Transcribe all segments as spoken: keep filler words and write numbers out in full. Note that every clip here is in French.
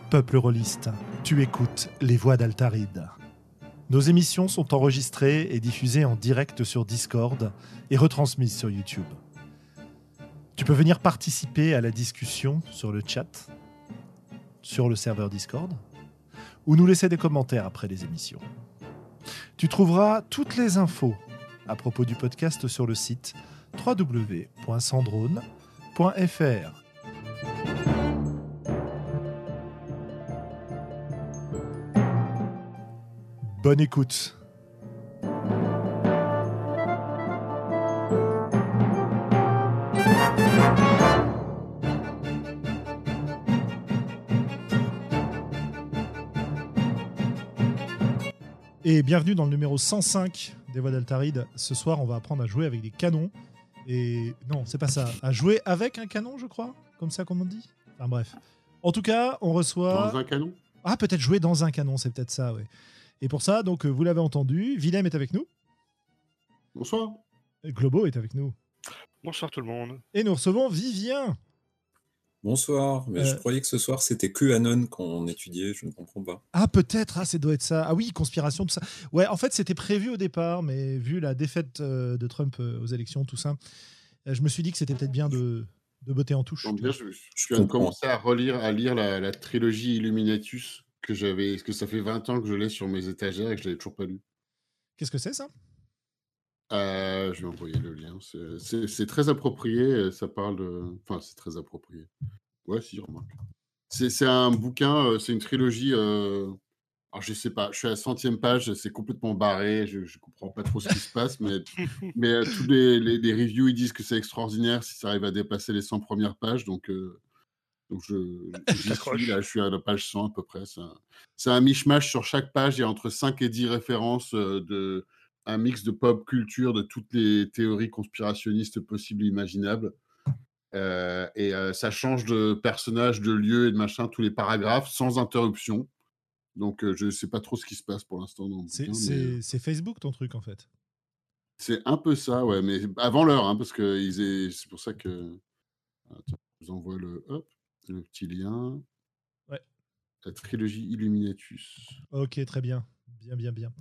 peuple rôliste, tu écoutes les voix d'Altaride. Nos émissions sont enregistrées et diffusées en direct sur Discord et retransmises sur YouTube. Tu peux venir participer à la discussion sur le chat, sur le serveur Discord, ou nous laisser des commentaires après les émissions. Tu trouveras toutes les infos à propos du podcast sur le site w w w point sandrone point f r. Bonne écoute. Et bienvenue dans le numéro cent cinq des Voix d'Altaride. Ce soir, on va apprendre à jouer avec des canons. Et non, c'est pas ça. À jouer avec un canon, je crois. Comme ça qu'on dit. Enfin bref. En tout cas, on reçoit... Dans un canon ? Ah, peut-être jouer dans un canon, c'est peut-être ça, oui. Et pour ça, donc, vous l'avez entendu, Willem est avec nous. Bonsoir. Et Globo est avec nous. Bonsoir tout le monde. Et nous recevons Vivien. Bonsoir, mais Euh... je croyais que ce soir c'était QAnon qu'on étudiait, je ne comprends pas. Ah peut-être, ah, ça doit être ça. Ah oui, conspiration, tout ça. Ouais, en fait c'était prévu au départ, mais vu la défaite euh, de Trump euh, aux élections, tout ça, euh, je me suis dit que c'était peut-être bien de, de botter en touche. Bien, je, je, je viens de commencer à relire, à lire la, la trilogie Illuminatus que j'avais, parce que ça fait vingt ans que je l'ai sur mes étagères et que je l'avais toujours pas lu. Qu'est-ce que c'est ça ? euh, Je vais envoyer le lien. C'est, c'est, c'est très approprié. Ça parle de, enfin c'est très approprié. Ouais, si, remarque. C'est, c'est un bouquin, euh, c'est une trilogie. Euh... Alors, je sais pas, je suis à la centième page, c'est complètement barré, je, je comprends pas trop ce qui se passe, mais, mais euh, tous les, les, les reviews, ils disent que c'est extraordinaire si ça arrive à dépasser les cent premières pages, donc, euh, donc je, j'y suis, là, je suis à la page cent à peu près. C'est un, c'est un mishmash sur chaque page, il y a entre cinq et dix références, euh, de, un mix de pop culture, de toutes les théories conspirationnistes possibles et imaginables. Euh, et euh, ça change de personnage, de lieu et de machin, tous les paragraphes, sans interruption. Donc, euh, je ne sais pas trop ce qui se passe pour l'instant dans le c'est, bouquin. C'est, mais... c'est Facebook ton truc, en fait. C'est un peu ça, ouais, mais avant l'heure, hein, parce que ils aient... c'est pour ça que... Attends, je vous envoie le, hop, le petit lien. Ouais. La trilogie Illuminatus. Ok, très bien. Bien, bien, bien.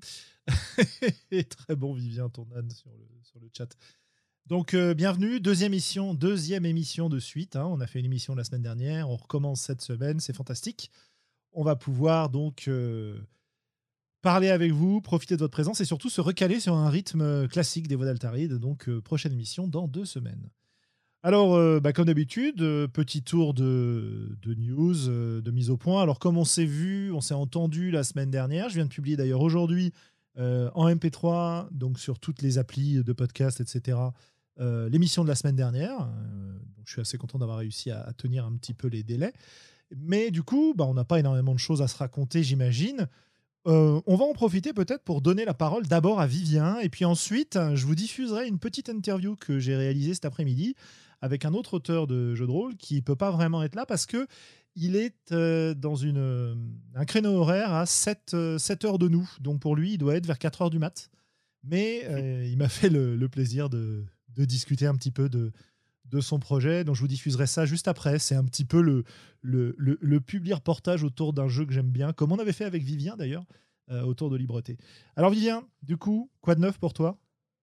Et très bon, Vivien, ton âne sur le, sur le chat. Donc, euh, bienvenue, deuxième émission, deuxième émission de suite. Hein. On a fait une émission la semaine dernière, on recommence cette semaine, c'est fantastique. On va pouvoir donc euh, parler avec vous, profiter de votre présence et surtout se recaler sur un rythme classique des Voix d'Altaride. Donc, euh, prochaine émission dans deux semaines. Alors, euh, bah, comme d'habitude, euh, petit tour de, de news, euh, de mise au point. Alors, comme on s'est vu, on s'est entendu la semaine dernière, je viens de publier d'ailleurs aujourd'hui euh, en M P trois, donc sur toutes les applis de podcast, et cetera, euh, l'émission de la semaine dernière. Euh, donc je suis assez content d'avoir réussi à, à tenir un petit peu les délais. Mais du coup, bah, on n'a pas énormément de choses à se raconter, j'imagine. Euh, on va en profiter peut-être pour donner la parole d'abord à Vivien, et puis ensuite, je vous diffuserai une petite interview que j'ai réalisée cet après-midi avec un autre auteur de jeux de rôle qui ne peut pas vraiment être là parce qu'il est euh, dans une, euh, un créneau horaire à sept, euh, sept heures de nous. Donc pour lui, il doit être vers quatre heures du mat'. Mais euh, il m'a fait le, le plaisir de, de discuter un petit peu de, de son projet. Donc je vous diffuserai ça juste après. C'est un petit peu le, le, le, le public reportage autour d'un jeu que j'aime bien, comme on avait fait avec Vivien d'ailleurs, euh, autour de Libreté. Alors Vivien, du coup, quoi de neuf pour toi ?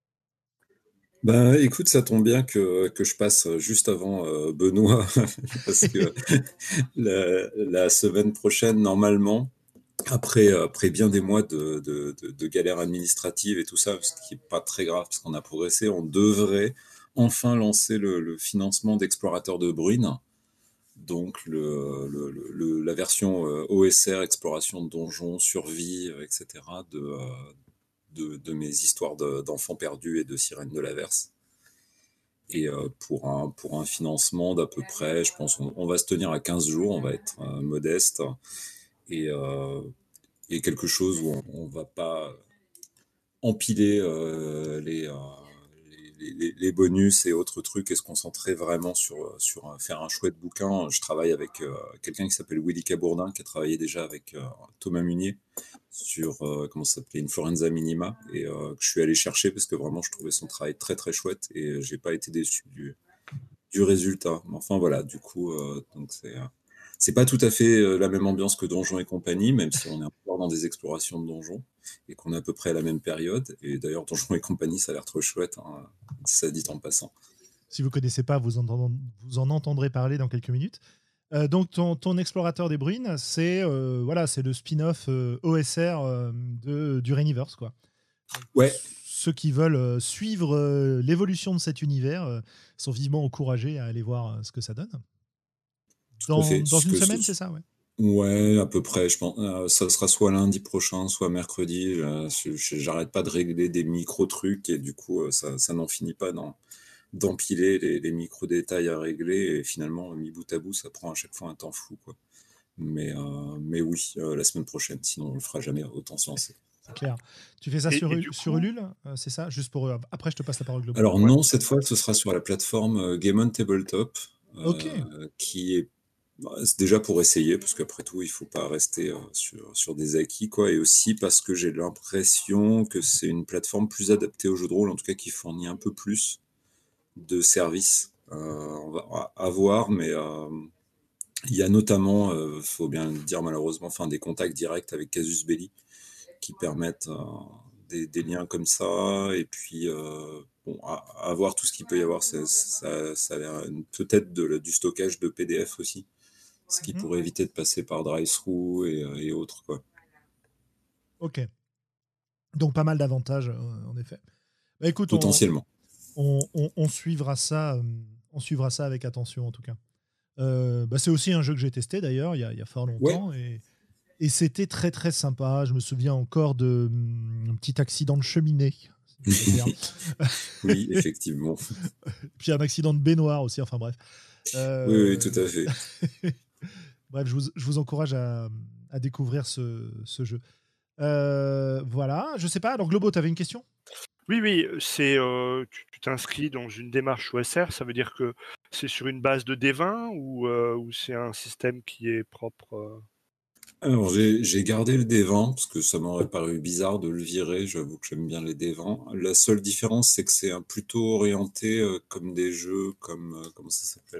Ben, écoute, ça tombe bien que, que je passe juste avant euh, Benoît, parce que la, la semaine prochaine, normalement, après, après bien des mois de, de, de, de galères administratives et tout ça, ce qui n'est pas très grave, parce qu'on a progressé, on devrait enfin lancer le, le financement d'Explorateur de Bruine, donc le, le, le, la version euh, O S R, exploration de donjons, survie, euh, et cetera, de... Euh, De, de mes histoires de, d'enfants perdus et de sirènes de l'averse. Et euh, pour, un, pour un financement d'à peu près, je pense on, on va se tenir à quinze jours, on va être euh, modeste, et, euh, et quelque chose où on ne va pas empiler euh, les, euh, les, les, les bonus et autres trucs et se concentrer vraiment sur, sur faire un chouette bouquin. Je travaille avec euh, quelqu'un qui s'appelle Willy Cabourdin, qui a travaillé déjà avec euh, Thomas Munier sur euh, comment ça s'appelait, Influenza Minima, et euh, que je suis allé chercher parce que vraiment je trouvais son travail très très chouette et euh, j'ai pas été déçu du, du résultat. Mais enfin voilà, du coup, euh, donc c'est, euh, c'est pas tout à fait euh, la même ambiance que Donjons et compagnie, même si on est encore dans des explorations de donjons et qu'on est à peu près à la même période. Et d'ailleurs, Donjons et compagnie, ça a l'air trop chouette, hein, ça dit en passant. Si vous ne connaissez pas, vous en, vous en entendrez parler dans quelques minutes. Euh, donc, ton, ton Explorateur des Bruines, c'est euh, voilà, c'est le spin-off euh, O S R euh, de, du Rainiverse, quoi. Ouais. Ceux qui veulent euh, suivre euh, l'évolution de cet univers euh, sont vivement encouragés à aller voir euh, ce que ça donne. Dans, dans une semaine, c'est ça, ouais. Ouais, à peu près. Je pense, euh, ça sera soit lundi prochain, soit mercredi. Euh, je- je- j'arrête pas de régler des micro trucs et du coup, euh, ça, ça n'en finit pas d'en- d'empiler les, les micro détails à régler. Et finalement, mis bout à bout, ça prend à chaque fois un temps fou, quoi. Mais, euh, mais oui, euh, la semaine prochaine. Sinon, on le fera jamais autant se lancer. C'est clair. Tu fais ça Et- sur, et U- du sur coup- Ulule, euh, c'est ça? Juste pour. euh, après, je te passe la parole globale. Alors non, cette fois, ce sera sur la plateforme euh, Game on Tabletop, euh, Ok. qui est bah, c'est déjà pour essayer, parce qu'après tout, il faut pas rester euh, sur, sur des acquis, quoi, et aussi parce que j'ai l'impression que c'est une plateforme plus adaptée au jeu de rôle, en tout cas qui fournit un peu plus de services. Euh, on va à voir, mais euh, il y a notamment, euh, faut bien le dire malheureusement, enfin des contacts directs avec Casus Belli qui permettent euh, des, des liens comme ça, et puis euh, bon, à, à voir tout ce qu'il peut y avoir, ça, ça, ça a l'air peut-être de, du stockage de P D F aussi, ce qui Mhm. pourrait éviter de passer par Drive-Thru et, et autres, quoi. Ok. Donc, pas mal d'avantages, euh, en effet. Bah, écoute, on, Potentiellement. on, on- on suivra ça, euh, on suivra ça avec attention, en tout cas. Euh, bah, c'est aussi un jeu que j'ai testé, d'ailleurs, il y a, il y a fort longtemps. Et, et c'était très, très sympa. Je me souviens encore de hum, un petit accident de cheminée. si je peux dire. Oui, effectivement. Puis un accident de baignoire aussi, enfin bref. Euh, Oui, oui, tout à fait. Bref, je vous, je vous encourage à, à découvrir ce, ce jeu. Euh, voilà, je sais pas. Alors, Globo, tu avais une question? Oui, oui, c'est euh, tu tu t'inscris dans une démarche O S R, ça veut dire que c'est sur une base de D vingt ou, euh, ou c'est un système qui est propre euh, Alors, j'ai j'ai gardé le D vingt parce que ça m'aurait paru bizarre de le virer. J'avoue que j'aime bien les D vingt. La seule différence, c'est que c'est un plutôt orienté euh, comme des jeux comme euh, comment ça s'appelle?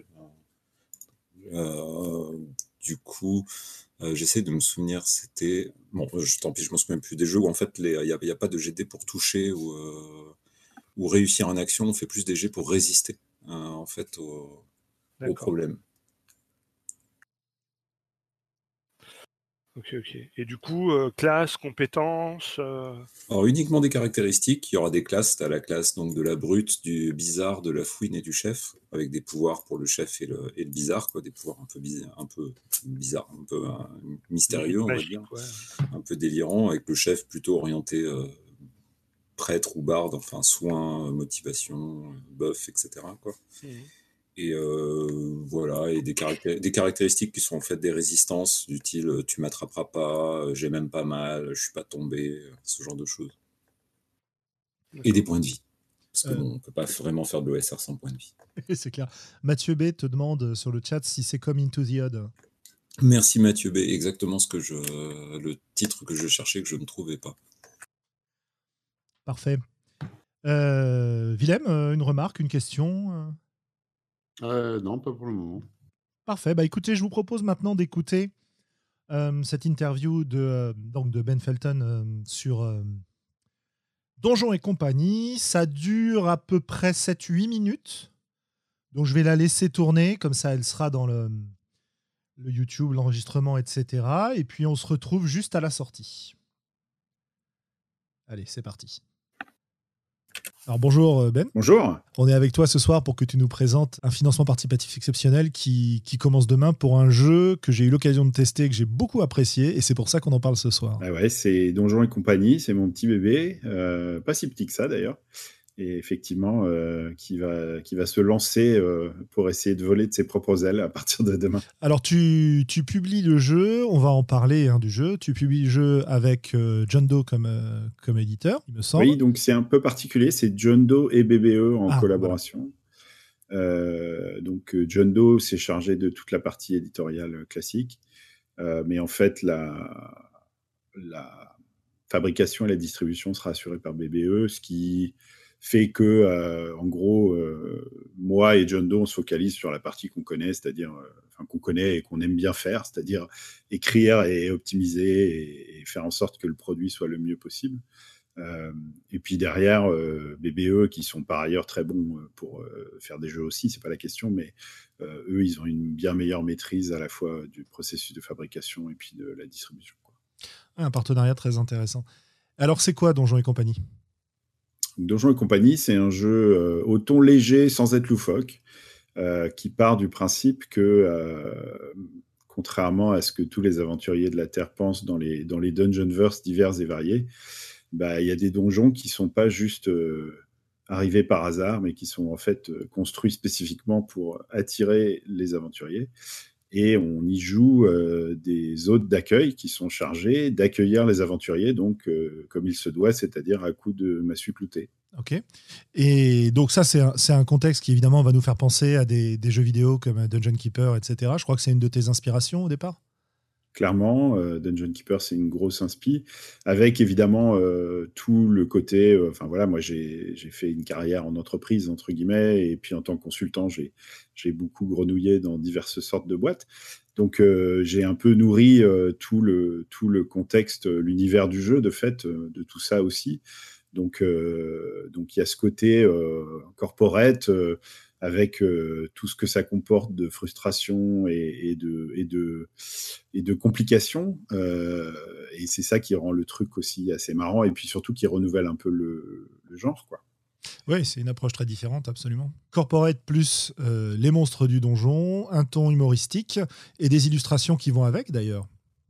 Euh, du coup, euh, j'essaie de me souvenir. C'était bon, je, tant pis, je m'en souviens plus des jeux où en fait il n'y a, y a pas de G D pour toucher ou euh, ou réussir en action. On fait plus des jets pour résister euh, en fait au, au D'accord. problème. Ok, ok. Et du coup, euh, classe, compétences. euh, Alors uniquement des caractéristiques, il y aura des classes, tu as la classe donc de la brute, du bizarre, de la fouine et du chef, avec des pouvoirs pour le chef et le, et le bizarre, quoi, des pouvoirs un peu, biz- un peu bizarres, un peu euh, mystérieux, on va magiques, dire, ouais. un peu délirant, avec le chef plutôt orienté euh, prêtre ou barde, enfin soin, motivation, buff, et cetera, quoi. Mhm. Et euh, voilà, et des, caractér- des caractéristiques qui sont en fait des résistances, du style euh, tu m'attraperas pas, euh, j'ai même pas mal, je suis pas tombé, euh, ce genre de choses. Et des points de vie. Parce que Euh. bon, on peut pas vraiment faire de l'O S R sans points de vie. C'est clair. Mathieu B te demande sur le chat si c'est comme Into the Odd. Merci Mathieu B, exactement ce que je, le titre que je cherchais que je ne trouvais pas. Parfait. Euh, Willem, euh, une remarque, une question euh Euh, non, pas pour le moment. Parfait. Bah écoutez, je vous propose maintenant d'écouter euh, cette interview de, euh, donc de Ben Felton euh, sur euh, Donjons et compagnie. Ça dure à peu près sept huit minutes. Donc je vais la laisser tourner, comme ça elle sera dans le, le YouTube, l'enregistrement, et cetera. Et puis on se retrouve juste à la sortie. Allez, c'est parti. Alors bonjour Ben. Bonjour. On est avec toi ce soir pour que tu nous présentes un financement participatif exceptionnel qui, qui commence demain pour un jeu que j'ai eu l'occasion de tester, que j'ai beaucoup apprécié, et c'est pour ça qu'on en parle ce soir. Ah ouais, c'est Donjons et compagnie, c'est mon petit bébé, euh, pas si petit que ça d'ailleurs, et effectivement euh, qui, va, qui va se lancer euh, pour essayer de voler de ses propres ailes à partir de demain. Alors tu, tu publies le jeu, on va en parler hein, du jeu, tu publies le jeu avec euh, John Doe comme, euh, comme éditeur, il me semble. Oui, donc c'est un peu particulier, c'est John Doe et B B E en Ah, collaboration. Voilà. Euh, donc John Doe s'est chargé de toute la partie éditoriale classique, euh, mais en fait la, la fabrication et la distribution sera assurée par B B E, ce qui fait que, euh, en gros, euh, moi et John Doe, on se focalise sur la partie qu'on connaît, c'est-à-dire, euh, enfin, qu'on connaît et qu'on aime bien faire, c'est-à-dire écrire et optimiser et, et faire en sorte que le produit soit le mieux possible. Euh, et puis derrière, euh, B B E, qui sont par ailleurs très bons pour euh, faire des jeux aussi, c'est pas la question, mais euh, eux, ils ont une bien meilleure maîtrise à la fois du processus de fabrication et puis de la distribution, quoi. Un partenariat très intéressant. Alors, c'est quoi Donjons et compagnie ? Donjons et compagnie, c'est un jeu euh, au ton léger sans être loufoque, euh, qui part du principe que, euh, contrairement à ce que tous les aventuriers de la Terre pensent dans les, dans les Dungeonverse divers et variés, bah, y a des donjons qui sont pas juste euh, arrivés par hasard, mais qui sont en fait euh, construits spécifiquement pour attirer les aventuriers. Et on y joue euh, des hôtes d'accueil qui sont chargés d'accueillir les aventuriers, donc euh, comme il se doit, c'est-à-dire à coups de massue cloutée. Ok. Et donc ça, c'est un, c'est un contexte qui évidemment va nous faire penser à des, des jeux vidéo comme Dungeon Keeper, et cetera. Je crois que c'est une de tes inspirations au départ. Clairement, euh, Dungeon Keeper, c'est une grosse inspi, avec évidemment euh, tout le côté. euh, Enfin voilà, moi j'ai j'ai fait une carrière en entreprise entre guillemets, et puis en tant que consultant, j'ai j'ai beaucoup grenouillé dans diverses sortes de boîtes. Donc euh, j'ai un peu nourri euh, tout le tout le contexte, euh, l'univers du jeu, de fait, euh, de tout ça aussi. Donc euh, donc il y a ce côté euh, corporate. Euh, avec euh, tout ce que ça comporte de frustration et, et, de, et, de, et de complications. Euh, et c'est ça qui rend le truc aussi assez marrant, et puis surtout qui renouvelle un peu le, le genre, quoi. Oui, c'est une approche très différente, absolument. Corporate plus euh, les monstres du donjon, un ton humoristique et des illustrations qui vont avec, d'ailleurs.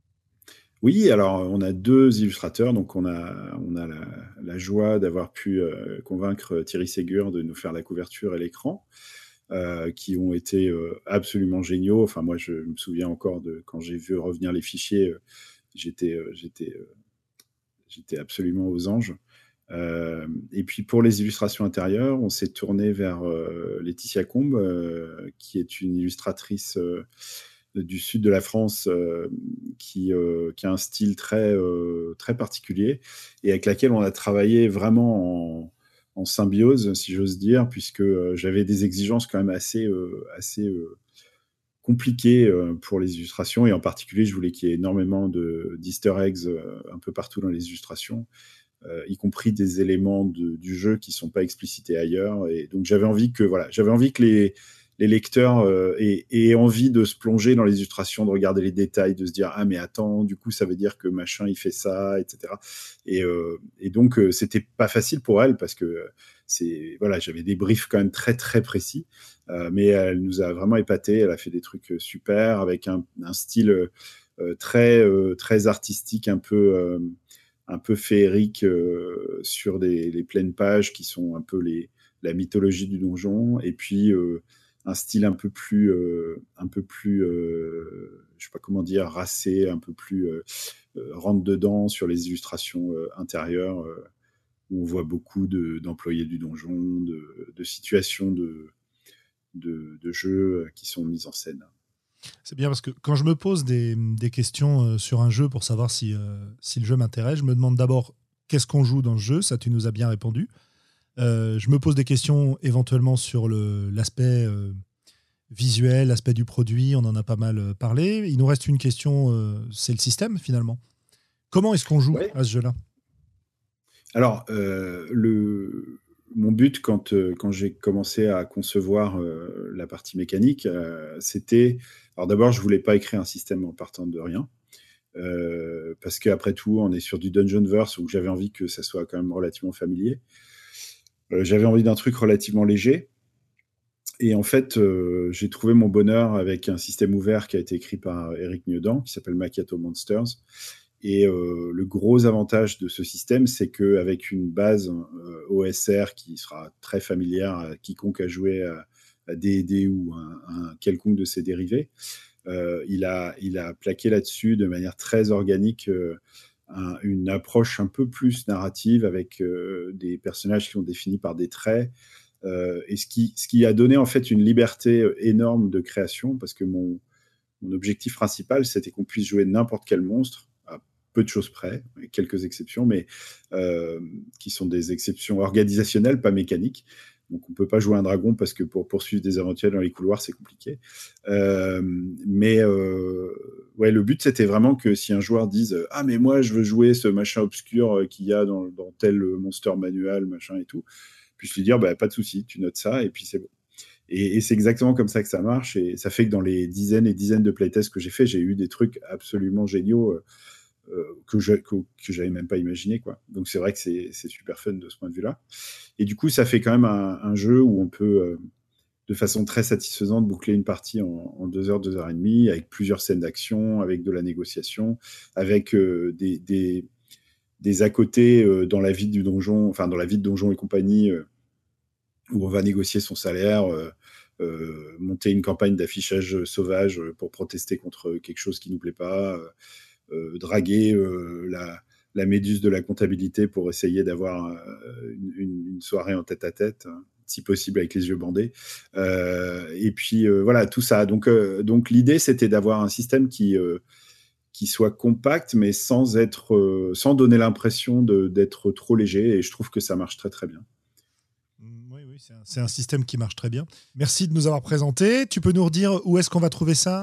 Oui, alors on a deux illustrateurs, donc on a, on a la, la joie d'avoir pu euh, convaincre Thierry Ségur de nous faire la couverture et l'écran, euh, qui ont été euh, absolument géniaux. Enfin, moi, je me souviens encore de quand j'ai vu revenir les fichiers, euh, j'étais, euh, j'étais, euh, j'étais absolument aux anges. Euh, et puis pour les illustrations intérieures, on s'est tourné vers euh, Laetitia Combe, euh, qui est une illustratrice euh, du sud de la France, euh, qui, euh, qui a un style très, euh, très particulier, et avec laquelle on a travaillé vraiment en, en symbiose, si j'ose dire, puisque euh, j'avais des exigences quand même assez, euh, assez euh, compliquées euh, pour les illustrations, et en particulier, je voulais qu'il y ait énormément de, d'easter eggs euh, un peu partout dans les illustrations, euh, y compris des éléments de, du jeu qui ne sont pas explicités ailleurs. Et donc j'avais envie que, voilà, j'avais envie que les les lecteurs euh, aient, aient envie de se plonger dans les illustrations, de regarder les détails, de se dire « Ah, mais attends, du coup, ça veut dire que machin, il fait ça, et cetera » Et, euh, et donc, euh, c'était pas facile pour elle, parce que c'est, voilà, j'avais des briefs quand même très, très précis, euh, mais elle nous a vraiment épatés. Elle a fait des trucs super, avec un, un style euh, très, euh, très artistique, un peu, euh, un peu féerique, euh, sur des, les pleines pages qui sont un peu les, la mythologie du donjon, et puis... Euh, un style un peu plus, euh, un peu plus, euh, je sais pas comment dire, racé, un peu plus euh, euh, rentre dedans sur les illustrations euh, intérieures, euh, où on voit beaucoup de, d'employés du donjon, de, de situations de, de, de jeux qui sont mises en scène. C'est bien, parce que quand je me pose des, des questions sur un jeu pour savoir si, euh, si le jeu m'intéresse, je me demande d'abord qu'est-ce qu'on joue dans ce jeu, ça tu nous as bien répondu. Euh, je me pose des questions éventuellement sur le, l'aspect euh, visuel, l'aspect du produit, on en a pas mal parlé. Il nous reste une question, euh, c'est le système finalement. Comment est-ce qu'on joue ouais. à ce jeu-là ? Alors, euh, le, mon but quand, euh, quand j'ai commencé à concevoir euh, la partie mécanique, euh, c'était... Alors d'abord, je ne voulais pas écrire un système en partant de rien. Euh, parce qu'après tout, on est sur du Dungeonverse, où j'avais envie que ça soit quand même relativement familier. Euh, j'avais envie d'un truc relativement léger. Et en fait, euh, j'ai trouvé mon bonheur avec un système ouvert qui a été écrit par Eric Nieudant, qui s'appelle Macchiato Monsters. Et euh, le gros avantage de ce système, c'est qu'avec une base euh, O S R qui sera très familière à quiconque a joué à, à D et D ou un, un quelconque de ses dérivés, euh, il, a, il a plaqué là-dessus de manière très organique euh, un, une approche un peu plus narrative, avec euh, des personnages qui sont définis par des traits, euh, et ce qui, ce qui a donné en fait une liberté énorme de création, parce que mon, mon objectif principal, c'était qu'on puisse jouer n'importe quel monstre, à peu de choses près, quelques exceptions, mais euh, qui sont des exceptions organisationnelles, pas mécaniques. Donc on peut pas jouer un dragon parce que pour poursuivre des éventuels dans les couloirs, c'est compliqué. Euh, mais euh, ouais, le but c'était vraiment que si un joueur dise ah mais moi je veux jouer ce machin obscur qu'il y a dans, dans tel monster manual machin et tout, puis je lui dire bah pas de souci, tu notes ça et puis c'est bon. Et, et c'est exactement comme ça que ça marche et ça fait que dans les dizaines et dizaines de playtests que j'ai fait, j'ai eu des trucs absolument géniaux. Euh, Euh, que je que, que j'avais même pas imaginé quoi. Donc c'est vrai que c'est c'est super fun de ce point de vue-là. Et du coup, ça fait quand même un, un jeu où on peut euh, de façon très satisfaisante boucler une partie en, en deux heures, deux heures et demie, avec plusieurs scènes d'action, avec de la négociation, avec euh, des, des des à côté euh, dans la vie du donjon, enfin dans la vie de donjon et compagnie, euh, où on va négocier son salaire. Euh, euh, monter une campagne d'affichage sauvage pour protester contre quelque chose qui nous plaît pas. Euh, Euh, draguer euh, la, la méduse de la comptabilité pour essayer d'avoir euh, une, une soirée en tête-à-tête, hein, si possible avec les yeux bandés. Euh, et puis euh, voilà, tout ça. Donc, euh, donc l'idée, c'était d'avoir un système qui, euh, qui soit compact, mais sans, être, euh, sans donner l'impression de, d'être trop léger. Et je trouve que ça marche très très bien. Oui, oui, c'est un, c'est un système qui marche très bien. Merci de nous avoir présenté. Tu peux nous redire où est-ce qu'on va trouver ça ?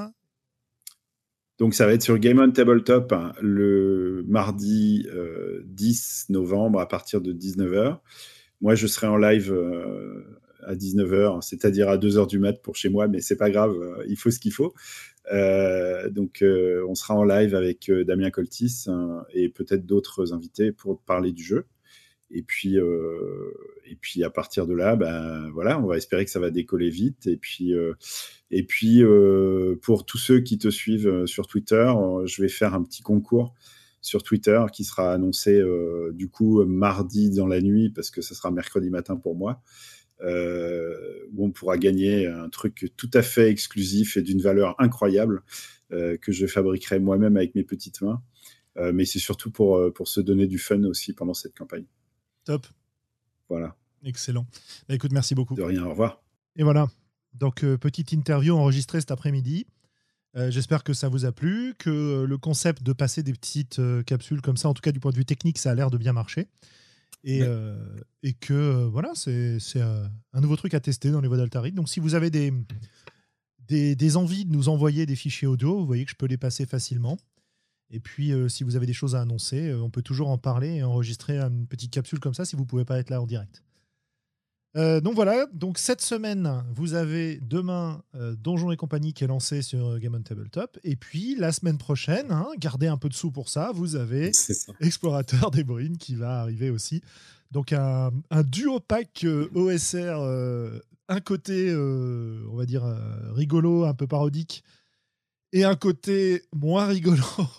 Donc, ça va être sur Game on Tabletop hein, le mardi euh, dix novembre à partir de dix-neuf heures. Moi, je serai en live euh, à dix-neuf heures, c'est-à-dire à deux heures du mat pour chez moi, mais c'est pas grave, euh, il faut ce qu'il faut. Euh, donc, euh, on sera en live avec euh, Damien Coltis hein, et peut-être d'autres invités pour parler du jeu. Et puis, euh, et puis à partir de là, ben voilà, on va espérer que ça va décoller vite. Et puis, euh, et puis euh, pour tous ceux qui te suivent sur Twitter, euh, je vais faire un petit concours sur Twitter qui sera annoncé euh, du coup mardi dans la nuit parce que ça sera mercredi matin pour moi, euh, où on pourra gagner un truc tout à fait exclusif et d'une valeur incroyable euh, que je fabriquerai moi-même avec mes petites mains. Euh, mais c'est surtout pour pour se donner du fun aussi pendant cette campagne. Top. Voilà. Excellent. Bah, écoute, merci beaucoup. De rien, au revoir. Et voilà. Donc, euh, petite interview enregistrée cet après-midi. Euh, j'espère que ça vous a plu, que euh, le concept de passer des petites euh, capsules comme ça, en tout cas du point de vue technique, ça a l'air de bien marcher. Et, ouais. euh, et que, euh, voilà, c'est, c'est euh, un nouveau truc à tester dans les voies d'Altaïr. Donc, si vous avez des, des, des envies de nous envoyer des fichiers audio, vous voyez que je peux les passer facilement. Et puis, euh, si vous avez des choses à annoncer, euh, on peut toujours en parler et enregistrer une petite capsule comme ça si vous ne pouvez pas être là en direct. Euh, donc voilà, donc cette semaine, vous avez demain euh, Donjons et compagnie qui est lancé sur Game on Tabletop. Et puis, la semaine prochaine, hein, gardez un peu de sous pour ça, vous avez Explorateur des Bruines qui va arriver aussi. Donc un, un duo pack euh, O S R, euh, un côté, euh, on va dire, euh, rigolo, un peu parodique, et un côté moins rigolo,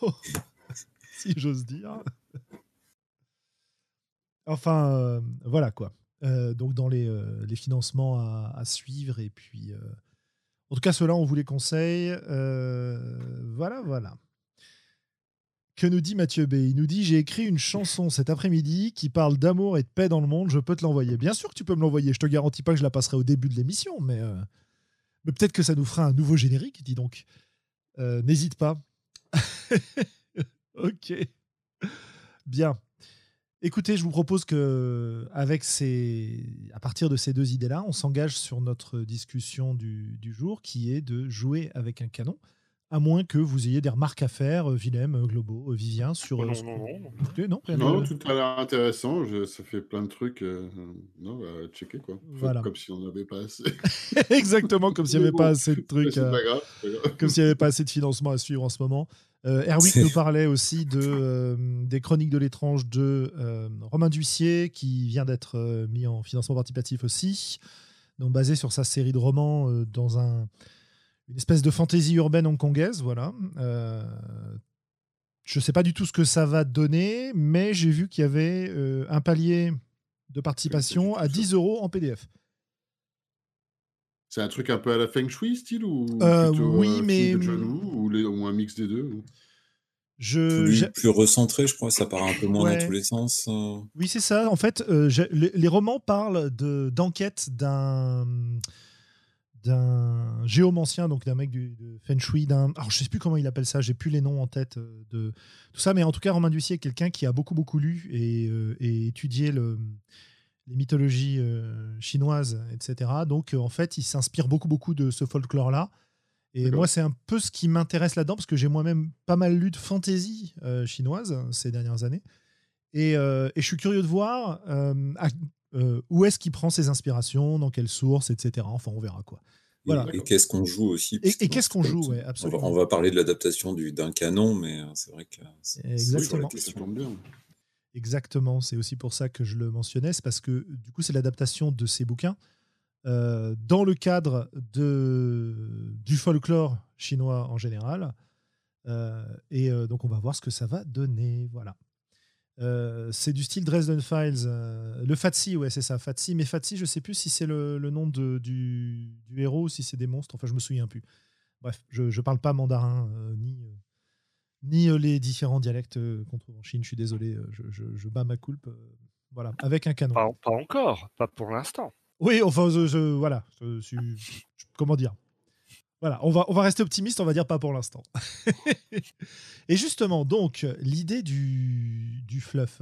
si j'ose dire. Enfin, euh, voilà quoi. Euh, donc dans les, euh, les financements à, à suivre. Et puis, euh, en tout cas, ceux-là, on vous les conseille. Euh, voilà, voilà. Que nous dit Mathieu B ? Il nous dit « J'ai écrit une chanson cet après-midi qui parle d'amour et de paix dans le monde. Je peux te l'envoyer. » Bien sûr que tu peux me l'envoyer. Je te garantis pas que je la passerai au début de l'émission, mais, euh, mais peut-être que ça nous fera un nouveau générique, dis donc. Euh, n'hésite pas. Ok. Bien. Écoutez, je vous propose que, avec ces, à partir de ces deux idées-là, on s'engage sur notre discussion du, du jour, qui est de jouer avec un canon, à moins que vous ayez des remarques à faire, Willem, Globo, Vivien, sur... Oh non, non, non. non. Écoutez, non, non, de... tout a l'air intéressant. Je, ça fait plein de trucs. Euh, non, à checker, quoi. Voilà. Comme si on n'en avait pas assez. Exactement, comme s'il n'y avait bon, pas assez de trucs. C'est pas grave, c'est pas grave. Comme s'il n'y avait pas assez de financement à suivre en ce moment. Euh, Erwick nous parlait aussi de, euh, des Chroniques de l'étrange de euh, Romain D'Huissier, qui vient d'être euh, mis en financement participatif aussi, donc basé sur sa série de romans euh, dans un, une espèce de fantaisie urbaine hongkongaise. Voilà. Euh, je ne sais pas du tout ce que ça va donner, mais j'ai vu qu'il y avait euh, un palier de participation à dix euros en P D F. C'est un truc un peu à la Feng Shui style ou euh, plutôt oui, un mais film de John Woo ou, les, ou un mix des deux ou... Je... Plus, plus recentré, je crois, ça part un peu moins ouais. dans tous les sens. Euh... Oui, c'est ça. En fait, euh, les, les romans parlent de, d'enquête d'un, d'un géomancien, donc d'un mec du, de Feng Shui, d'un, alors je sais plus comment il appelle ça, j'ai plus les noms en tête euh, de tout ça, mais en tout cas Romain Ducier est quelqu'un qui a beaucoup beaucoup lu et, euh, et étudié le, les mythologies euh, chinoises, et cetera. Donc euh, en fait, il s'inspire beaucoup beaucoup de ce folklore-là. Et D'accord. moi, c'est un peu ce qui m'intéresse là-dedans, parce que j'ai moi-même pas mal lu de fantaisie euh, chinoise ces dernières années. Et, euh, et je suis curieux de voir euh, à- euh, où est-ce qu'il prend ses inspirations, dans quelles sources, et cetera. Enfin, on verra quoi. Et, Voilà. et D'accord. qu'est-ce qu'on joue aussi Et, parce que et bon, qu'est-ce c'est qu'on pas- joue, ouais, on, va, absolument. on va parler de l'adaptation du- d'un canon, mais euh, c'est vrai que c'est c'est toujours la Exactement. Ça question. tombe bien. Exactement. C'est aussi pour ça que je le mentionnais, c'est parce que du coup, c'est l'adaptation de ces bouquins euh, dans le cadre de, du folklore chinois en général. Euh, et euh, donc, on va voir ce que ça va donner. Voilà. Euh, c'est du style Dresden Files. euh, le Fatsi, ouais, c'est ça, Fatsi. Mais Fatsi, je sais plus si c'est le, le nom de, du, du héros ou si c'est des monstres. Enfin, je me souviens plus. Bref, je ne parle pas mandarin euh, ni, euh, ni euh, les différents dialectes euh, qu'on trouve en Chine. Je suis désolé, euh, je, je, je bats ma culpe. euh, voilà, avec un canon. Pas, pas encore, pas pour l'instant. Oui, enfin, je, je- voilà. Je, suis- je- comment dire Voilà, on va, on va rester optimiste, on va dire pas pour l'instant. Et justement, donc, l'idée du, du fluff.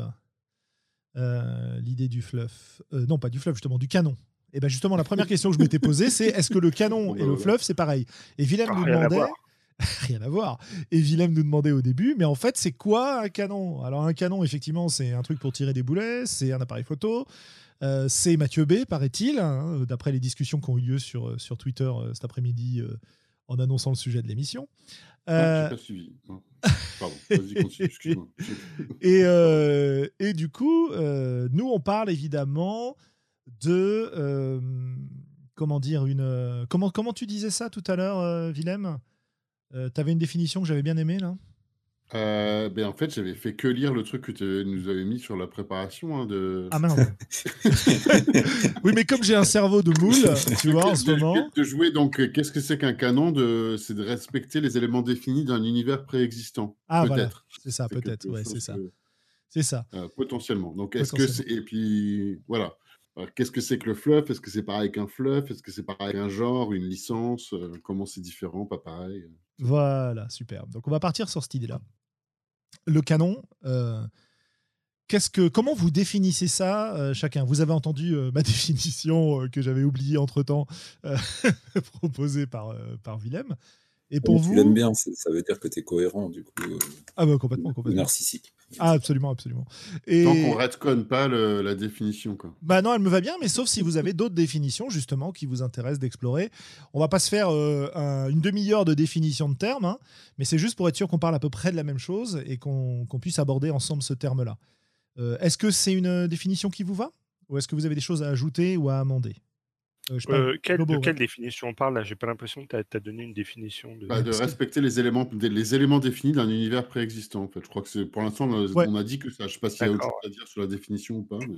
Euh, l'idée du fluff. Euh, non, pas du fluff, justement, du canon. Et bien justement, la première question que je m'étais posée, c'est est-ce que le canon Bon, et bah, le voilà. fluff, c'est pareil? Et Willem Ah, nous rien à demandait... voir. Rien à voir. Et Willem nous demandait au début, mais en fait, c'est quoi un canon? Alors, un canon, effectivement, c'est un truc pour tirer des boulets, c'est un appareil photo, euh, c'est Mathieu B, paraît-il, hein, d'après les discussions qui ont eu lieu sur, sur Twitter euh, cet après-midi euh, en annonçant le sujet de l'émission. Non, Euh, j'ai pas suivi. Non. Pardon, vas-y, continue, excuse-moi. et, Pardon. euh, et du coup, euh, nous, on parle évidemment de... euh, comment dire une... euh, comment, comment tu disais ça tout à l'heure, euh, Willem? Euh, Tu avais une définition que j'avais bien aimée, là? Euh, ben, en fait, j'avais fait que lire le truc que tu nous avais mis sur la préparation hein, de. Ah merde. Oui, mais comme j'ai un cerveau de moule, tu vois, en ce de, moment. de jouer, donc, euh, qu'est-ce que c'est qu'un canon de... C'est de respecter les éléments définis d'un univers préexistant. Ah voilà, Peut-être. c'est ça, C'est peut-être. quelque Ouais, c'est chose ça. que. C'est ça, euh, potentiellement. Donc, est-ce que potentiellement. c'est. Et puis, voilà. Alors, qu'est-ce que c'est que le fluff? Est-ce que c'est pareil qu'un fluff? Est-ce que c'est pareil qu'un genre, une licence? Euh, comment c'est différent? Pas pareil? euh, et cetera. Voilà, super. Donc on va partir sur cette idée-là. Le canon, euh, qu'est-ce que, comment vous définissez ça euh, chacun? Vous avez entendu euh, ma définition euh, que j'avais oubliée entre-temps, euh, proposée par, euh, par Willem. Et pour Tu l'aimes vous... bien, c'est- ça veut dire que tu es cohérent, du coup, euh, Ah bah complètement, ou complètement. narcissique. Ah absolument, absolument. Tant qu'on Et... retconne pas le- la définition, quoi. Bah non, elle me va bien, mais sauf si vous avez d'autres définitions justement qui vous intéressent d'explorer. On va pas se faire euh, un- une demi-heure de définition de termes, hein, mais c'est juste pour être sûr qu'on parle à peu près de la même chose et qu'on qu'on puisse aborder ensemble ce terme-là. Euh, est-ce que c'est une définition qui vous va? Ou est-ce que vous avez des choses à ajouter ou à amender? Euh, je parle Euh, quelle- globaux, de hein. quelle définition on parle là? J'ai pas l'impression que tu as donné une définition de. Bah, de Parce que- respecter les éléments, des- les éléments définis d'un univers préexistant, en fait. Je crois que c'est, pour l'instant, on a, Ouais. on a dit que ça. Je sais pas s'il y a autre D'accord. chose à dire sur la définition ou pas. Mais...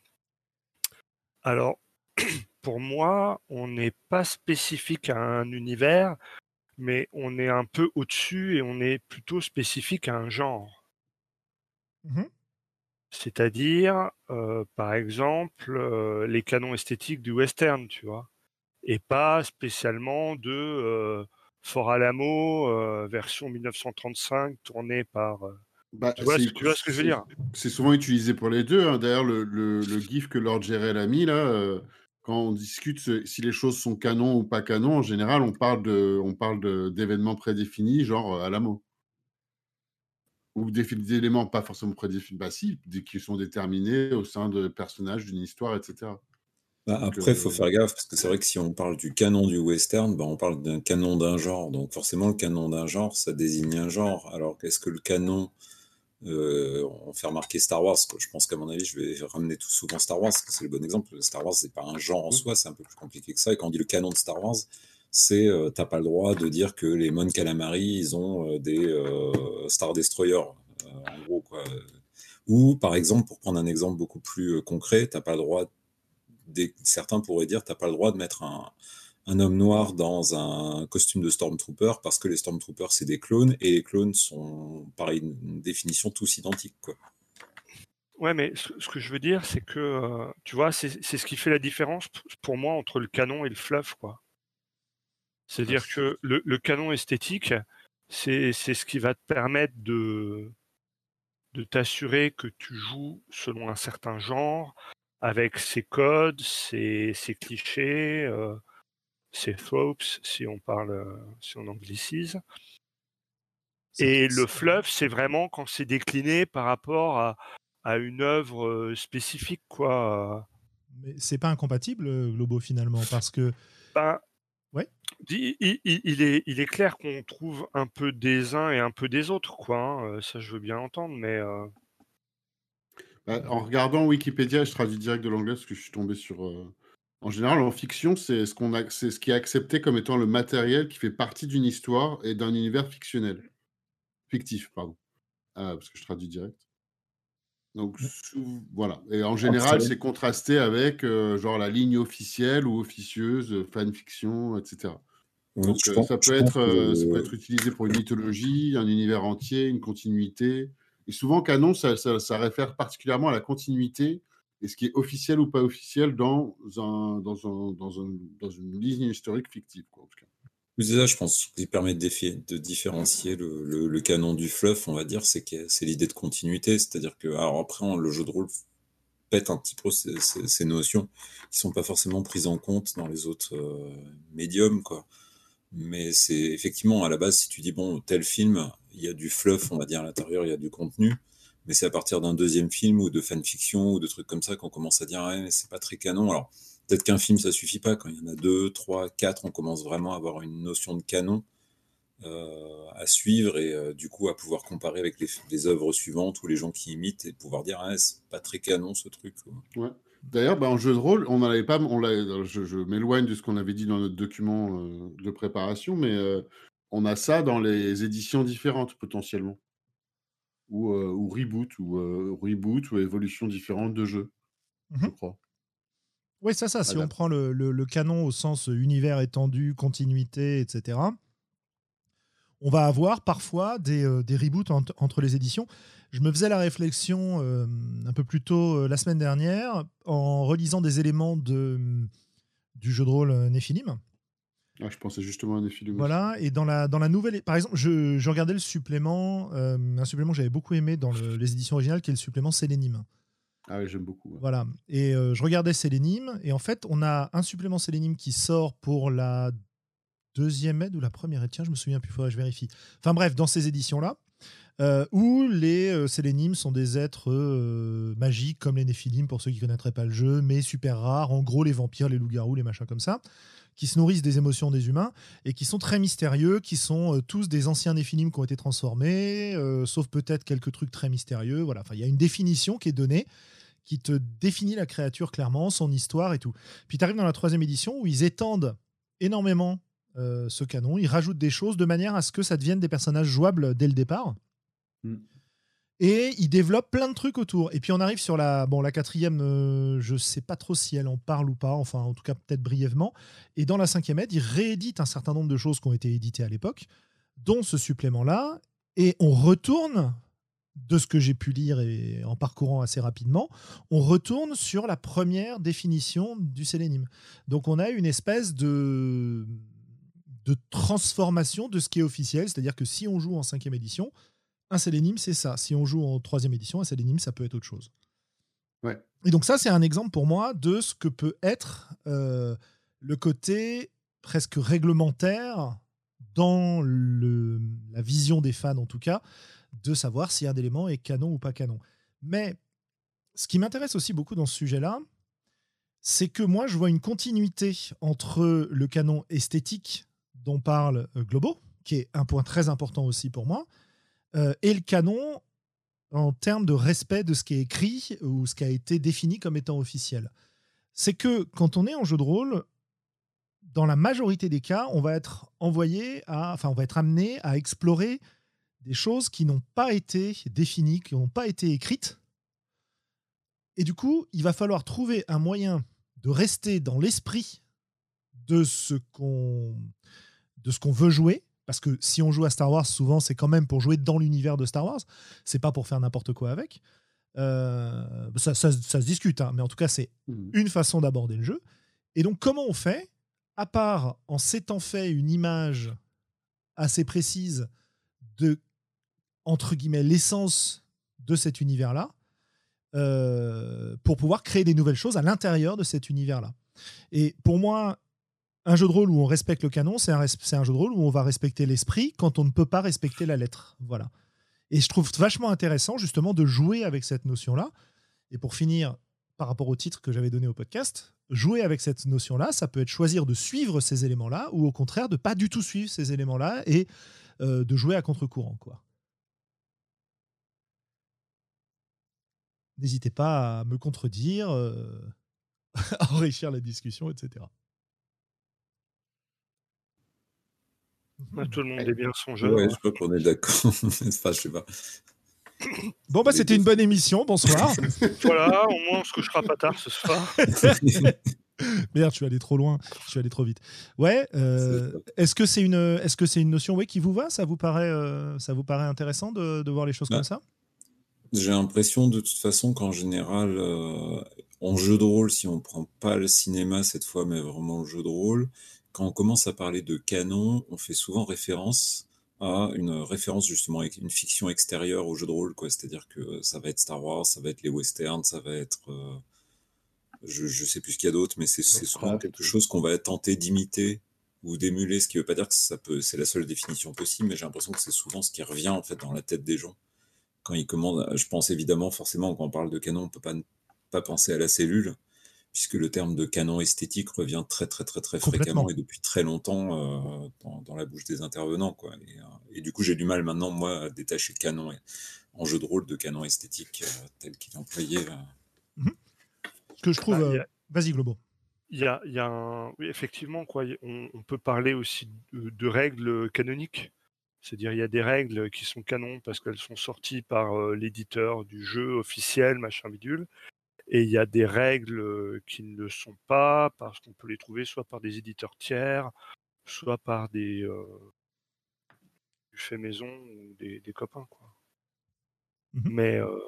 Alors, pour moi, on n'est pas spécifique à un univers, mais on est un peu au-dessus et on est plutôt spécifique à un genre. Mhm. C'est-à-dire, euh, par exemple, euh, les canons esthétiques du western, tu vois, et pas spécialement de euh, Fort Alamo, euh, version mille neuf cent trente-cinq, tournée par... euh, Bah, tu, vois c'est, ce, tu vois ce que je veux c'est, dire? c'est souvent utilisé pour les deux. Hein. D'ailleurs, le, le, le gif que Lord Jerel a mis, là, euh, quand on discute ce- si les choses sont canon ou pas canon, en général, on parle, de, on parle de, d'événements prédéfinis, genre euh, Alamo. Ou des- d'éléments pas forcément prédéfinis, bah si, des- qui sont déterminés au sein de personnages, d'une histoire, et cetera. Bah, Donc, après, il faut euh, faire gaffe, parce que c'est vrai que si on parle du canon du western, bah, on parle d'un canon d'un genre. Donc forcément, le canon d'un genre, ça désigne un genre. Alors qu'est-ce que le canon, euh, on fait remarquer Star Wars, quoi. Je pense qu'à mon avis, je vais ramener tout souvent Star Wars, parce que c'est le bon exemple. Star Wars, c'est pas un genre en Oui. soi, c'est un peu plus compliqué que ça. Et quand on dit le canon de Star Wars, c'est euh, t'as pas le droit de dire que les Mon Calamari, ils ont euh, des euh, Star Destroyers, euh, en gros, quoi. Ou, par exemple, pour prendre un exemple beaucoup plus euh, concret, t'as pas le droit, des, certains pourraient dire, t'as pas le droit de mettre un, un homme noir dans un costume de Stormtrooper parce que les Stormtroopers, c'est des clones, et les clones sont, par une, une définition, tous identiques, quoi. Ouais, mais ce, ce que je veux dire, c'est que, euh, tu vois, c'est c'est ce qui fait la différence p- pour moi entre le canon et le fluff, quoi. C'est-à-dire Ah, que le, le canon esthétique, c'est, c'est ce qui va te permettre de, de t'assurer que tu joues selon un certain genre, avec ses codes, ses, ses clichés, euh, ses tropes, si on parle, euh, si on anglicise. C'est- Et le c'est- fluff, c'est vraiment quand c'est décliné par rapport à, à une œuvre euh, spécifique, quoi. Mais c'est pas incompatible, euh, Globo, finalement, parce que. Ben, Ouais. il, il- il- il est, il est clair qu'on trouve un peu des uns et un peu des autres, quoi. hein. Euh, Ça, je veux bien entendre, mais euh, Bah, en regardant Wikipédia, je traduis direct de l'anglais parce que je suis tombé sur. euh, En général, en fiction, c'est ce qu'on a, c'est ce qui est accepté comme étant le matériel qui fait partie d'une histoire et d'un univers fictionnel, fictif, pardon. Ah, parce que je traduis direct. Donc sou- voilà. Et en général, c'est contrasté avec euh, genre la ligne officielle ou officieuse, euh, fanfiction, et cetera. Oui, Donc je euh, pense, ça je peut pense être, euh, ça peut que être utilisé pour une mythologie, un univers entier, une continuité. Et souvent, canon, ça, ça, ça réfère particulièrement à la continuité et ce qui est officiel ou pas officiel dans, un, dans, un, dans, un, dans une ligne historique fictive, quoi, en tout cas. c'est ça, je pense, qui permet de, défi- de différencier le, le- le canon du fluff, on va dire, c'est que c'est l'idée de continuité. C'est-à-dire que, alors après, on- le jeu de rôle pète un petit peu ces, ces- ces notions qui sont pas forcément prises en compte dans les autres euh, médiums, quoi. Mais c'est effectivement, à la base, si tu dis, bon, tel film, il y a du fluff, on va dire, à l'intérieur, il y a du contenu, mais c'est à partir d'un deuxième film ou de fanfiction ou de trucs comme ça qu'on commence à dire, ouais, mais c'est pas très canon. Alors, peut-être qu'un film, ça suffit pas. Quand il y en a deux, trois, quatre, on commence vraiment à avoir une notion de canon euh, à suivre et euh, du coup à pouvoir comparer avec les, les œuvres suivantes ou les gens qui imitent et pouvoir dire, ah, c'est pas très canon ce truc, quoi. Ouais. D'ailleurs, bah, en jeu de rôle, on n'en avait pas. On l'a- je je m'éloigne de ce qu'on avait dit dans notre document euh, de préparation, mais euh, on a ça dans les éditions différentes potentiellement, ou, euh, ou reboot, ou euh, reboot, ou évolution différente de jeu, je Mhm. crois. Oui, ça, ça. Si on Adapte. prend le, le- le canon au sens univers étendu, continuité, et cetera, on va avoir parfois des, euh, des reboots ent- entre les éditions. Je me faisais la réflexion euh, un peu plus tôt euh, la semaine dernière en relisant des éléments de, du jeu de rôle euh, Nephilim. Ah, je pensais justement à Nephilim aussi. Voilà, et dans la, dans la nouvelle. Par exemple, je, je regardais le supplément, euh, un supplément que j'avais beaucoup aimé dans le- les éditions originales, qui est le supplément Sélénime. Ah oui, j'aime beaucoup. Ouais. Voilà, et euh, je regardais Sélénime, et en fait, on a un supplément Sélénime qui sort pour la deuxième aide ou la première aide, tiens, je me souviens plus, il faudrait que je vérifie. Enfin bref, dans ces éditions-là, euh, où les euh, Sélénimes sont des êtres euh, magiques, comme les Néphilim, pour ceux qui ne connaîtraient pas le jeu, mais super rares, en gros les vampires, les loups-garous, les machins comme ça, qui se nourrissent des émotions des humains, et qui sont très mystérieux, qui sont euh, tous des anciens Néphilim qui ont été transformés, euh, sauf peut-être quelques trucs très mystérieux, voilà, enfin il y a une définition qui est donnée, qui te définit la créature clairement, son histoire et tout. Puis tu arrives dans la troisième édition où ils étendent énormément euh, ce canon, ils rajoutent des choses de manière à ce que ça devienne des personnages jouables dès le départ. Mm. Et ils développent plein de trucs autour. Et puis on arrive sur la, bon, la quatrième, euh, je sais pas trop si elle en parle ou pas, enfin en tout cas peut-être brièvement. Et dans la cinquième aide, ils rééditent un certain nombre de choses qui ont été éditées à l'époque, dont ce supplément-là. Et on retourne, de ce que j'ai pu lire et en parcourant assez rapidement, on retourne sur la première définition du sélénime. Donc on a une espèce de, de transformation de ce qui est officiel, c'est-à-dire que si on joue en cinquième édition, un sélénime c'est ça. Si on joue en troisième édition, un sélénime ça peut être autre chose. Ouais. Et donc ça c'est un exemple pour moi de ce que peut être euh, le côté presque réglementaire dans le, la vision des fans en tout cas, de savoir si un élément est canon ou pas canon. Mais ce qui m'intéresse aussi beaucoup dans ce sujet-là, c'est que moi, je vois une continuité entre le canon esthétique dont parle euh, Globo, qui est un point très important aussi pour moi, euh, et le canon en termes de respect de ce qui est écrit ou ce qui a été défini comme étant officiel. C'est que quand on est en jeu de rôle, dans la majorité des cas, on va être envoyé à, enfin, on va être amené à explorer des choses qui n'ont pas été définies, qui n'ont pas été écrites. Et du coup, il va falloir trouver un moyen de rester dans l'esprit de ce qu'on de ce qu'on veut jouer. Parce que si on joue à Star Wars, souvent, c'est quand même pour jouer dans l'univers de Star Wars. C'est pas pour faire n'importe quoi avec. Euh, ça, ça, ça se discute, hein, mais en tout cas, c'est Mhm. une façon d'aborder le jeu. Et donc, comment on fait à part en s'étant fait une image assez précise de, entre guillemets, l'essence de cet univers-là, euh, pour pouvoir créer des nouvelles choses à l'intérieur de cet univers-là. Et pour moi, un jeu de rôle où on respecte le canon, c'est un, res- c'est un jeu de rôle où on va respecter l'esprit quand on ne peut pas respecter la lettre. Voilà. Et je trouve vachement intéressant justement de jouer avec cette notion-là. Et pour finir, par rapport au titre que j'avais donné au podcast, jouer avec cette notion-là, ça peut être choisir de suivre ces éléments-là ou au contraire de pas du tout suivre ces éléments-là et euh, de jouer à contre-courant, quoi. N'hésitez pas à me contredire, euh, à enrichir la discussion, et cetera. Ah, tout le monde est bien songeur. Ouais, hein. je crois qu'on est d'accord. Enfin, je sais pas. Bon, bah, Les c'était deux. une bonne émission. Bonsoir. Voilà, au moins on se couchera pas tard ce soir. Merde, je suis allé trop loin. Je suis allé trop vite. Ouais. euh, est-ce que c'est une, est-ce que c'est une notion, ouais, qui vous va ? Ça vous paraît, euh, ça vous paraît intéressant de, de voir les choses Bah, comme ça ? J'ai l'impression de toute façon qu'en général, euh, en jeu de rôle, si on prend pas le cinéma cette fois, mais vraiment le jeu de rôle, quand on commence à parler de canon, on fait souvent référence à une référence justement avec une fiction extérieure au jeu de rôle, quoi. C'est-à-dire que ça va être Star Wars, ça va être les westerns, ça va être, euh, je, je sais plus ce qu'il y a d'autre, mais c'est c'est souvent Lovecraft. quelque chose qu'on va tenter d'imiter ou d'émuler, ce qui veut pas dire que ça peut, c'est la seule définition possible, mais j'ai l'impression que c'est souvent ce qui revient en fait dans la tête des gens quand ils commandent. Je pense évidemment, forcément, quand on parle de canon, on peut pas ne pas penser à la cellule, puisque le terme de canon esthétique revient très très très très Complètement. fréquemment et depuis très longtemps euh, dans, dans la bouche des intervenants, quoi. Et, euh, et du coup, j'ai du mal maintenant, moi, à détacher canon et- en jeu de rôle de canon esthétique euh, tel qu'il est employé. euh. Mhm. Ce que je trouve. Bah, il y euh, a- Vas-y, Globo. Il y a, il y a un... oui, effectivement, quoi, y- on, on peut parler aussi de, de règles canoniques. C'est-à-dire, il y a des règles qui sont canons parce qu'elles sont sorties par euh, l'éditeur du jeu officiel, machin bidule. Et il y a des règles euh, qui ne le sont pas parce qu'on peut les trouver soit par des éditeurs tiers, soit par des euh, du fait maison ou des, des copains, quoi. Mhm. Mais euh,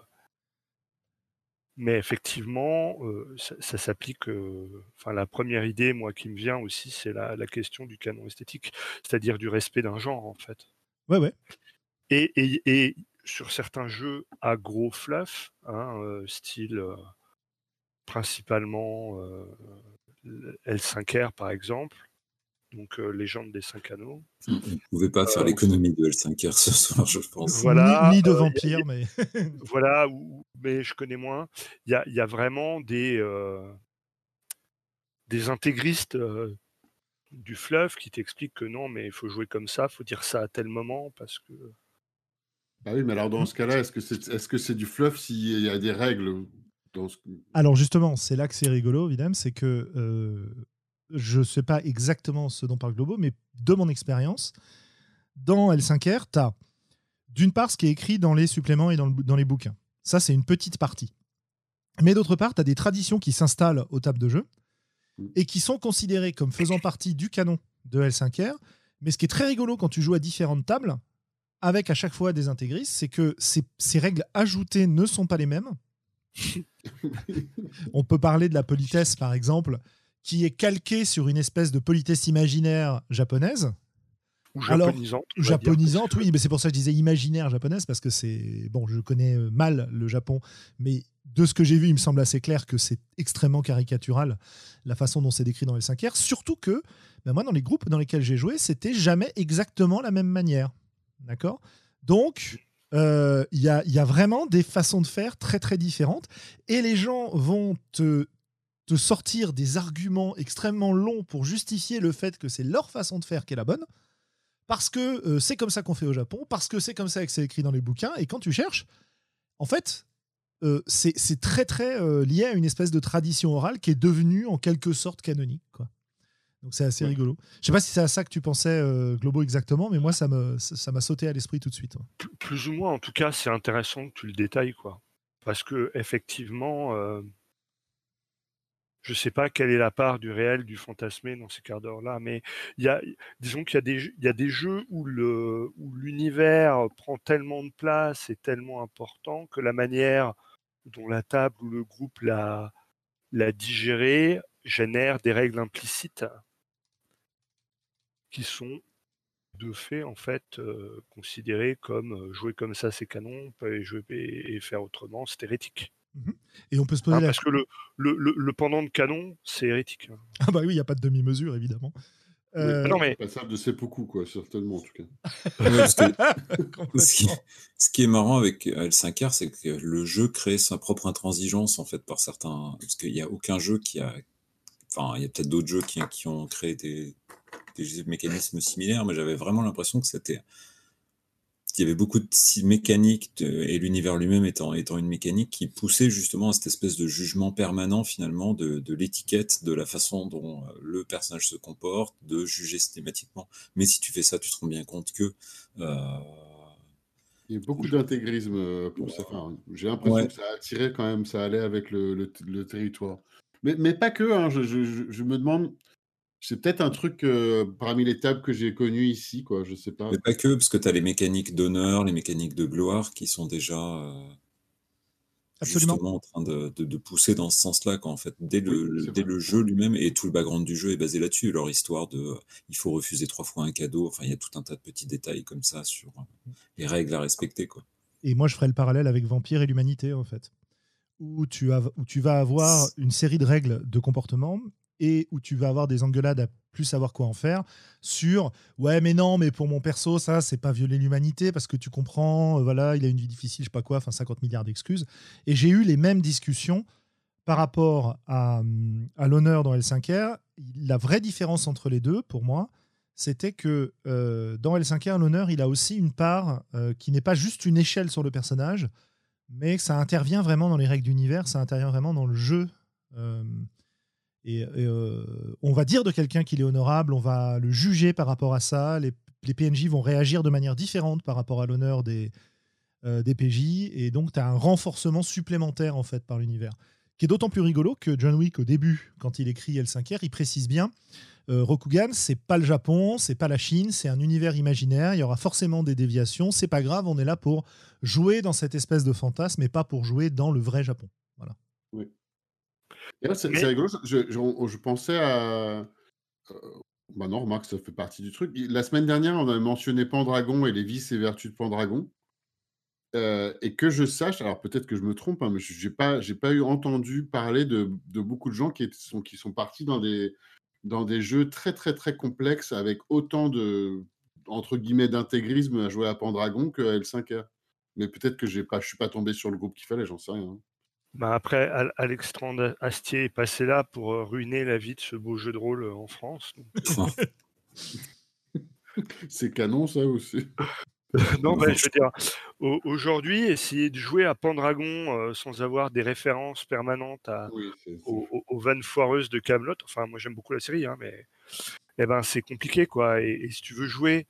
Mais effectivement, euh, ça, ça s'applique. euh, Enfin, la première idée, moi, qui me vient aussi, c'est la, la question du canon esthétique, c'est-à-dire du respect d'un genre, en fait. Ouais, ouais. Et, et, et sur certains jeux à gros fluff, hein, euh, style euh, principalement euh, L cinq R par exemple, donc euh, Légende des cinq anneaux. On ne pouvait pas faire Euh, l'économie de L cinq R ce soir, je pense. Voilà, Ni, ni de euh, y a- vampire, y a- mais. voilà, ou- mais je connais moins. Il y a, il y a vraiment des, euh, des intégristes euh, du fleuve qui t'expliquent que non, mais il faut jouer comme ça, il faut dire ça à tel moment parce que. Ah oui, mais alors dans ce cas-là, est-ce que c'est est-ce que c'est du fluff s'il y a des règles dans ce... Alors justement, c'est là que c'est rigolo, évidemment, c'est que euh, je ne sais pas exactement ce dont parle Globo, mais de mon expérience, dans L cinq R, tu as d'une part ce qui est écrit dans les suppléments et dans, le- dans les bouquins. Ça, c'est une petite partie. Mais d'autre part, tu as des traditions qui s'installent aux tables de jeu et qui sont considérées comme faisant partie du canon de L cinq R. Mais ce qui est très rigolo quand tu joues à différentes tables, avec à chaque fois des intégristes, c'est que ces, ces règles ajoutées ne sont pas les mêmes. On peut parler de la politesse, par exemple, qui est calquée sur une espèce de politesse imaginaire japonaise. Ou Alors, japonisante. on va dire, japonisante, parce que- oui, mais c'est pour ça que je disais imaginaire japonaise, parce que c'est. Bon, je connais mal le Japon, mais de ce que j'ai vu, il me semble assez clair que c'est extrêmement caricatural la façon dont c'est décrit dans les cinq R. Surtout que, ben moi, dans les groupes dans lesquels j'ai joué, c'était jamais exactement la même manière. D'accord ? Donc, euh, il y, a, il y a vraiment des façons de faire très, très différentes. Et les gens vont te, te sortir des arguments extrêmement longs pour justifier le fait que c'est leur façon de faire qui est la bonne. Parce que euh, c'est comme ça qu'on fait au Japon, parce que c'est comme ça que c'est écrit dans les bouquins, et quand tu cherches, en fait, euh, c'est c'est très très euh, lié à une espèce de tradition orale qui est devenue en quelque sorte canonique, quoi. Donc c'est assez Ouais. rigolo. Je sais pas si c'est à ça que tu pensais, euh, Globo, exactement, mais moi ça me ça ça m'a sauté à l'esprit tout de suite. Ouais. Plus- Plus ou moins, en tout cas, c'est intéressant que tu le détailles, quoi. Parce que effectivement, euh, je sais pas quelle est la part du réel, du fantasmé dans ces quarts d'heure-là, mais il y a, disons qu'il y a des, jeux- il y a des jeux où le, où l'univers prend tellement de place et tellement important que la manière dont la table ou le groupe l'a, l'a digéré génère des règles implicites qui sont de fait en fait euh, considérés comme euh, jouer comme ça c'est canon, pas jouer et, et faire autrement c'est hérétique. Mhm. Et on peut se poser Hein, la... parce que le, le, le, le pendant de canon c'est hérétique. Hein. Ah bah oui, il n'y a pas de demi-mesure évidemment. Oui, Euh, non, mais- pas ça de seppuku, quoi, certainement en tout cas. Ouais, parce que Complètement. ce, qui, ce qui est marrant avec L cinq R, c'est que le jeu crée sa propre intransigeance en fait par certains, parce qu'il n'y a aucun jeu qui a, enfin il y a peut-être d'autres jeux qui, qui ont créé des, des mécanismes similaires, mais j'avais vraiment l'impression que c'était, il y avait beaucoup de mécaniques de, et l'univers lui-même étant, étant une mécanique qui poussait justement à cette espèce de jugement permanent finalement de, de l'étiquette, de la façon dont le personnage se comporte, de juger systématiquement. Mais si tu fais ça, tu te rends bien compte que euh, il y a beaucoup d'intégrisme pour ça. Enfin, j'ai l'impression ouais. que ça attirait quand même, ça allait avec le, le, le territoire. Mais, mais pas que, hein, je, je, je me demande, c'est peut-être un truc euh, parmi les tables que j'ai connues ici, quoi, je sais pas. Mais pas que, parce que tu as les mécaniques d'honneur, les mécaniques de gloire qui sont déjà euh, Absolument. justement en train de, de, de pousser dans ce sens-là, quoi, en fait, dès le, Oui, dès vrai. le jeu lui-même, et tout le background du jeu est basé là-dessus, leur histoire de euh, il faut refuser trois fois un cadeau, enfin il y a tout un tas de petits détails comme ça sur euh, les règles à respecter, quoi. Et moi je ferais le parallèle avec Vampire et l'humanité en fait, où tu, as, où tu vas avoir une série de règles de comportement et où tu vas avoir des engueulades à plus savoir quoi en faire sur ouais mais non mais pour mon perso ça c'est pas violer l'humanité parce que tu comprends euh, voilà il a une vie difficile je sais pas quoi enfin cinquante milliards d'excuses et j'ai eu les mêmes discussions par rapport à, à l'honneur dans L cinq R. La vraie différence entre les deux pour moi c'était que euh, dans L cinq R l'honneur il a aussi une part euh, qui n'est pas juste une échelle sur le personnage mais que ça intervient vraiment dans les règles d'univers ça intervient vraiment dans le jeu euh, Et, et euh, on va dire de quelqu'un qu'il est honorable, on va le juger par rapport à ça. Les, les P N J vont réagir de manière différente par rapport à l'honneur des, euh, des P J. Et donc, tu as un renforcement supplémentaire en fait par l'univers. Qui est d'autant plus rigolo que John Wick, au début, quand il écrit L cinq R, il précise bien euh, Rokugan, c'est pas le Japon, c'est pas la Chine, c'est un univers imaginaire. Il y aura forcément des déviations. C'est pas grave, on est là pour jouer dans cette espèce de fantasme et pas pour jouer dans le vrai Japon. Voilà. Oui. Et là, c'est, Mais- c'est rigolo, je, je, je pensais à. Euh, bah non, remarque, ça fait partie du truc. La semaine dernière, on a mentionné Pendragon et les vices et vertus de Pendragon. Euh, et que je sache, alors peut-être que je me trompe, hein, mais je n'ai pas, j'ai pas eu entendu parler de, de beaucoup de gens qui sont, qui sont partis dans des, dans des jeux très, très, très complexes avec autant de, entre guillemets, d'intégrisme à jouer à Pendragon que à L cinq R. Mais peut-être que j'ai pas, je ne suis pas tombé sur le groupe qu'il fallait, j'en sais rien. Hein. Bah après, Al- Alexandre Astier est passé là pour euh, ruiner la vie de ce beau jeu de rôle euh, en France. Donc, euh, C'est canon, ça aussi. non, bah, je veux dire, au- aujourd'hui, essayer de jouer à Pendragon euh, sans avoir des références permanentes à, Oui, c'est, c'est... aux, aux- aux vannes foireuses de Camelot. Enfin, moi j'aime beaucoup la série, hein, mais eh ben c'est compliqué, quoi. Et, et si tu veux jouer,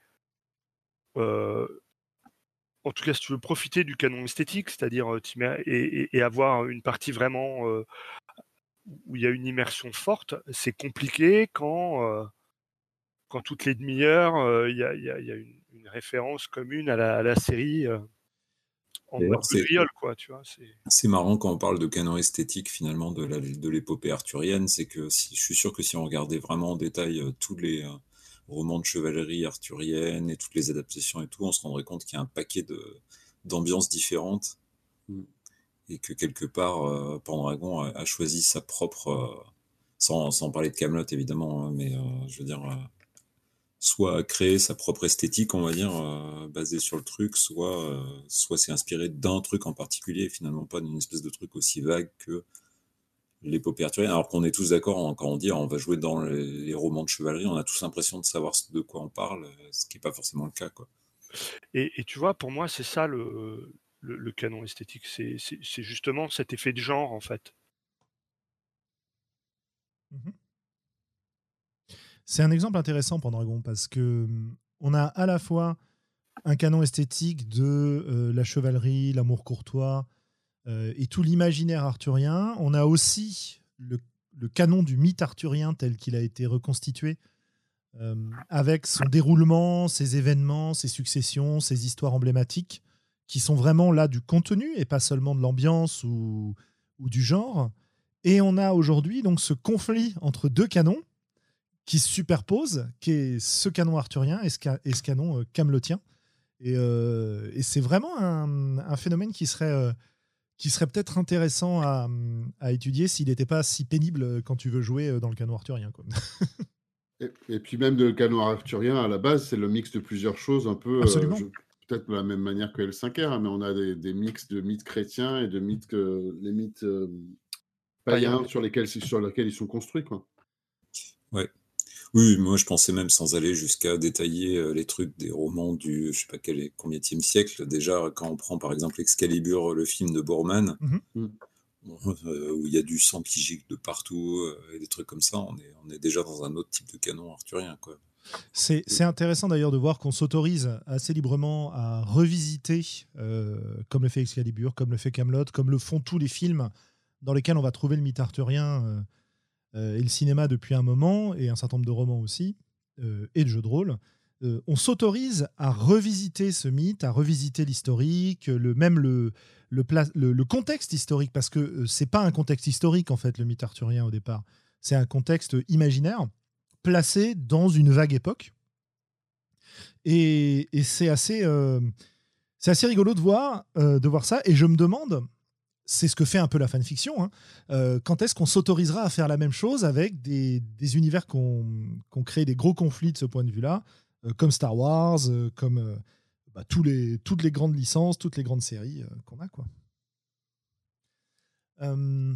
euh, en tout cas, si tu veux profiter du canon esthétique, c'est-à-dire euh, t'y mets- et, et- et avoir une partie vraiment euh, où il y a une immersion forte, c'est compliqué quand euh, quand toutes les demi-heures, euh, il y a, il y a- il y a une, une référence commune à la, à la série euh, en D'ailleurs, mode c'est- viol, quoi, tu vois. C'est... C'est marrant quand on parle de canon esthétique finalement de la, de l'épopée arthurienne, c'est que si, je suis sûr que si on regardait vraiment en détail euh, tous les euh, romans de chevalerie arthurienne et toutes les adaptations et tout, on se rendrait compte qu'il y a un paquet de, d'ambiances différentes Mm. et que quelque part euh, Pendragon a, a choisi sa propre, euh, sans, sans parler de Camelot évidemment, hein, mais euh, je veux dire, euh, soit créer sa propre esthétique, on va dire, euh, basée sur le truc, soit, euh, soit c'est inspiré d'un truc en particulier, et finalement pas d'une espèce de truc aussi vague que l'épopée arthurienne. Alors qu'on est tous d'accord hein, quand on dit on va jouer dans les, les romans de chevalerie, on a tous l'impression de savoir de quoi on parle, ce qui n'est pas forcément le cas, quoi. Et, et tu vois, pour moi, c'est ça le, le, le canon esthétique. C'est, c'est, c'est justement cet effet de genre, en fait. Mhm. C'est un exemple intéressant Pendragon parce que hum, on a à la fois un canon esthétique de euh, la chevalerie, l'amour courtois euh, et tout l'imaginaire arthurien. On a aussi le, le canon du mythe arthurien tel qu'il a été reconstitué euh, avec son déroulement, ses événements, ses successions, ses histoires emblématiques qui sont vraiment là du contenu et pas seulement de l'ambiance ou, ou du genre. Et on a aujourd'hui donc ce conflit entre deux canons qui se superpose, qui est ce canon arthurien et ce, ca- et ce canon euh, camelotien. Et, euh, et c'est vraiment un, un phénomène qui serait, euh, qui serait peut-être intéressant à, à étudier s'il n'était pas si pénible quand tu veux jouer dans le canon arthurien, quoi. Et, et puis même de le canon arthurien, à la base, c'est le mix de plusieurs choses, un peu, euh, Absolument. je- peut-être de la même manière que L cinq R, hein, mais on a des, des mix de mythes chrétiens et de mythes, que, les mythes euh, païens Païens. sur lesquels, sur lesquels ils sont construits, quoi. Ouais. Oui, moi je pensais même sans aller jusqu'à détailler euh, les trucs des romans du, je sais pas quel est, combienième siècle. Déjà, quand on prend par exemple Excalibur, le film de Boorman, Mhm. Mm. euh, où il y a du sang qui gicle de partout euh, et des trucs comme ça, on est, on est déjà dans un autre type de canon arthurien, quoi. C'est, c'est intéressant d'ailleurs de voir qu'on s'autorise assez librement à revisiter, euh, comme le fait Excalibur, comme le fait Camelot, comme le font tous les films dans lesquels on va trouver le mythe arthurien euh, euh, et le cinéma depuis un moment, et un certain nombre de romans aussi, euh, et de jeux de rôle. Euh, on s'autorise à revisiter ce mythe, à revisiter l'historique, le, même le, le, pla- le, le contexte historique, parce que euh, c'est pas un contexte historique en fait, le mythe arthurien au départ. C'est un contexte imaginaire placé dans une vague époque. Et, et c'est assez, euh, c'est assez rigolo de voir, euh, de voir ça. Et je me demande, c'est ce que fait un peu la fanfiction, hein, euh, quand est-ce qu'on s'autorisera à faire la même chose avec des, des univers qu'on qu'on crée des gros conflits de ce point de vue-là, euh, comme Star Wars, euh, comme euh, bah, tous les, toutes les grandes licences, toutes les grandes séries euh, qu'on a, quoi. Euh,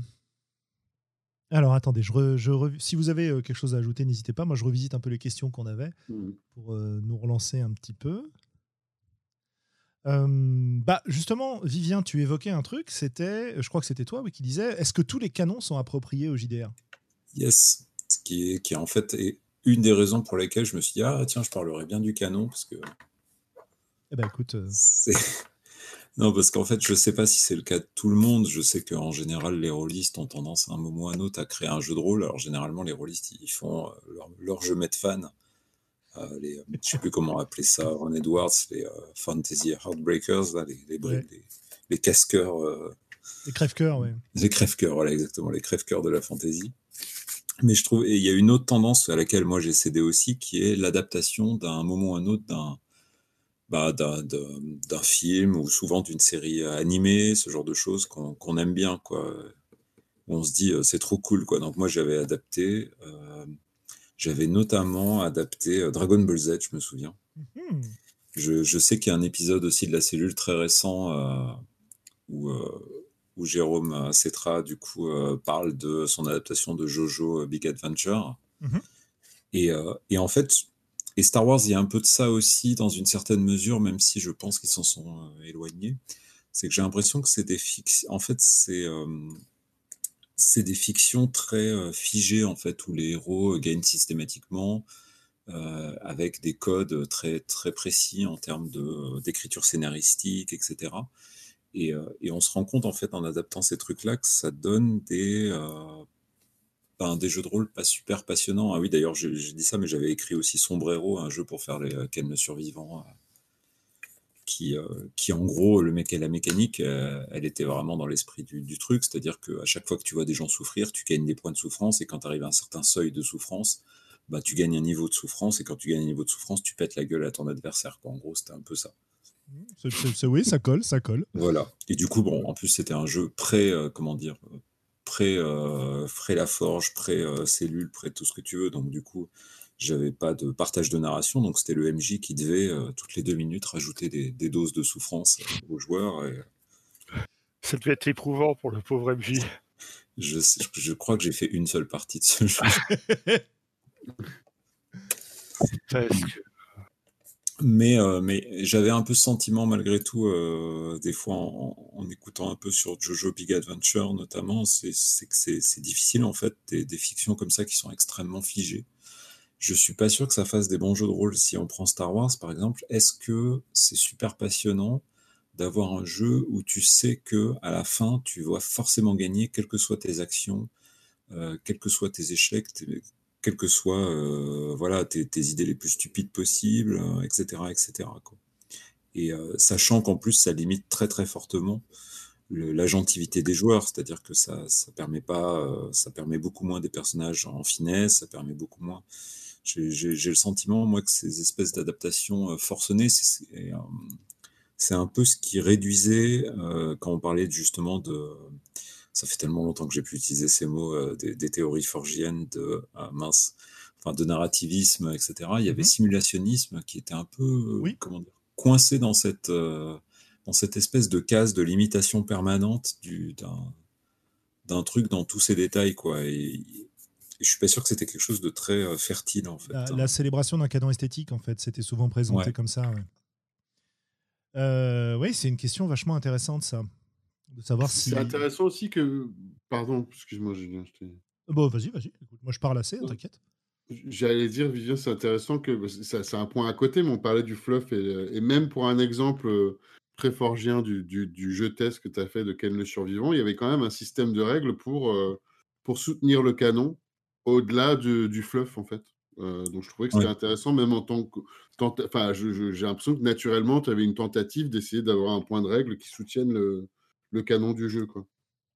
alors attendez, je re- je re- si vous avez euh, quelque chose à ajouter, n'hésitez pas. Moi, je revisite un peu les questions qu'on avait Mm. pour euh, nous relancer un petit peu. Euh, bah justement, Vivien, tu évoquais un truc, c'était, je crois que c'était toi, oui, qui disait, est-ce que tous les canons sont appropriés au J D R? Yes, ce qui est, qui est en fait est une des raisons pour lesquelles je me suis dit, ah tiens, je parlerai bien du canon, parce que Eh ben écoute, euh, c'est... Non, parce qu'en fait, je sais pas si c'est le cas de tout le monde. Je sais qu'en général, les rôlistes ont tendance à un moment ou à un autre à créer un jeu de rôle. Alors généralement, les rôlistes, ils font euh, leur, leur jeu met fan. Euh, les, euh, je sais plus comment appeler ça, Ron Edwards, les euh, Fantasy Heartbreakers, là, les, les, bri- Ouais. les, les casse-cœurs, euh, les crève-cœurs, ouais. les crève-cœurs, voilà exactement, les crève-cœurs de la fantasy. Mais je trouve, et il y a une autre tendance à laquelle moi j'ai cédé aussi, qui est l'adaptation d'un moment ou un autre d'un bah, d'un, d'un, d'un film ou souvent d'une série animée, ce genre de choses qu'on, qu'on aime bien, quoi. Où on se dit euh, c'est trop cool, quoi. Donc moi j'avais adapté, euh, j'avais notamment adapté euh, Dragon Ball Z, je me souviens. Hmm. Je, je sais qu'il y a un épisode aussi de la cellule très récent euh, où, euh, où Jérôme Cetra du coup euh, parle de son adaptation de Jojo Big Adventure. Mhm. Et, euh, et en fait, et Star Wars, il y a un peu de ça aussi dans une certaine mesure, même si je pense qu'ils s'en sont euh, éloignés. C'est que j'ai l'impression que c'est des fictions. En fait, c'est euh, c'est des fictions très euh, figées en fait, où les héros euh, gagnent systématiquement euh, avec des codes très très précis en termes de d'écriture scénaristique, et cetera. Et, euh, et on se rend compte en fait en adaptant ces trucs-là que ça donne des euh, ben, des jeux de rôle pas super passionnants. Ah oui, d'ailleurs, j'ai j'ai dit ça, mais j'avais écrit aussi Sombrero, un jeu pour faire les euh, Ken le survivant, euh, qui, euh, qui en gros, le mec et la mécanique, euh, elle était vraiment dans l'esprit du, du truc, c'est-à-dire qu'à chaque fois que tu vois des gens souffrir, tu gagnes des points de souffrance, et quand tu arrives à un certain seuil de souffrance, bah, tu gagnes un niveau de souffrance, et quand tu gagnes un niveau de souffrance, tu pètes la gueule à ton adversaire, quoi. En gros, c'était un peu ça. C'est- c'est- c'est- oui, ça colle, ça colle. Voilà. Et du coup, bon, en plus, c'était un jeu pré, euh, comment dire, euh, pré, euh, pré la forge, pré euh, cellule, pré tout ce que tu veux. Donc, du coup, j'avais pas de partage de narration. Donc, c'était le M J qui devait, euh, toutes les deux minutes, rajouter des, des doses de souffrance euh, aux joueurs. Et Ça devait être éprouvant pour le pauvre M J. je, sais- je crois que j'ai fait une seule partie de ce jeu. Parce que Mais, euh, mais j'avais un peu ce sentiment malgré tout, euh, des fois en, en écoutant un peu sur Jojo Big Adventure notamment, c'est c'est que c'est c'est difficile en fait, des, des fictions comme ça qui sont extrêmement figées. Je suis pas sûr que ça fasse des bons jeux de rôle. Si on prend Star Wars par exemple, est-ce que c'est super passionnant d'avoir un jeu où tu sais que à la fin tu vas forcément gagner, quelles que soient tes actions, euh, quels que soient tes échecs, tes- quelles que soient euh, voilà, tes, tes idées les plus stupides possibles, euh, et cetera, et cetera, quoi. Et euh, sachant qu'en plus, ça limite très très fortement le, l'agentivité des joueurs, c'est-à-dire que ça, ça permet pas, euh, ça permet beaucoup moins des personnages en finesse, ça permet beaucoup moins. J'ai, j'ai, j'ai le sentiment, moi, que ces espèces d'adaptations euh, forcenées, c'est, c'est, euh, c'est un peu ce qui réduisait, euh, quand on parlait justement de, ça fait tellement longtemps que j'ai pu utiliser ces mots, euh, des, des théories forgiennes de, ah, mince, enfin, de narrativisme, et cetera. Il y avait Mhm. simulationnisme qui était un peu, euh, Oui. comment dire, coincé dans cette, euh, dans cette espèce de case de limitation permanente du, d'un, d'un truc dans tous ses détails, quoi. Et, et je suis pas sûr que c'était quelque chose de très euh, fertile, en fait. La, hein. la célébration d'un canon esthétique, en fait, c'était souvent présenté Ouais. comme ça. Ouais. Euh, oui, c'est une question vachement intéressante, ça. De savoir si. C'est intéressant aussi que. Pardon, excuse-moi, Julien. Je t'ai... Bon, vas-y, vas-y. Écoute, moi, je parle assez, hein, t'inquiète. J'allais dire, Vivien, c'est intéressant que. Ça, c'est un point à côté, mais on parlait du fluff. Et, et même pour un exemple euh, très forgien du, du, du jeu test que tu as fait de Ken le Survivant, il y avait quand même un système de règles pour, euh, pour soutenir le canon au-delà du, du fluff, en fait. Euh, donc je trouvais que c'était Ouais. intéressant, même en tant que. tenta- Enfin, je- je- j'ai l'impression que naturellement, tu avais une tentative d'essayer d'avoir un point de règle qui soutienne le, le canon du jeu, quoi.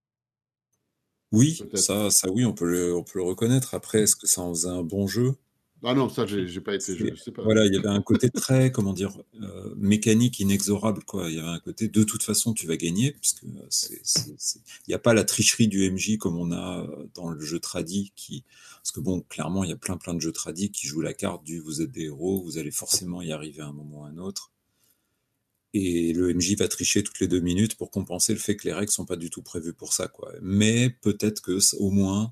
Oui, Peut-être. ça, ça, oui, on peut le, on peut le reconnaître. Après, est-ce que ça en faisait un bon jeu? Ah non, ça, j'ai j'ai pas été, je C'est- sais pas. Voilà, il y avait un côté très, comment dire, euh, mécanique inexorable, quoi. Il y avait un côté, de toute façon, tu vas gagner, puisque c'est, c'est, c'est- il n'y a pas la tricherie du M J comme on a euh, dans le jeu tradi, qui, parce que bon, clairement, il y a plein, plein de jeux tradi qui jouent la carte du vous êtes des héros, vous allez forcément y arriver à un moment ou à un autre. Et le M J va tricher toutes les deux minutes pour compenser le fait que les règles sont pas du tout prévues pour ça, quoi. Mais peut-être que, c- au moins,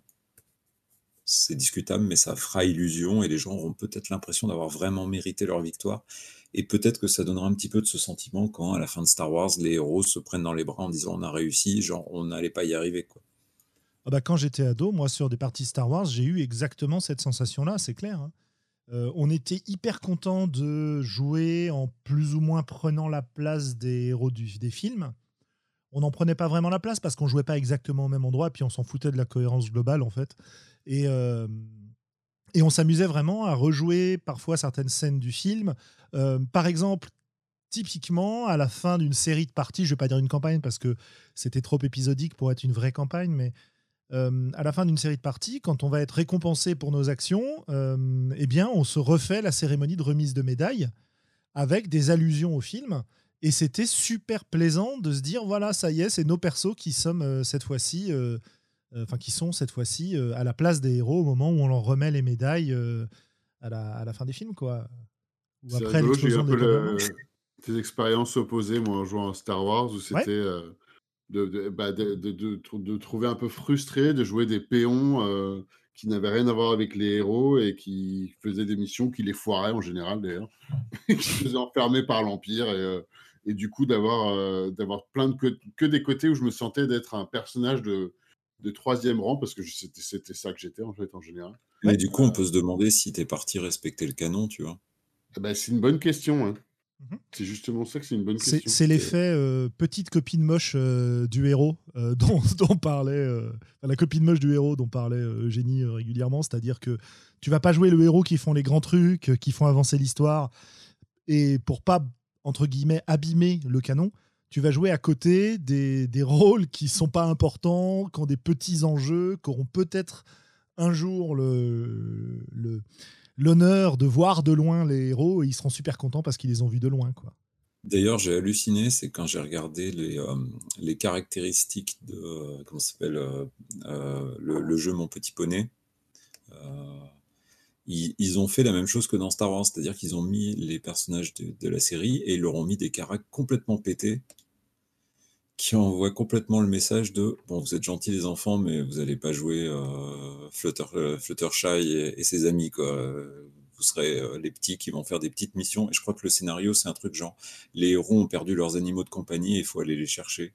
c'est discutable, mais ça fera illusion et les gens auront peut-être l'impression d'avoir vraiment mérité leur victoire. Et peut-être que ça donnera un petit peu de ce sentiment quand, à la fin de Star Wars, les héros se prennent dans les bras en disant on a réussi, genre on n'allait pas y arriver, quoi. Ah bah, quand j'étais ado, moi, sur des parties Star Wars, j'ai eu exactement cette sensation-là, c'est clair. Hein. Euh, on était hyper content de jouer en plus ou moins prenant la place des héros du- des films. On n'en prenait pas vraiment la place parce qu'on jouait pas exactement au même endroit, puis on s'en foutait de la cohérence globale, en fait. Et, euh, et on s'amusait vraiment à rejouer parfois certaines scènes du film. Euh, par exemple, typiquement, à la fin d'une série de parties, je vais pas dire une campagne parce que c'était trop épisodique pour être une vraie campagne, mais euh, à la fin d'une série de parties, quand on va être récompensé pour nos actions, euh, eh bien, on se refait la cérémonie de remise de médailles avec des allusions au film. Et c'était super plaisant de se dire, voilà, ça y est, c'est nos persos qui sommes euh, cette fois-ci, euh, euh, enfin qui sont cette fois-ci euh, à la place des héros au moment où on leur remet les médailles euh, à, la, à la fin des films, quoi. Ou C'est après rigolo, j'ai eu l'explosion un de peu l'étoile de la mort. le... des expériences opposées, moi, en jouant à Star Wars, où Ouais. c'était euh, de, de, bah, de, de, de, trou- de trouver un peu frustré de jouer des péons euh, qui n'avaient rien à voir avec les héros et qui faisaient des missions qui les foiraient en général, d'ailleurs, qui se faisaient enfermer par l'Empire. Et, euh, et du coup, d'avoir euh, d'avoir plein de co- que des côtés où je me sentais d'être un personnage de, de troisième rang, parce que je- c'était c'était ça que j'étais, en fait, en général. Mais Ouais. du coup, on peut se demander si t'es parti respecter le canon, tu vois. Eh ben, c'est une bonne question, hein. Mhm. C'est justement ça que c'est une bonne C'est question. c'est l'effet euh, petite copine moche euh, du héros euh, dont, dont parlait euh, enfin, la copine moche du héros dont parlait euh, Eugénie euh, régulièrement, c'est-à-dire que tu vas pas jouer le héros qui font les grands trucs, euh, qui font avancer l'histoire, et pour pas entre guillemets abîmer le canon, tu vas jouer à côté des, des rôles qui sont pas importants, qui ont des petits enjeux, qui auront peut-être un jour le, le l'honneur de voir de loin les héros et ils seront super contents parce qu'ils les ont vus de loin, quoi. D'ailleurs, j'ai halluciné, c'est quand j'ai regardé les, euh, les caractéristiques de, euh, comment ça s'appelle, euh, euh, le, le jeu Mon Petit Poney. Euh, ils, ils ont fait la même chose que dans Star Wars, c'est-à-dire qu'ils ont mis les personnages de, de la série et ils leur ont mis des caractères complètement pétés qui envoient complètement le message de bon, vous êtes gentils les enfants, mais vous allez pas jouer euh, Flutter, euh, Fluttershy et, et ses amis, quoi. Euh, Vous serez euh, les petits qui vont faire des petites missions. Et je crois que le scénario, c'est un truc genre les héros ont perdu leurs animaux de compagnie et il faut aller les chercher.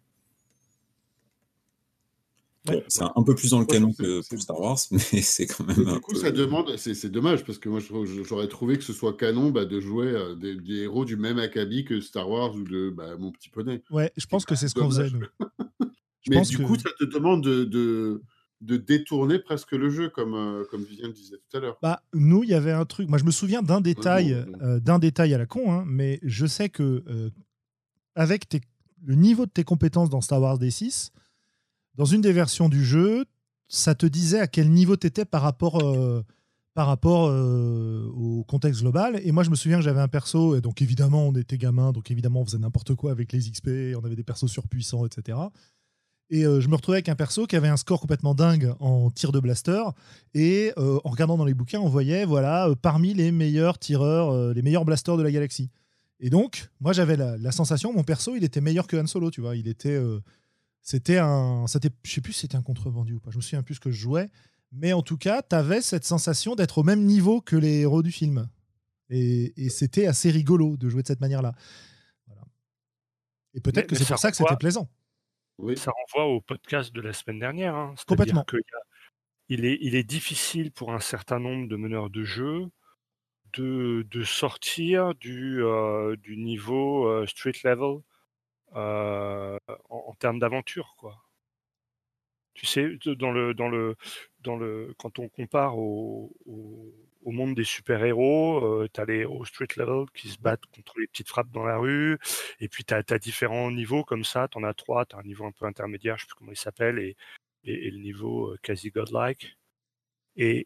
Ouais. Bon, c'est un, un peu plus dans le Moi, je canon trouve que que c'est- pour Star Wars, mais c'est quand même Mais un du coup, peu. ça demande, c'est c'est dommage parce que moi, je trouve- je- j'aurais trouvé que ce soit canon bah, de jouer euh, des, des héros du même acabit que Star Wars ou de bah, Mon Petit Poney. Ouais, je C'est pense quand que c'est même ce qu'on faisait, dommage. nous. Je Mais pense du que coup, ça te demande de, de, de détourner presque le jeu, comme, euh, comme Vivien le disait tout à l'heure. bah, nous, il y avait un truc. Moi, je me souviens d'un détail, Vraiment, euh, euh, d'un détail à la con, hein, mais je sais que euh, avec tes, le niveau de tes compétences dans Star Wars D six, dans une des versions du jeu, ça te disait à quel niveau tu étais par rapport, euh, par rapport euh, au contexte global. Et moi, je me souviens que j'avais un perso, et donc évidemment, on était gamins, donc évidemment, on faisait n'importe quoi avec les X P, on avait des persos surpuissants, et cetera. Et euh, je me retrouvais avec un perso qui avait un score complètement dingue en tir de blaster. Et euh, en regardant dans les bouquins, on voyait voilà, euh, parmi les meilleurs tireurs, euh, les meilleurs blasters de la galaxie. Et donc, moi, j'avais la, la sensation, mon perso, il était meilleur que Han Solo, tu vois. Il était, euh, c'était un, c'était, je sais plus si c'était un contrebandier ou pas. Je me souviens plus ce que je jouais, mais en tout cas, tu avais cette sensation d'être au même niveau que les héros du film. Et, et c'était assez rigolo de jouer de cette manière-là. Voilà. Et peut-être Mais- que mais c'est ça pour ça que renvoie- c'était plaisant. Oui. Ça renvoie au podcast de la semaine dernière. Hein. C'est-à-dire Complètement. que y a- il, est, il est difficile pour un certain nombre de meneurs de jeu de, de sortir du, euh, du niveau euh, street level euh, en, en termes d'aventure, quoi. Tu sais, de- dans le, dans le, dans le, quand on compare au, au, au monde des super-héros, tu as les héros street level qui se battent contre les petites frappes dans la rue, et puis tu as différents niveaux comme ça, tu en as trois, tu as un niveau un peu intermédiaire, je sais plus comment il s'appelle, et, et, et le niveau euh, quasi godlike. Et,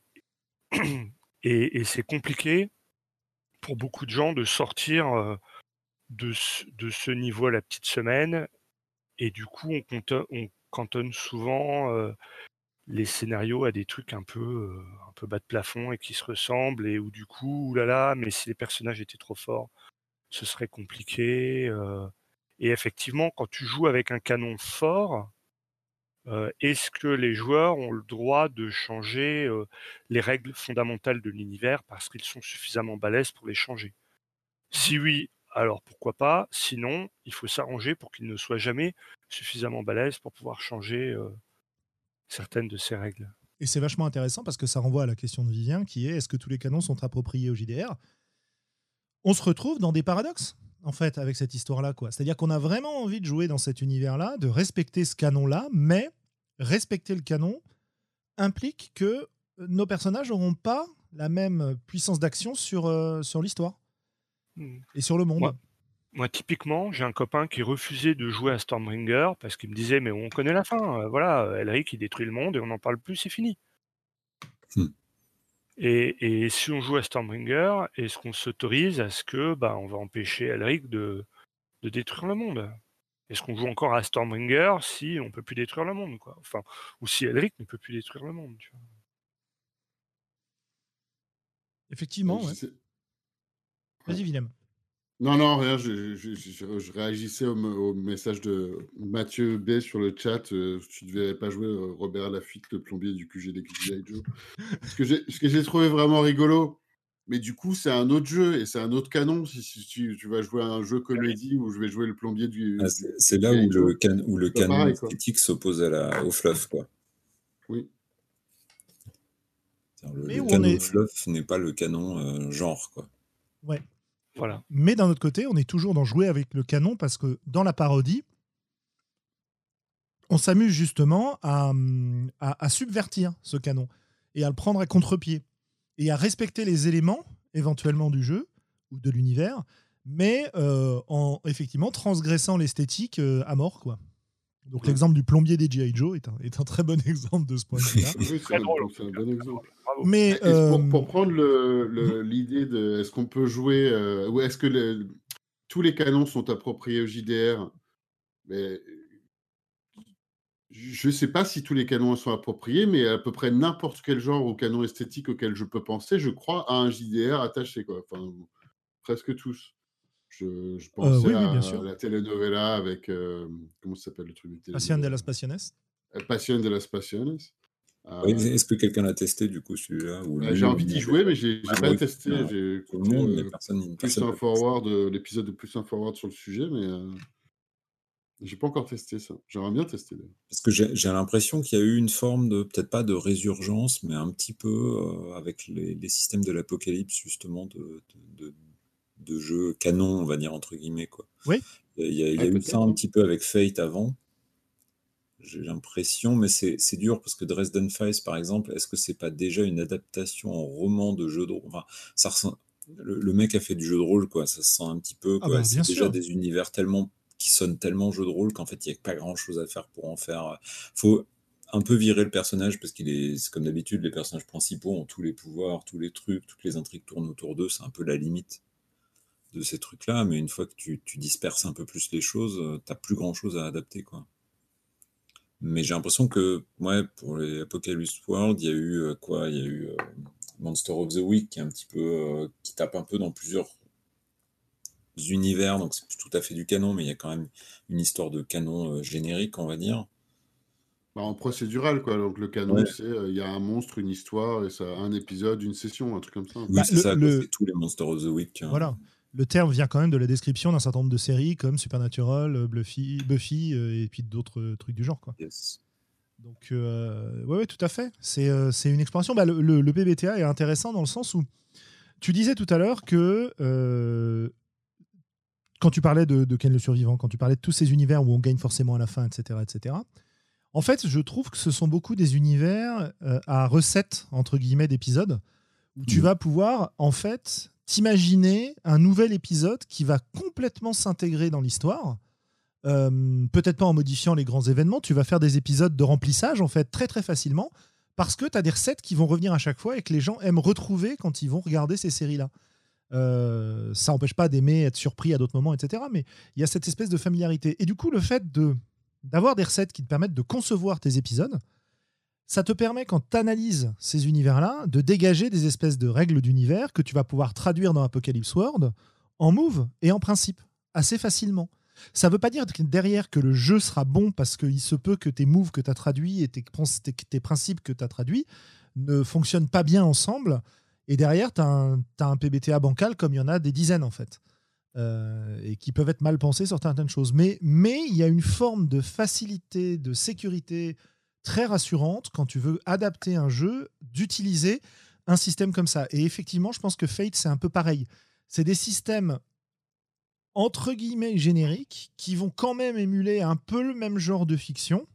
et, et c'est compliqué pour beaucoup de gens de sortir euh, de, ce- de ce niveau à la petite semaine, et du coup on, compte- on cantonne souvent euh, les scénarios à des trucs un peu, euh, un peu bas de plafond et qui se ressemblent, et où du coup, oulala, mais si les personnages étaient trop forts, ce serait compliqué. euh. Et effectivement, quand tu joues avec un canon fort, euh, est-ce que les joueurs ont le droit de changer euh, les règles fondamentales de l'univers parce qu'ils sont suffisamment balèzes pour les changer? Si oui, alors pourquoi pas? Sinon, il faut s'arranger pour qu'ils ne soient jamais suffisamment balèzes pour pouvoir changer euh, certaines de ces règles. Et c'est vachement intéressant parce que ça renvoie à la question de Vivien qui est est-ce que tous les canons sont appropriés au J D R? On se retrouve dans des paradoxes, en fait, avec cette histoire-là, quoi. C'est-à-dire qu'on a vraiment envie de jouer dans cet univers-là, de respecter ce canon-là, mais respecter le canon implique que nos personnages n'auront pas la même puissance d'action sur, euh, sur l'histoire Hmm. et sur le monde. Moi, Moi, typiquement, j'ai un copain qui refusait de jouer à Stormbringer parce qu'il me disait mais on connaît la fin, euh, voilà, Elric il détruit le monde et on n'en parle plus, c'est fini. Hmm. Et, et si on joue à Stormbringer, est-ce qu'on s'autorise à ce que bah, on va empêcher Elric de, de détruire le monde? Est-ce qu'on joue encore à Stormbringer si on peut plus détruire le monde, quoi? Enfin, ou si Elric ne peut plus détruire le monde, tu vois. Effectivement, Je ouais. sais- Vas-y, Willem. Non, non, rien. Je, je- je- je- je réagissais au, me- au message de Mathieu B sur le chat. euh, tu ne devais pas jouer euh, Robert Lafitte, le plombier du Q G D G I Joe. Ce que j'ai ce que j'ai trouvé vraiment rigolo, mais du coup, c'est un autre jeu et c'est un autre canon. Si, si tu, tu vas jouer à un jeu comédie où je vais jouer le plombier du. Ah, du- c'est du c'est là G I où Joe, le, can, où le c'est pas canon pareil, quoi. esthétique s'oppose à la, au fluff, quoi. Oui. C'est-à-dire Le, Mais le où on canon est- fluff n'est pas le canon euh, genre, quoi. Ouais. Voilà. Mais d'un autre côté, on est toujours dans jouer avec le canon parce que dans la parodie, on s'amuse justement à, à, à subvertir ce canon et à le prendre à contre-pied et à respecter les éléments éventuellement du jeu ou de l'univers, mais euh, en effectivement transgressant l'esthétique euh, à mort, quoi. Donc Ouais. l'exemple du plombier des G I Joe est un, est un très bon exemple de ce point de vue-là. Oui, c'est Très un, drôle. c'est un bon exemple. Bravo. Mais Et pour, euh, pour prendre le- le- l'idée de est-ce qu'on peut jouer euh, ou est-ce que le- tous les canons sont appropriés au J D R, mais je ne sais pas si tous les canons sont appropriés, mais à peu près n'importe quel genre ou canon esthétique auquel je peux penser, je crois, à un J D R attaché, quoi. Enfin, presque tous. Je, je euh, pensais oui, oui, bien à sûr. la telenovela avec euh, comment ça s'appelle le truc de Passion de telenovela las Pasiones. Euh, Passion de las Pasiones. Oui, Euh, Est-ce que quelqu'un l'a testé, du coup, celui-là ou bah, lu j'ai au envie d'y moins jouer, déjà mais j'ai j'ai Ah pas oui, testé. bien, J'ai tout le écouté monde, mais euh, personne plus personne un l'a testé. forward, euh, l'épisode de plus un forward sur le sujet, mais euh, j'ai pas encore testé ça. J'aimerais bien tester. d'ailleurs. Parce que j'ai j'ai l'impression qu'il y a eu une forme de, peut-être pas de résurgence, mais un petit peu euh, avec les, les systèmes de l'apocalypse, justement, de, de, de, de jeux canon, on va dire, entre guillemets, quoi. Oui. Il y a, il y a- il y a Ouais, eu peut-être, ça un hein. petit peu avec Fate avant, j'ai l'impression, mais c'est c'est dur parce que Dresden Files, par exemple, est-ce que c'est pas déjà une adaptation en roman de jeu de rôle? Enfin, ça ressemble- le, le mec a fait du jeu de rôle, quoi. Ça se sent un petit peu, Ah quoi. bah C'est bien déjà sûr. des univers tellement qui sonne tellement jeu de rôle qu'en fait, il n'y a pas grand-chose à faire pour en faire. Faut un peu virer le personnage parce qu'il est, c'est comme d'habitude, les personnages principaux ont tous les pouvoirs, tous les trucs, toutes les intrigues tournent autour d'eux. C'est un peu la limite de ces trucs-là, mais une fois que tu, tu disperses un peu plus les choses, euh, t'as plus grand-chose à adapter, quoi. Mais j'ai l'impression que, ouais, pour les Apocalypse World, il y a eu euh, quoi? Il y a eu euh, Monster of the Week qui est un petit peu, euh, qui tape un peu dans plusieurs univers, donc c'est plus tout à fait du canon, mais il y a quand même une histoire de canon euh, générique, on va dire. Bah, en procédural, quoi. Donc le canon, Ouais. c'est euh, il y a un monstre, une histoire, et ça a un épisode, une session, un truc comme ça. Oui, Bah, c'est le, ça, quoi, le- c'est tous les Monster of the Week. hein. voilà. Le terme vient quand même de la description d'un certain nombre de séries comme Supernatural, euh, Buffy, Buffy euh, et puis d'autres euh, trucs du genre, quoi. Yes. Donc, euh, ouais, ouais, tout à fait. C'est euh, c'est une exploration. Bah, le, le- le P B T A est intéressant dans le sens où tu disais tout à l'heure que euh, quand tu parlais de, de Ken le Survivant, quand tu parlais de tous ces univers où on gagne forcément à la fin, et cetera, et cetera. En fait, je trouve que ce sont beaucoup des univers euh, à recettes, entre guillemets, d'épisodes, où tu Mhm. vas pouvoir, en fait, t'imaginer un nouvel épisode qui va complètement s'intégrer dans l'histoire. Euh, peut-être pas en modifiant les grands événements, tu vas faire des épisodes de remplissage, en fait, très très facilement, parce que tu as des recettes qui vont revenir à chaque fois et que les gens aiment retrouver quand ils vont regarder ces séries-là. Euh, ça n'empêche pas d'aimer être surpris à d'autres moments, et cetera. Mais il y a cette espèce de familiarité. Et du coup, le fait de, d'avoir des recettes qui te permettent de concevoir tes épisodes, ça te permet, quand tu analyses ces univers-là, de dégager des espèces de règles d'univers que tu vas pouvoir traduire dans Apocalypse World en move et en principe, assez facilement. Ça ne veut pas dire que derrière que le jeu sera bon parce qu'il se peut que tes moves que tu as traduits et tes, tes, tes principes que tu as traduits ne fonctionnent pas bien ensemble. Et derrière, tu as un, t'as un P B T A bancal comme il y en a des dizaines, en fait. Euh, et qui peuvent être mal pensés sur certaines choses. Mais mais il y a une forme de facilité, de sécurité très rassurante quand tu veux adapter un jeu, d'utiliser un système comme ça. Et effectivement, je pense que Fate, c'est un peu pareil. C'est des systèmes entre guillemets génériques qui vont quand même émuler un peu le même genre de fiction,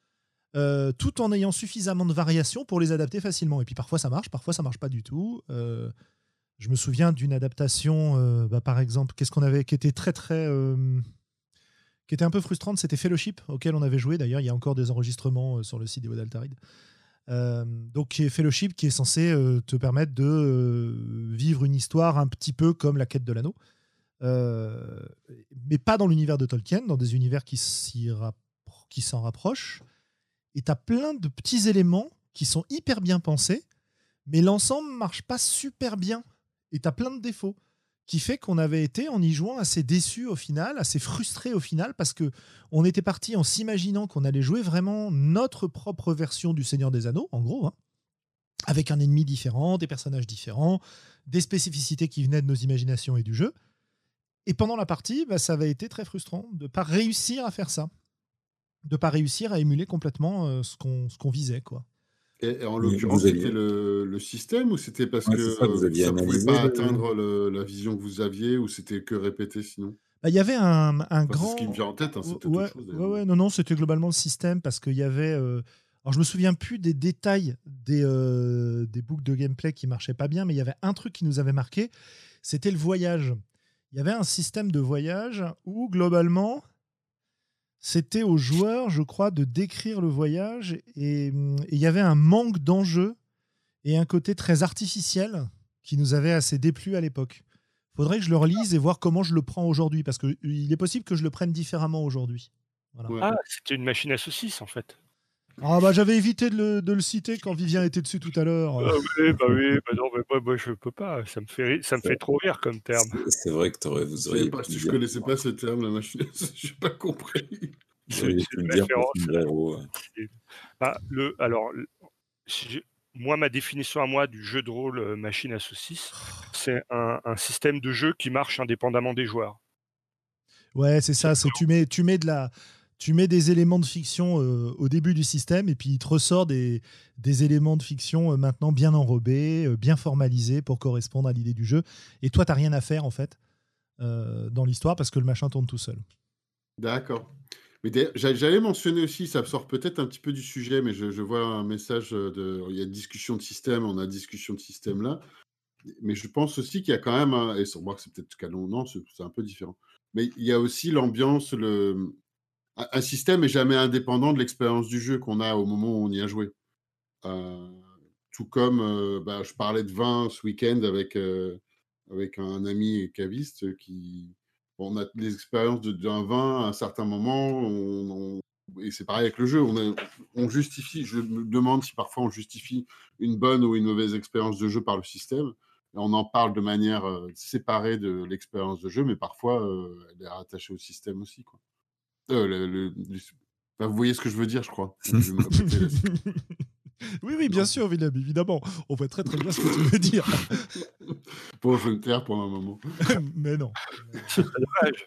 euh, tout en ayant suffisamment de variations pour les adapter facilement. Et puis parfois ça marche, parfois ça marche pas du tout. Euh, je me souviens d'une adaptation, euh, bah, par exemple, qu'est-ce qu'on avait, qui était très très, euh, qui était un peu frustrante, c'était Fellowship, auquel on avait joué. D'ailleurs, il y a encore des enregistrements euh, sur le site des Wodaltarid. Euh, donc qui est Fellowship, qui est censé euh, te permettre de euh, vivre une histoire un petit peu comme la quête de l'anneau. Euh, mais pas dans l'univers de Tolkien, dans des univers qui, s'y rappro- qui s'en rapprochent. Et tu as plein de petits éléments qui sont hyper bien pensés, mais l'ensemble marche pas super bien. Et tu as plein de défauts, qui fait qu'on avait été, en y jouant, assez déçus au final, assez frustrés au final, parce que on était parti en s'imaginant qu'on allait jouer vraiment notre propre version du Seigneur des Anneaux, en gros, hein, avec un ennemi différent, des personnages différents, des spécificités qui venaient de nos imaginations et du jeu. Et pendant la partie, bah, ça avait été très frustrant de ne pas réussir à faire ça, de ne pas réussir à émuler complètement euh, ce qu'on ce qu'on visait, quoi. Et, et en Oui, l'occurrence, vous aviez- c'était le, le système ou c'était parce Ouais, que c'est ça, vous euh, aviez ça pouvait analysé pas le- atteindre le- la vision que vous aviez ou c'était que répété sinon? Bah, il y avait un, un Enfin, grand. c'est ce qui me vient en tête, hein, c'est peut-être Ouais, autre chose ouais, d'ailleurs. ouais, non, non, c'était globalement le système parce qu'il y avait. euh, Alors, je me souviens plus des détails des, euh, des boucles de gameplay qui marchaient pas bien, mais il y avait un truc qui nous avait marqué, c'était le voyage. Il y avait un système de voyage où, globalement, c'était aux joueurs, je crois, de décrire le voyage et hum, et il y avait un manque d'enjeu et un côté très artificiel qui nous avait assez déplu à l'époque. Faudrait que je le relise et voir comment je le prends aujourd'hui, parce qu'il est possible que je le prenne différemment aujourd'hui. Voilà. Ouais. Ah, c'était une machine à saucisses en fait. Ah bah j'avais évité de le, de le citer quand Vivien était dessus tout à l'heure. Ah oui, bah oui, bah non, mais moi, moi je peux pas. Ça me fait, ri- ça me Ça- fait trop rire comme terme. C'est c'est vrai que t'aurais- vous Je auriez savais pas, pu je le dire. connaissais pas ce terme, la machine. J'ai pas compris. Vous C'est auriez c'est pu une le dire pour référence. Sombrero. ouais. Bah, le, alors, le- si j'ai- moi, ma définition à moi du jeu de rôle euh, machine à saucisses, c'est un, un système de jeu qui marche indépendamment des joueurs. Ouais, c'est ça. C'est tu mets, tu mets de la, tu mets des éléments de fiction euh, au début du système et puis il te ressort des, des éléments de fiction euh, maintenant bien enrobés, euh, bien formalisés pour correspondre à l'idée du jeu. Et toi, t'as rien à faire en fait euh, dans l'histoire parce que le machin tourne tout seul. D'accord. Mais d'ailleurs, j'a- j'allais mentionner aussi, ça sort peut-être un petit peu du sujet, mais je, je vois un message de. Il y a discussion de système, on a discussion de système là. Mais je pense aussi qu'il y a quand même un. Et sur moi, c'est peut-être canon, non, c'est c'est un peu différent. mais il y a aussi l'ambiance, le... un un système est jamais indépendant de l'expérience du jeu qu'on a au moment où on y a joué. Euh, tout comme euh, bah, je parlais de vin ce week-end avec, euh, avec un ami caviste qui... On a des expériences de- d'un vin à un certain moment, on, on- et c'est pareil avec le jeu. On, a- on justifie, je me demande si parfois on justifie une bonne ou une mauvaise expérience de jeu par le système. Et on en parle de manière euh, séparée de l'expérience de jeu, mais parfois euh, elle est rattachée au système aussi, quoi. Euh, le- le- le- Enfin, vous voyez ce que je veux dire, je crois. Je vais me répéter là-dessus. Oui, oui, bien Non. sûr, Willem, évidemment. On voit très très bien ce que tu veux dire. Pour le taire pour un moment. Mais non. C'est très dommage.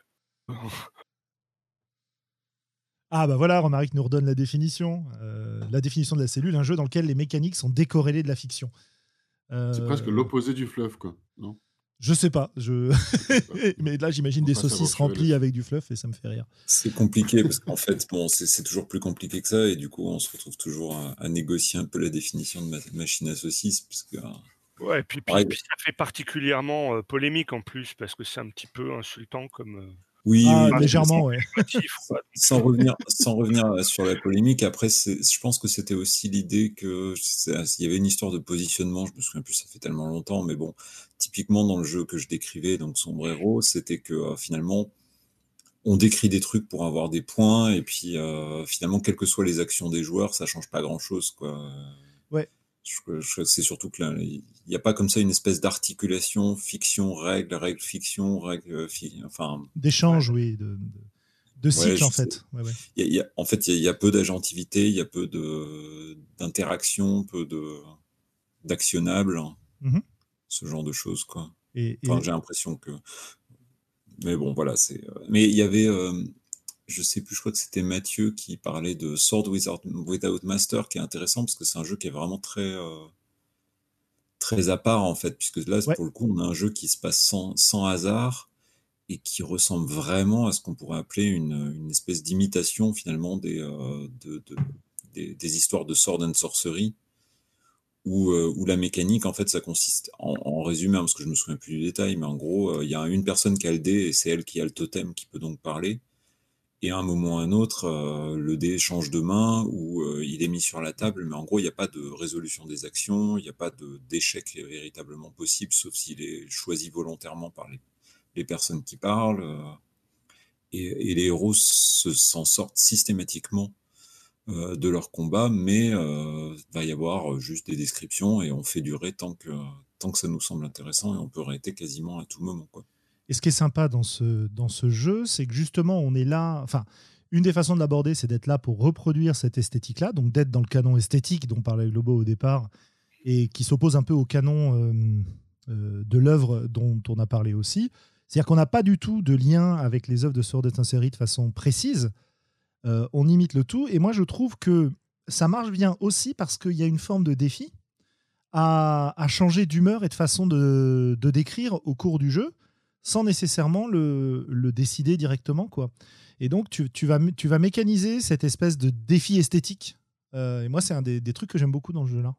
Ah bah voilà, Romaric nous redonne la définition. Euh, la définition de la cellule, un jeu dans lequel les mécaniques sont décorrélées de la fiction. Euh, C'est presque l'opposé du fluff, quoi. Non. Je sais pas. Je... Mais là, j'imagine On des passe à saucisses autre chose. remplies avec du fluff et ça me fait rire. C'est compliqué parce qu'en fait, bon, c'est c'est toujours plus compliqué que ça et du coup, on se retrouve toujours à, à négocier un peu la définition de ma machine à saucisses parce que euh, Ouais, et puis, puis, Ouais. puis ça fait particulièrement euh, polémique en plus, parce que c'est un petit peu insultant comme euh, oui, Ah, oui, légèrement, ouais. motif. Quoi. sans revenir, sans revenir sur la polémique, après, c'est- je pense que c'était aussi l'idée que c'est- il y avait une histoire de positionnement. Je me souviens plus, ça fait tellement longtemps, mais bon, typiquement dans le jeu que je décrivais, donc Sombrero, c'était que euh, finalement, on décrit des trucs pour avoir des points, et puis euh, finalement, quelles que soient les actions des joueurs, ça change pas grand-chose, quoi. Ouais. Je, je- c'est surtout que là, il n'y a pas comme ça une espèce d'articulation fiction, règle, règle, fiction, règle, fi- enfin. D'échange, oui. De, de, de cycle, Ouais, je en sais. fait. Ouais, ouais. Il y a- il y a- en fait, il y a, il y a peu d'agentivité, il y a peu de d'interaction, peu de d'actionnable, Mhm. ce genre de choses, quoi. Et, et- Enfin, j'ai l'impression que. Mais bon, voilà, c'est. euh, Mais il y avait, euh, je sais plus, je crois que c'était Mathieu qui parlait de Sword Without, Without Master, qui est intéressant parce que c'est un jeu qui est vraiment très euh, très à part en fait, puisque là, Ouais. pour le coup, on a un jeu qui se passe sans, sans hasard et qui ressemble vraiment à ce qu'on pourrait appeler une, une espèce d'imitation finalement des, euh, de, de- des, des histoires de Sword and Sorcery, où, euh, où la mécanique, en fait, ça consiste, en, en résumé, hein, parce que je me souviens plus du détail, mais en gros, euh, il y a une personne qui a le dé et c'est elle qui a le totem qui peut donc parler. Et à un moment ou à un autre, euh, le dé change de main ou euh, il est mis sur la table, mais en gros, il n'y a pas de résolution des actions, il n'y a pas de- d'échec véritablement possible, sauf s'il est choisi volontairement par les, les personnes qui parlent. euh, et, et les héros se- s'en sortent systématiquement euh, de leur combat, mais euh, va y avoir juste des descriptions et on fait durer tant que, tant que ça nous semble intéressant et on peut arrêter quasiment à tout moment, quoi. Et ce qui est sympa dans ce, dans ce jeu, c'est que justement, on est là. Enfin, une des façons de l'aborder, c'est d'être là pour reproduire cette esthétique-là, donc d'être dans le canon esthétique dont parlait Globo au départ, et qui s'oppose un peu au canon euh, euh, de l'œuvre dont on a parlé aussi. C'est-à-dire qu'on n'a pas du tout de lien avec les œuvres de Sword and Sorcery de façon précise. Euh, on imite le tout. Et moi, je trouve que ça marche bien aussi parce qu'il y a une forme de défi à, à changer d'humeur et de façon de, de décrire au cours du jeu, sans nécessairement le, le décider directement, quoi. Et donc, tu, tu, vas, tu vas mécaniser cette espèce de défi esthétique. Euh, et moi, c'est un des, des trucs que j'aime beaucoup dans ce jeu-là.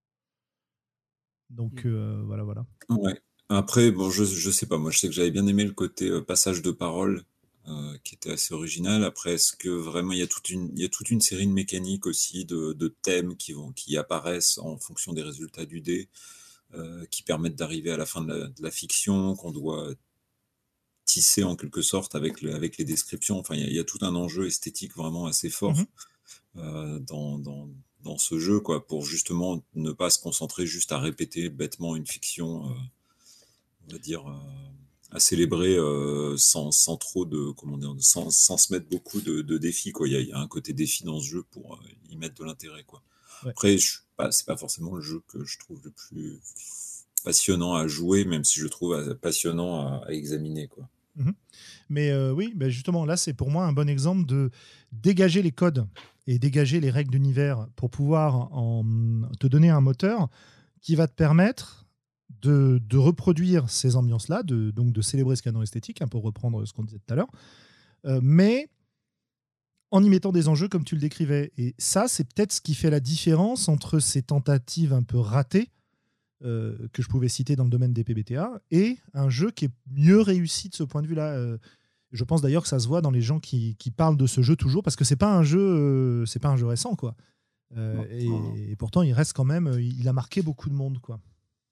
Donc, euh, voilà, voilà. Ouais. Après, bon, je, je sais pas, moi je sais que j'avais bien aimé le côté euh, passage de parole euh, qui était assez original. Après, est-ce que vraiment il y a toute une, il y a toute une série de mécaniques aussi, de, de thèmes qui vont, qui apparaissent en fonction des résultats du dé, euh, qui permettent d'arriver à la fin de la, de la fiction, qu'on doit tisser en quelque sorte avec, le, avec les descriptions. Enfin, il y, a, il y a tout un enjeu esthétique vraiment assez fort Mhm. euh, dans, dans, dans ce jeu, quoi, pour justement ne pas se concentrer juste à répéter bêtement une fiction, euh, on va dire, euh, à célébrer euh, sans, sans trop de, comment dire, sans, sans se mettre beaucoup de, de défis, quoi. Il y a, il y a un côté défi dans ce jeu pour euh, y mettre de l'intérêt, quoi. Ouais. Après, je, pas, c'est pas forcément le jeu que je trouve le plus passionnant à jouer, même si je le trouve passionnant à, à examiner, quoi. Mhm. Mais euh, oui, bah justement, là, c'est pour moi un bon exemple de dégager les codes et dégager les règles d'univers pour pouvoir en, te donner un moteur qui va te permettre de, de reproduire ces ambiances-là, de, donc de célébrer ce canon esthétique, hein, pour reprendre ce qu'on disait tout à l'heure, euh, mais en y mettant des enjeux comme tu le décrivais. Et ça, c'est peut-être ce qui fait la différence entre ces tentatives un peu ratées euh, que je pouvais citer dans le domaine des P B T A et un jeu qui est mieux réussi de ce point de vue-là. Euh, Je pense d'ailleurs que ça se voit dans les gens qui, qui parlent de ce jeu toujours, parce que c'est pas un jeu, euh, c'est pas un jeu récent, quoi. Euh, Non, et, non, non. et pourtant, il reste quand même, euh, il a marqué beaucoup de monde, quoi.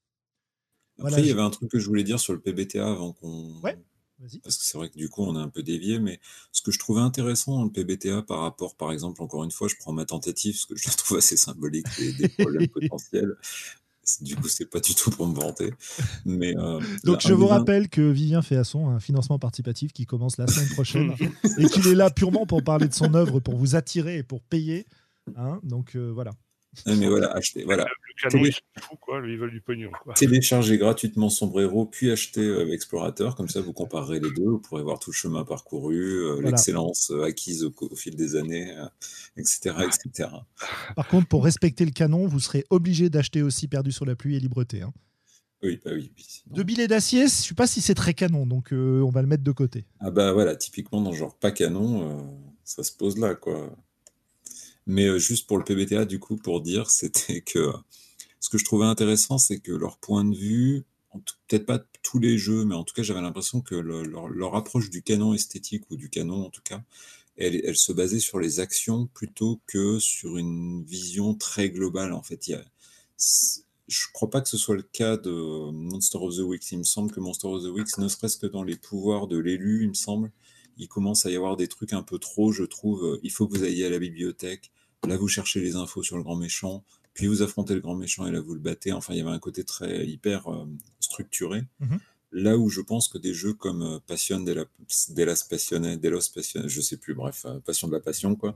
Après, Voilà, il y je- avait un truc que je voulais dire sur le P B T A avant qu'on. Ouais, vas-y. Parce que c'est vrai que du coup, on a un peu dévié, mais ce que je trouvais intéressant dans le P B T A par rapport, par exemple, encore une fois, je prends ma tentative, parce que je la trouve assez symbolique des, des problèmes potentiels. C'est- Du coup, c'est pas du tout pour me vanter. Mais euh, Donc, là, je un vous des in- rappelle que Vivien Féasson a un financement participatif qui commence la semaine prochaine et qu'il est là purement pour parler de son œuvre, pour vous attirer et pour payer. Hein, donc, euh, voilà. Ah, mais voilà, acheter, voilà. Le canon, Télé- ils sont fous, quoi. Ils veulent du pognon, quoi. Téléchargez gratuitement Sombrero, puis achetez euh, Explorateur, comme ça vous comparerez les deux, vous pourrez voir tout le chemin parcouru, euh, Voilà. l'excellence euh, acquise au, au fil des années, euh, et cetera, et cetera. Par contre, pour respecter le canon, vous serez obligé d'acheter aussi Perdu sur la pluie et Libreté. Hein. Oui, bah oui, oui. sinon- De Billet d'acier, je ne sais pas si c'est très canon, donc euh, on va le mettre de côté. Ah bah voilà, typiquement dans le genre pas canon, euh, ça se pose là, quoi. Mais euh, juste pour le P B T A, du coup, pour dire, c'était que ce que je trouvais intéressant, c'est que leur point de vue, en tout- peut-être pas tous les jeux, mais en tout cas, j'avais l'impression que le- leur, leur approche du canon esthétique, ou du canon en tout cas, elle, elle se basait sur les actions plutôt que sur une vision très globale. En fait, il y a, c'est- je crois pas que ce soit le cas de Monster of the Week. Il me semble que Monster of the Week, ne serait-ce que dans les pouvoirs de l'élu, il me semble, il commence à y avoir des trucs un peu trop, je trouve. euh, Il faut que vous ayez à la bibliothèque. Là, vous cherchez les infos sur le grand méchant. Puis vous affrontez le grand méchant et là, vous le battez. Enfin, il y avait un côté très hyper euh, structuré. Mhm. Là où je pense que des jeux comme euh, Passion della, della Passione, Delos Passione, je sais plus, bref, euh, Passion de la Passion, quoi.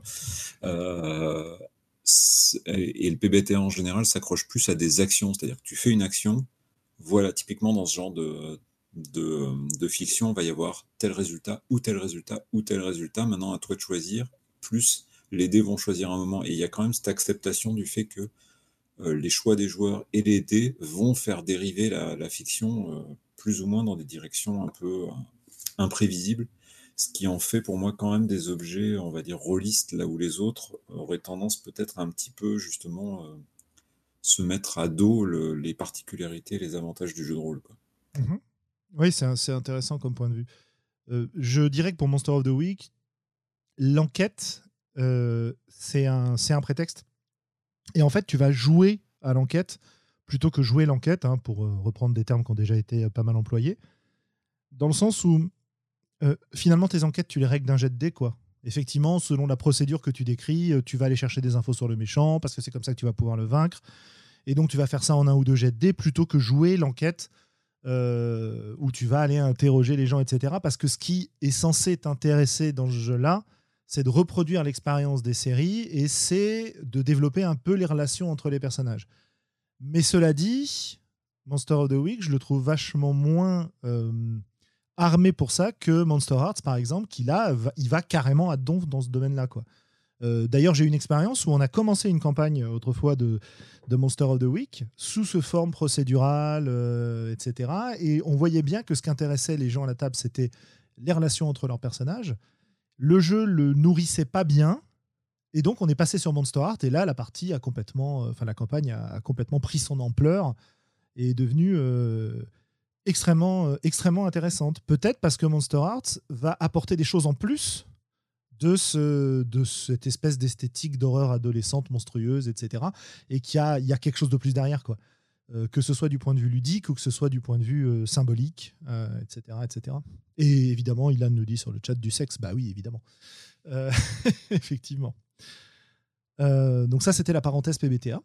Euh, c'est- et, et le P B T A en général s'accroche plus à des actions, c'est-à-dire que tu fais une action, voilà, typiquement dans ce genre de, de, de fiction, il va y avoir tel résultat, ou tel résultat, ou tel résultat. Maintenant, à toi de choisir, plus les dés vont choisir un moment. Et il y a quand même cette acceptation du fait que euh, les choix des joueurs et les dés vont faire dériver la, la fiction euh, plus ou moins dans des directions un peu euh, imprévisibles, ce qui en fait pour moi quand même des objets, on va dire, rôlistes, là où les autres auraient tendance peut-être un petit peu justement euh, se mettre à dos le- les particularités, les avantages du jeu de rôle, quoi. Mhm. Oui, c'est un- c'est intéressant comme point de vue. Euh, je dirais que pour Monster of the Week, l'enquête, euh, c'est un, c'est un prétexte. Et en fait, tu vas jouer à l'enquête plutôt que jouer l'enquête, hein, pour euh, reprendre des termes qui ont déjà été euh, pas mal employés, dans le sens où euh, finalement tes enquêtes, tu les règles d'un jet de dés, quoi. Effectivement, selon la procédure que tu décris, euh, tu vas aller chercher des infos sur le méchant parce que c'est comme ça que tu vas pouvoir le vaincre. Et donc, tu vas faire ça en un ou deux jets de dés plutôt que jouer l'enquête euh, où tu vas aller interroger les gens, et cetera. Parce que ce qui est censé t'intéresser dans ce jeu-là, c'est de reproduire l'expérience des séries et c'est de développer un peu les relations entre les personnages. Mais cela dit, Monster of the Week, je le trouve vachement moins euh, armé pour ça que Monster Hearts, par exemple, qui là, va, il va carrément à donf dans ce domaine-là, quoi. Euh, D'ailleurs, j'ai eu une expérience où on a commencé une campagne euh, autrefois de, de Monster of the Week sous ce forme procédurale, euh, et cetera. Et on voyait bien que ce qui intéressait les gens à la table, c'était les relations entre leurs personnages. Le jeu le nourrissait pas bien. Et donc, on est passé sur Monster Heart. Et là, la partie a complètement, euh, enfin, la campagne a, a complètement pris son ampleur et est devenue euh, extrêmement, euh, extrêmement intéressante. Peut-être parce que Monster Heart va apporter des choses en plus de, ce, de cette espèce d'esthétique d'horreur adolescente monstrueuse, et cetera. Et qu'il y a, il y a quelque chose de plus derrière, quoi. Euh, que ce soit du point de vue ludique ou que ce soit du point de vue euh, symbolique, euh, et cetera, et cetera. Et évidemment, Ilan nous dit sur le chat du sexe. Bah oui, évidemment. Euh, effectivement. Euh, donc ça, c'était la parenthèse P B T A.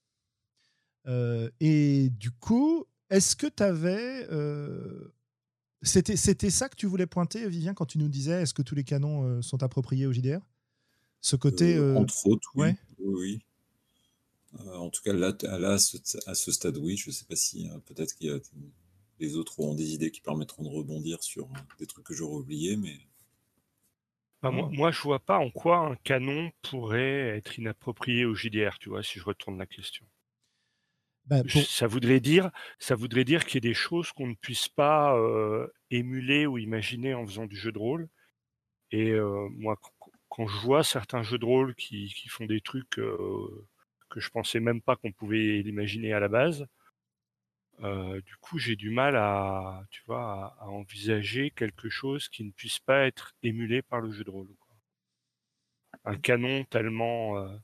Euh, et du coup, est-ce que tu avais... Euh, C'était, c'était ça que tu voulais pointer, Vivien, quand tu nous disais est-ce que tous les canons euh, sont appropriés au J D R? Ce côté. Euh, euh, entre autres, oui. ouais. Oui, oui. Euh, en tout cas, là, t- là à, ce, à ce stade, oui. Je ne sais pas si euh, peut-être qu'il y a les autres auront des idées qui permettront de rebondir sur euh, des trucs que j'aurais oubliés, mais Bah, moi, moi, je vois pas en quoi un canon pourrait être inapproprié au J D R, tu vois, si je retourne la question. Bah, pour... Ça voudrait dire, ça voudrait dire qu'il y ait des choses qu'on ne puisse pas euh, émuler ou imaginer en faisant du jeu de rôle. Et euh, moi, qu- quand je vois certains jeux de rôle qui, qui font des trucs euh, que je pensais même pas qu'on pouvait l'imaginer à la base, Euh, du coup, j'ai du mal à, tu vois, à, à envisager quelque chose qui ne puisse pas être émulé par le jeu de rôle, quoi. Un canon tellement, euh,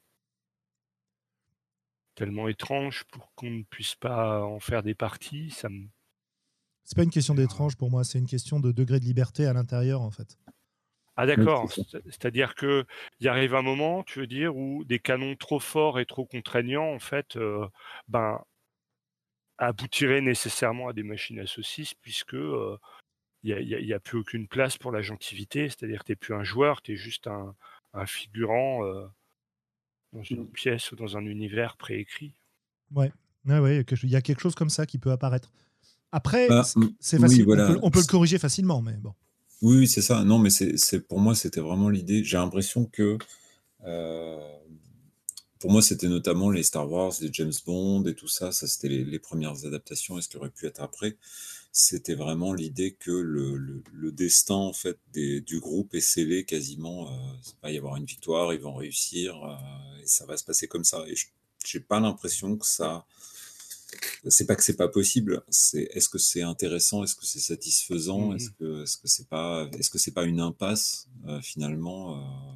tellement étrange pour qu'on ne puisse pas en faire des parties, ça me... C'est pas une question c'est un- d'étrange pour moi, c'est une question de degré de liberté à l'intérieur, en fait. Ah Oui, d'accord, c'est ça. C'est- c'est-à-dire que il arrive un moment, tu veux dire, où des canons trop forts et trop contraignants, en fait, euh, ben, aboutiraient nécessairement à des machines à saucisses, puisque euh, il n'y a, y a- y a plus aucune place pour la gentilité, c'est-à-dire que tu n'es plus un joueur, tu es juste un, un figurant euh, dans une Mm. pièce ou dans un univers préécrit. Ouais, ouais, ouais, il y a quelque chose comme ça qui peut apparaître. Après, Bah, c- mm, c'est oui, facile, on peut, voilà. on peut le corriger facilement, mais bon. Oui, oui, c'est ça. Non, mais c'est, c'est pour moi, c'était vraiment l'idée. J'ai l'impression que euh, pour moi, c'était notamment les Star Wars, les James Bond et tout ça. Ça, c'était les, les premières adaptations et ce qui aurait pu être après. C'était vraiment l'idée que le, le, le destin en fait des, du groupe est scellé quasiment. Euh, il va y avoir une victoire, ils vont réussir euh, et ça va se passer comme ça. Et je j'ai pas l'impression que ça. C'est pas que c'est pas possible. C'est est-ce que c'est intéressant, est-ce que c'est satisfaisant, est-ce Mhm. que est-ce que c'est pas est-ce que c'est pas une impasse euh, finalement euh,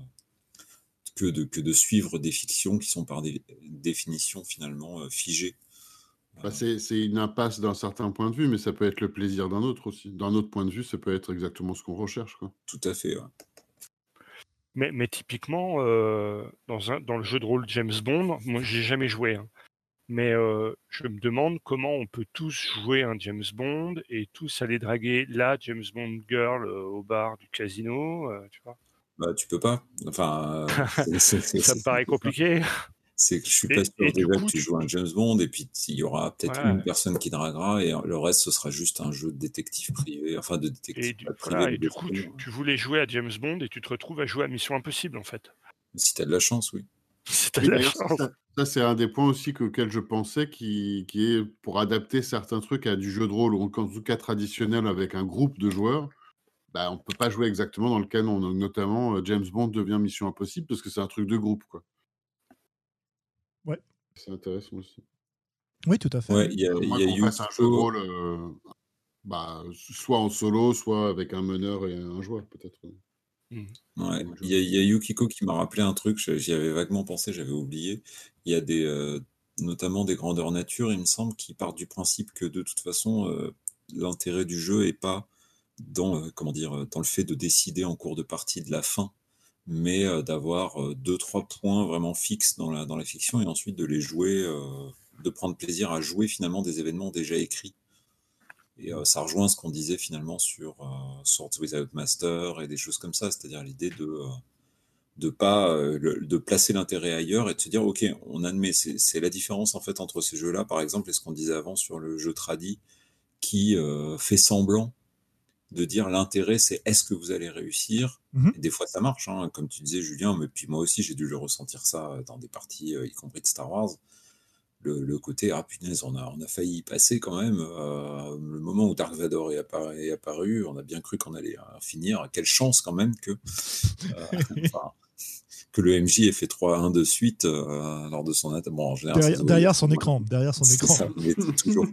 que de que de suivre des fictions qui sont par dé- définition finalement euh, figées. Bah, Euh, c'est c'est une impasse d'un certain point de vue, mais ça peut être le plaisir d'un autre aussi. D'un autre point de vue, ça peut être exactement ce qu'on recherche, quoi. tout à fait. Ouais. Mais, mais typiquement, euh, dans, un, dans le jeu de rôle James Bond, moi j'ai jamais joué, hein, mais euh, je me demande comment on peut tous jouer un James Bond et tous aller draguer la James Bond girl euh, au bar du casino, euh, tu vois. Bah tu peux pas. Enfin euh, c'est c'est c'est Ça c'est- me paraît c'est ça. compliqué. C'est que je suis pas Et, sûr et du déjà que coup, tu tu... joues un James Bond et puis il y aura peut-être une Ouais, personne qui draguera et le reste ce sera juste un jeu de détective privé, enfin de et détective du, pas privé voilà, mais et du coup, d'espion. tu, tu voulais jouer à James Bond et tu te retrouves à jouer à Mission Impossible, en fait. Si t'as de la chance, oui. Si t'as Oui, de la d'ailleurs, ça, chance. ça- ça, c'est un des points aussi que- auxquels je pensais, qui, qui est pour adapter certains trucs à du jeu de rôle, ou en tout cas traditionnel avec un groupe de joueurs, bah, on peut pas jouer exactement dans le canon. Donc, notamment, euh, James Bond devient Mission Impossible parce que c'est un truc de groupe, quoi. Ouais. C'est intéressant aussi. Oui, tout à fait. Ouais, Oui. il y a, À il moins y a qu'on fasse un jeu de Yukiko. rôle, euh, bah, soit en solo, soit avec un meneur et un joueur, peut-être. Mhm. Ouais, Ou un il y a, joueur. il y a Yukiko qui m'a rappelé un truc, je- j'y avais vaguement pensé, j'avais oublié. Il y a des, euh, notamment des grandeurs nature, il me semble, qui partent du principe que de toute façon, euh, l'intérêt du jeu est pas dans, euh, comment dire, euh, dans le fait de décider en cours de partie de la fin, mais euh, d'avoir euh, deux, trois points vraiment fixes dans la, dans la fiction et ensuite de les jouer, euh, de prendre plaisir à jouer finalement des événements déjà écrits. Et euh, ça rejoint ce qu'on disait finalement sur euh, Swords Without Master et des choses comme ça, c'est-à-dire l'idée de euh, de pas euh, le- de placer l'intérêt ailleurs et de se dire ok, on admet, c'est c'est la différence en fait entre ces jeux-là par exemple et ce qu'on disait avant sur le jeu tradi qui euh, fait semblant de dire l'intérêt c'est est-ce que vous allez réussir. Mhm. Et des fois ça marche, hein, comme tu disais Julien, mais puis moi aussi j'ai dû le ressentir ça dans des parties euh, y compris de Star Wars. Le, le côté ah punaise, on a, on a failli y passer quand même. Euh, le moment où Dark Vador est apparu, est apparu, on a bien cru qu'on allait euh, finir. Quelle chance quand même que, euh, enfin, que le M J ait fait trois un de suite euh, lors de son attaque. Bon, en général, ça se derrière, voyait. derrière son écran. Derrière son C'est écran. ça, mais toujours.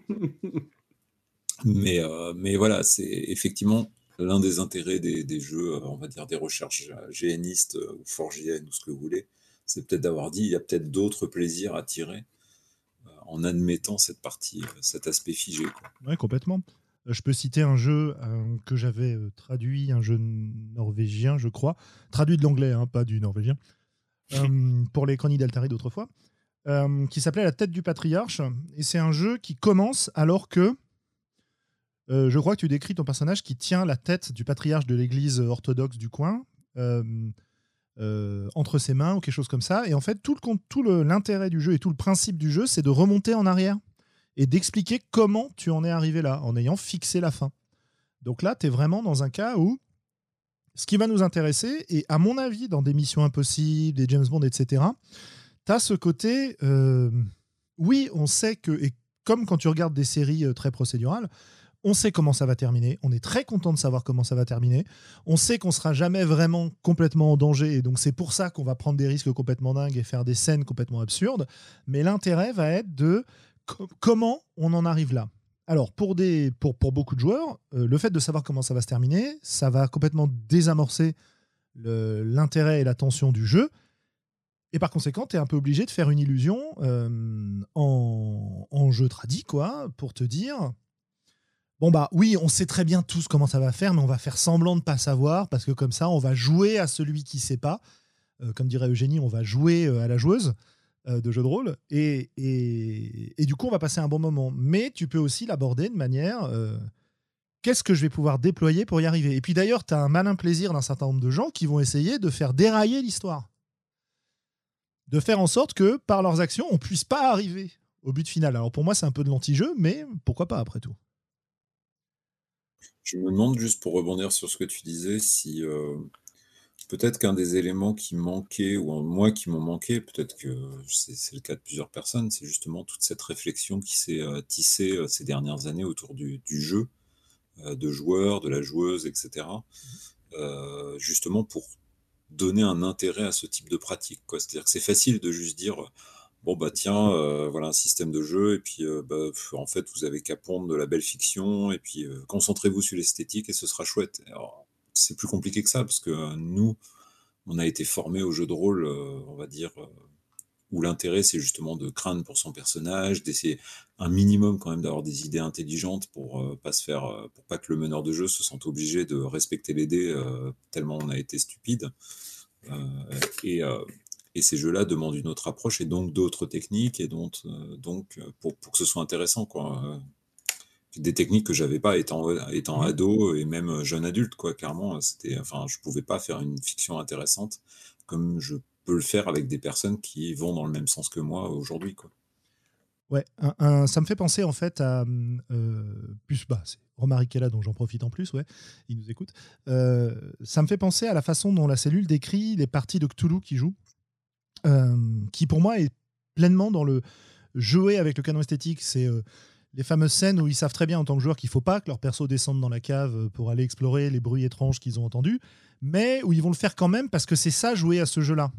Mais, euh, mais voilà, c'est effectivement l'un des intérêts des, des jeux, euh, on va dire des recherches G N istes euh, ou Forgienne ou ce que vous voulez. C'est peut-être d'avoir dit, il y a peut-être d'autres plaisirs à tirer en admettant cette partie, cet aspect figé. Quoi. Ouais, complètement. Euh, Je peux citer un jeu euh, que j'avais euh, traduit, un jeu norvégien, je crois, traduit de l'anglais, hein, pas du norvégien, euh, pour les Chroniques d'Altaïr d'autrefois, euh, qui s'appelait La tête du patriarche. Et c'est un jeu qui commence alors que euh, je crois que tu décris ton personnage qui tient la tête du patriarche de l'église orthodoxe du coin. Euh, euh, entre ses mains ou quelque chose comme ça. Et en fait, tout, le, tout le, l'intérêt du jeu et tout le principe du jeu, c'est de remonter en arrière et d'expliquer comment tu en es arrivé là, en ayant fixé la fin. Donc là, tu es vraiment dans un cas où ce qui va nous intéresser, et à mon avis, dans des Missions Impossibles, des James Bond, et cetera, tu as ce côté... Euh, oui, on sait que... Et comme quand tu regardes des séries euh, très procédurales, on sait comment ça va terminer, on est très content de savoir comment ça va terminer, on sait qu'on sera jamais vraiment complètement en danger, et donc c'est pour ça qu'on va prendre des risques complètement dingues et faire des scènes complètement absurdes, mais l'intérêt va être de co- comment on en arrive là. alors, pour, des, pour, pour beaucoup de joueurs, euh, le fait de savoir comment ça va se terminer, ça va complètement désamorcer le, l'intérêt et la tension du jeu. Et par conséquent, tu es un peu obligé de faire une illusion euh, en, en jeu tradi, quoi, pour te dire... Bon, bah oui, on sait très bien tous comment ça va faire, mais on va faire semblant de ne pas savoir, parce que comme ça, on va jouer à celui qui ne sait pas. Euh, comme dirait Eugénie, on va jouer euh, à la joueuse euh, de jeu de rôle. Et, et, et du coup, on va passer un bon moment. Mais tu peux aussi l'aborder de manière... Euh, qu'est-ce que je vais pouvoir déployer pour y arriver ? Et puis d'ailleurs, tu as un malin plaisir d'un certain nombre de gens qui vont essayer de faire dérailler l'histoire. De faire en sorte que, par leurs actions, on ne puisse pas arriver au but final. Alors pour moi, c'est un peu de l'anti-jeu, mais pourquoi pas après tout ? Je me demande, juste pour rebondir sur ce que tu disais, si euh, peut-être qu'un des éléments qui manquait, ou en moi qui m'ont manqué, peut-être que c'est, c'est le cas de plusieurs personnes, c'est justement toute cette réflexion qui s'est euh, tissée euh, ces dernières années autour du, du jeu, euh, de joueurs, de la joueuse, et cetera. Euh, justement pour donner un intérêt à ce type de pratique, quoi. C'est-à-dire que c'est facile de juste dire... Bon bah tiens, euh, voilà un système de jeu, et puis euh, bah, en fait vous avez qu'à pondre de la belle fiction, et puis euh, concentrez-vous sur l'esthétique et ce sera chouette. Alors, c'est plus compliqué que ça, parce que euh, nous, on a été formés au jeu de rôle, euh, on va dire, euh, où l'intérêt c'est justement de craindre pour son personnage, d'essayer un minimum quand même d'avoir des idées intelligentes pour euh, pas se faire, euh, pour pas que le meneur de jeu se sente obligé de respecter les dés euh, tellement on a été stupide. Euh, et euh, Et ces jeux-là demandent une autre approche et donc d'autres techniques, et donc, euh, donc pour, pour que ce soit intéressant, quoi. Euh, des techniques que j'avais pas étant, étant ado et même jeune adulte, quoi. Clairement, c'était, enfin, je pouvais pas faire une fiction intéressante comme je peux le faire avec des personnes qui vont dans le même sens que moi aujourd'hui, quoi. Ouais, un, un, ça me fait penser en fait à euh, plus bah, c'est Romaric est là, donc j'en profite en plus, ouais, il nous écoute. Euh, ça me fait penser à la façon dont la cellule décrit les parties de Cthulhu qui jouent. Euh, qui pour moi est pleinement dans le jouer avec le canon esthétique. C'est euh, les fameuses scènes où ils savent très bien en tant que joueur qu'il ne faut pas que leur perso descende dans la cave pour aller explorer les bruits étranges qu'ils ont entendus, mais où ils vont le faire quand même parce que c'est ça, jouer à ce jeu-là.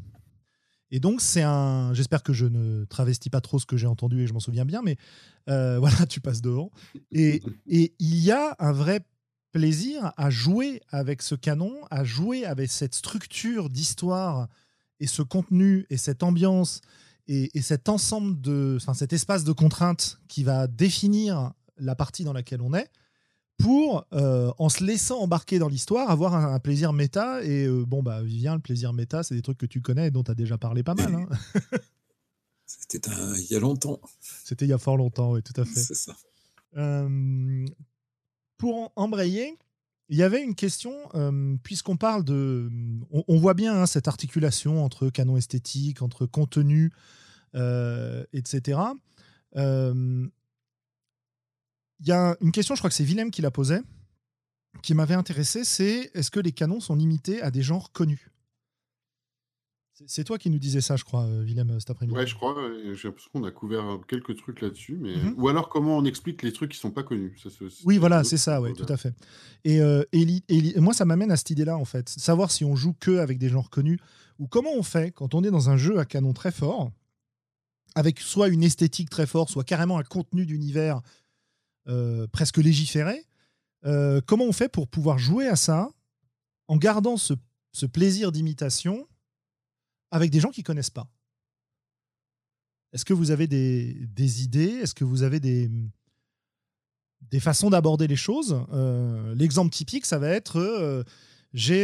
Et donc c'est un... J'espère que je ne travestis pas trop ce que j'ai entendu et je m'en souviens bien, mais euh, voilà, tu passes devant. Et, et il y a un vrai plaisir à jouer avec ce canon, à jouer avec cette structure d'histoire et ce contenu et cette ambiance et, et cet ensemble de, enfin cet espace de contraintes qui va définir la partie dans laquelle on est, pour, euh, en se laissant embarquer dans l'histoire, avoir un, un plaisir méta. Et euh, bon, bah Vivien, le plaisir méta, c'est des trucs que tu connais et dont tu as déjà parlé pas mal. Hein. C'était un, il y a longtemps. C'était il y a fort longtemps, oui, tout à fait. C'est ça. Euh, pour embrayer, il y avait une question, euh, puisqu'on parle de... On, on voit bien hein, cette articulation entre canon esthétique, entre contenu, euh, et cetera. Euh, il y a une question, je crois que c'est Willem qui la posait, qui m'avait intéressé, c'est est-ce que les canons sont limités à des genres connus ? C'est toi qui nous disais ça, je crois, Willem, cet après-midi. Ouais, je crois. J'ai l'impression qu'on a couvert quelques trucs là-dessus. Mais... Mm-hmm. Ou alors, comment on explique les trucs qui ne sont pas connus. Ça, c'est, c'est oui, voilà, c'est ça, ouais, tout à fait. Et, euh, et, et, et moi, ça m'amène à cette idée-là, en fait. Savoir si on joue que avec des genres connus, ou comment on fait quand on est dans un jeu à canon très fort, avec soit une esthétique très forte, soit carrément un contenu d'univers euh, presque légiféré. Euh, comment on fait pour pouvoir jouer à ça en gardant ce, ce plaisir d'imitation avec des gens qui ne connaissent pas ? Est-ce que vous avez des, des idées ? Est-ce que vous avez des, des façons d'aborder les choses ? euh, L'exemple typique, ça va être euh, j'ai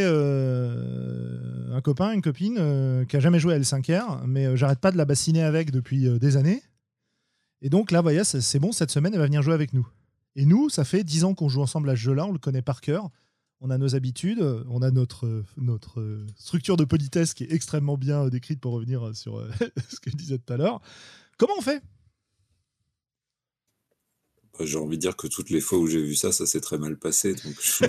euh, un copain, une copine euh, qui n'a jamais joué à L cinq R, mais euh, j'arrête pas de la bassiner avec depuis euh, des années. Et donc là, voyez, c'est, c'est bon, cette semaine, elle va venir jouer avec nous. Et nous, ça fait dix ans qu'on joue ensemble à ce jeu-là, on le connaît par cœur. On a nos habitudes, on a notre, notre structure de politesse qui est extrêmement bien décrite pour revenir sur ce que je disais tout à l'heure. Comment on fait ? J'ai envie de dire que toutes les fois où j'ai vu ça, ça s'est très mal passé. Donc je...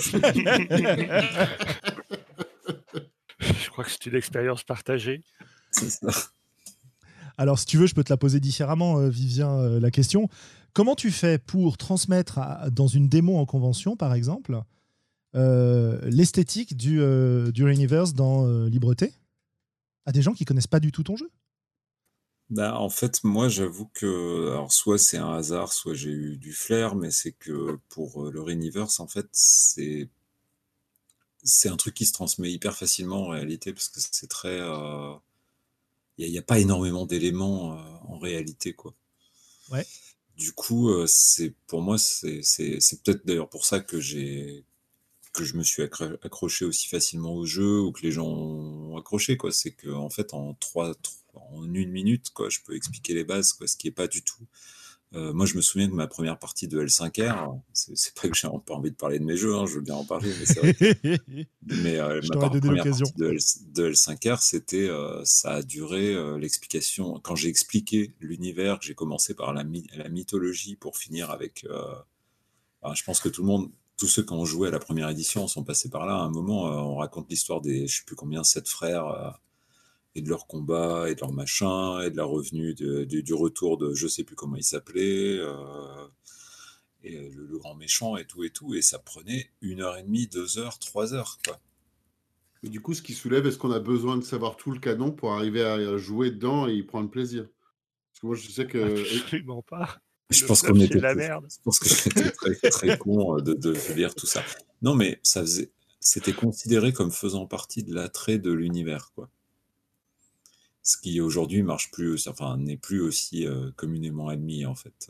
je crois que c'est une expérience partagée. C'est ça. Alors, si tu veux, je peux te la poser différemment, Vivien, la question. Comment tu fais pour transmettre à, dans une démo en convention, par exemple, Euh, l'esthétique du, euh, du Universe dans euh, Libreté à des gens qui connaissent pas du tout ton jeu ? Bah, en fait, moi, j'avoue que, alors, soit c'est un hasard, soit j'ai eu du flair, mais c'est que pour euh, le Reniverse, en fait, c'est c'est un truc qui se transmet hyper facilement en réalité, parce que c'est très, euh, il n'y a, a pas énormément d'éléments euh, en réalité, quoi. Ouais. Du coup, euh, c'est pour moi, c'est c'est c'est peut-être d'ailleurs pour ça que j'ai que je me suis accro- accroché aussi facilement au jeu, ou que les gens ont accroché, quoi. C'est que en fait, en trois, trois- en une minute, quoi, je peux expliquer les bases, quoi, ce qui est pas du tout. Euh, moi, je me souviens de ma première partie de L cinq R. C'est c'est pas que j'ai pas envie de parler de mes jeux, hein, je veux bien en parler, mais c'est vrai que mais euh, Je ma t'aurais par- donné première l'occasion. partie de, L, de L cinq R, c'était, euh, ça a duré euh, l'explication. Quand j'ai expliqué l'univers, que j'ai commencé par la, my- la mythologie pour finir avec. Euh, enfin, je pense que tout le monde, tous ceux qui ont joué à la première édition sont passés par là. À un moment, euh, on raconte l'histoire des, je sais plus combien, sept frères, euh, et de leur combat, et de leur machin, et de la revenue, de, de- du retour de, je sais plus comment il s'appelait. Euh, et le, le grand méchant et tout et tout, et ça prenait une heure et demie, deux heures, trois heures, quoi. Mais du coup, ce qui soulève, est-ce qu'on a besoin de savoir tout le canon pour arriver à jouer dedans et y prendre plaisir? Parce que moi, je sais que... et- Absolument pas. Je Le pense fluff, qu'on c'est était, de la je merde. pense que j'étais très, très con euh, de, de lire tout ça. Non, mais ça faisait, c'était considéré comme faisant partie de l'attrait de l'univers, quoi. Ce qui aujourd'hui marche plus, enfin, n'est plus aussi euh, communément admis, en fait.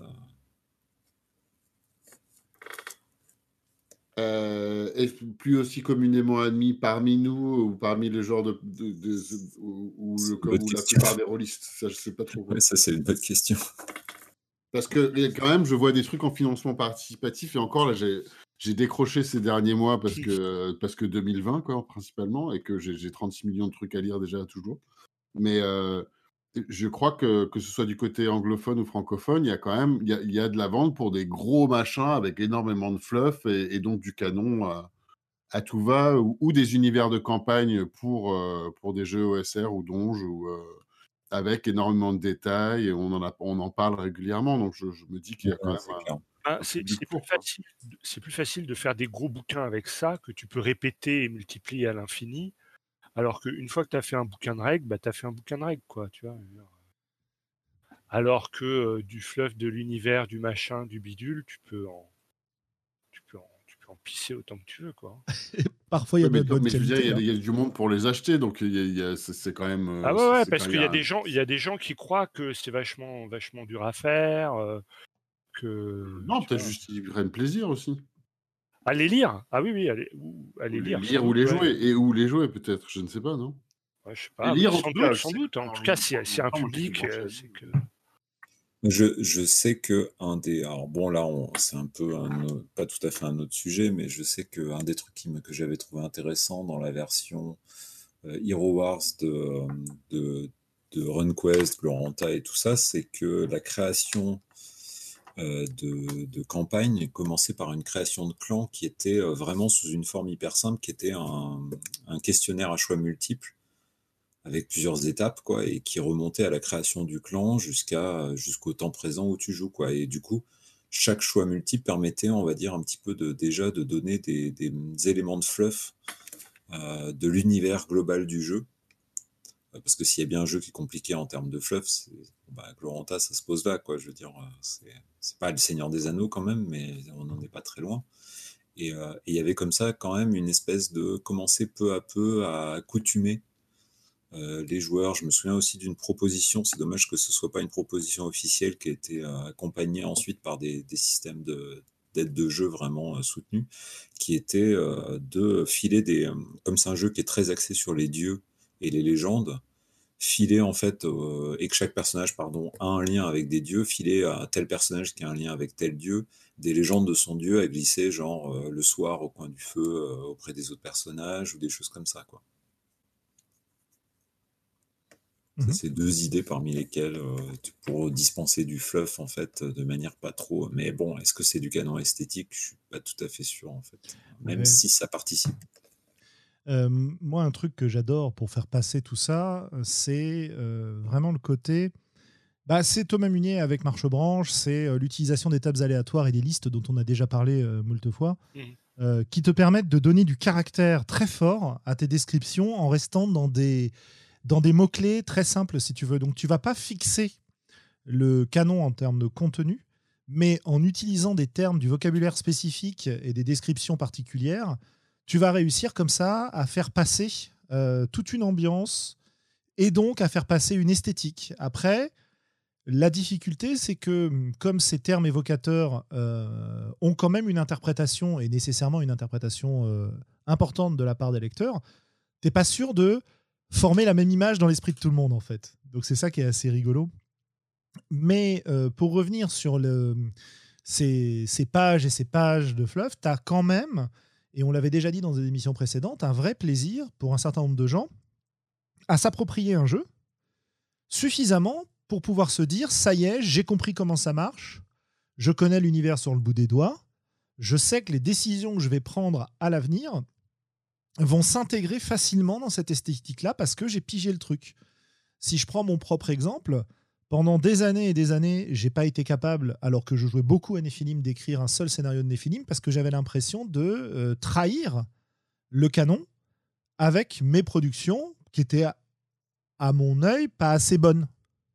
Euh, est plus aussi communément admis parmi nous ou parmi les genres de, de, de- ou, ou C'est le, une bonne ou la question. plupart des rôlistes, ça je sais pas trop. Quoi. Ouais, ça, c'est une bonne question. Parce que et quand même, je vois des trucs en financement participatif et encore là, j'ai j'ai décroché ces derniers mois parce que parce que deux mille vingt quoi principalement et que j'ai j'ai trente-six millions de trucs à lire déjà toujours. Mais euh, je crois que que ce soit du côté anglophone ou francophone, il y a quand même il y a, il y a de la vente pour des gros machins avec énormément de fluff et, et donc du canon euh, à tout va ou, ou des univers de campagne pour euh, pour des jeux O S R ou Donge ou euh, avec énormément de détails et on en a on en parle régulièrement donc je, je me dis qu'il y a quand Ouais, même c'est un, clair. Ah, un c'est public c'est plus pour quoi. facile, de- c'est plus facile de faire des gros bouquins avec ça que tu peux répéter et multiplier à l'infini. Alors qu'une fois que tu as fait un bouquin de règles, bah, tu as fait un bouquin de règles, quoi, tu vois. Alors que euh, du fluff, de l'univers, du machin, du bidule, tu peux en, tu peux en, tu peux en pisser autant que tu veux, quoi. Parfois, il y a Oui, de mais, la bonne mais je veux dire, il y, qualité. a, Hein. il y a du monde pour les acheter, donc il y a, il y a- c'est c'est quand même. Ah euh, ouais, c'est ouais, c'est parce quand qu'il y a même des gens, il y a des gens qui croient que c'est vachement, vachement dur à faire, euh, que, non, tu peut-être vois. juste qu'ils prennent plaisir aussi. À les lire. Ah oui, oui, à les, ou- à Ou les les lire, sans lire ou doute, les ouais. jouer, et ou les jouer peut-être, je ne sais pas, non? Ouais, je sais Les pas, oui, lire en sans tout cas, doute, je sans sais que doute. En pendant tout cas, long- si pendant c'est un longtemps, moi j'étais public, branché euh, là-dessus. c'est que. Je, je sais que un des, alors bon là on, c'est un peu un autre- pas tout à fait un autre sujet, mais je sais que un des trucs qui me, que j'avais trouvé intéressant dans la version euh, Hero Wars de, de, de RunQuest, Gloranta et tout ça, c'est que la création euh, de, de campagne commençait par une création de clan qui était euh, vraiment sous une forme hyper simple, qui était un, un questionnaire à choix multiples avec plusieurs étapes, quoi, et qui remontait à la création du clan jusqu'à jusqu'au temps présent où tu joues, quoi. Et du coup, chaque choix multiple permettait, on va dire, un petit peu de déjà de donner des, des éléments de fluff euh, de l'univers global du jeu. Parce que s'il y a bien un jeu qui est compliqué en termes de fluff, c'est, bah, Gloranta, ça se pose là, quoi. Je veux dire, c'est, c'est pas le Seigneur des Anneaux quand même, mais on n'en est pas très loin. Et euh, il y avait comme ça quand même une espèce de commencer peu à peu à accoutumer Euh, les joueurs. Je me souviens aussi d'une proposition, c'est dommage que ce soit pas une proposition officielle qui a été euh, accompagnée ensuite par des, des systèmes de, d'aide de jeu vraiment euh, soutenus, qui était euh, de filer des... Euh, comme c'est un jeu qui est très axé sur les dieux et les légendes, filer en fait, euh, et que chaque personnage pardon, a un lien avec des dieux, filer à tel personnage qui a un lien avec tel dieu, des légendes de son dieu à glisser genre euh, le soir au coin du feu euh, auprès des autres personnages ou des choses comme ça, quoi. Ça, Mhm. c'est deux idées parmi lesquelles euh, tu pourrais dispenser du fluff en fait de manière pas trop. Mais bon, est-ce que c'est du canon esthétique? Je suis pas tout à fait sûr en fait. Même Ouais. si ça participe. Euh, moi, un truc que j'adore pour faire passer tout ça, euh, c'est euh, vraiment le côté. Bah, c'est Thomas Munier avec Marche-Branche, c'est euh, l'utilisation des tables aléatoires et des listes dont on a déjà parlé euh, moult fois, Mhm. euh, qui te permettent de donner du caractère très fort à tes descriptions en restant dans des, dans des mots-clés très simples, si tu veux. Donc, tu ne vas pas fixer le canon en termes de contenu, mais en utilisant des termes, du vocabulaire spécifique et des descriptions particulières, tu vas réussir comme ça à faire passer euh, toute une ambiance et donc à faire passer une esthétique. Après, la difficulté, c'est que comme ces termes évocateurs euh, ont quand même une interprétation, et nécessairement une interprétation euh, importante de la part des lecteurs, tu n'es pas sûr de former la même image dans l'esprit de tout le monde, en fait. Donc c'est ça qui est assez rigolo. Mais euh, pour revenir sur le, ces, ces pages et ces pages de fluff, tu as quand même, et on l'avait déjà dit dans des émissions précédentes, un vrai plaisir pour un certain nombre de gens à s'approprier un jeu suffisamment pour pouvoir se dire, ça y est, j'ai compris comment ça marche, je connais l'univers sur le bout des doigts, je sais que les décisions que je vais prendre à l'avenir vont s'intégrer facilement dans cette esthétique-là parce que j'ai pigé le truc. Si je prends mon propre exemple, pendant des années et des années, j'ai pas été capable, alors que je jouais beaucoup à Nephilim, d'écrire un seul scénario de Nephilim parce que j'avais l'impression de euh, trahir le canon avec mes productions qui étaient, à, à mon œil, pas assez bonnes.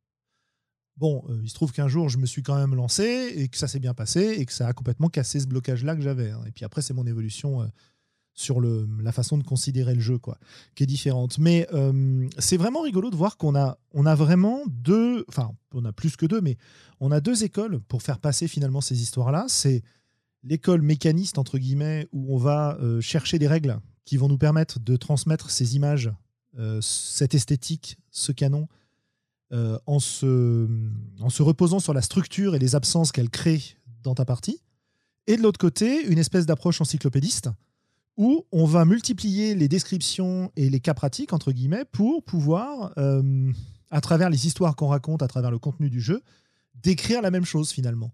Bon, euh, il se trouve qu'un jour, je me suis quand même lancé et que ça s'est bien passé et que ça a complètement cassé ce blocage-là que j'avais. Hein. Et puis après, c'est mon évolution euh, sur le, la façon de considérer le jeu, quoi, qui est différente. Mais euh, c'est vraiment rigolo de voir qu'on a, on a vraiment deux, enfin, on a plus que deux, mais on a deux écoles pour faire passer finalement ces histoires-là. C'est l'école mécaniste, entre guillemets, où on va euh, chercher des règles qui vont nous permettre de transmettre ces images, euh, cette esthétique, ce canon, Euh, en, se, en se reposant sur la structure et les absences qu'elle crée dans ta partie. Et de l'autre côté, une espèce d'approche encyclopédiste où on va multiplier les descriptions et les cas pratiques, entre guillemets, pour pouvoir, euh, à travers les histoires qu'on raconte, à travers le contenu du jeu, décrire la même chose finalement.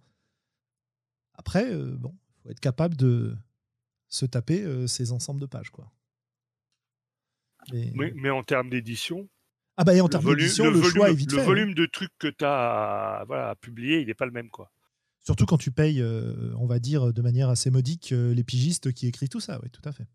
Après, euh, bon, faut être capable de se taper euh, ces ensembles de pages, quoi. Mais, mais, mais en termes d'édition, ah bah et en termes d'édition, le, le volume, choix est vite le fait. Le volume hein. de trucs que tu as à, voilà, à publier, il n'est pas le même, quoi. Surtout quand tu payes, euh, on va dire, de manière assez modique, euh, les pigistes qui écrivent tout ça. Oui, tout à fait.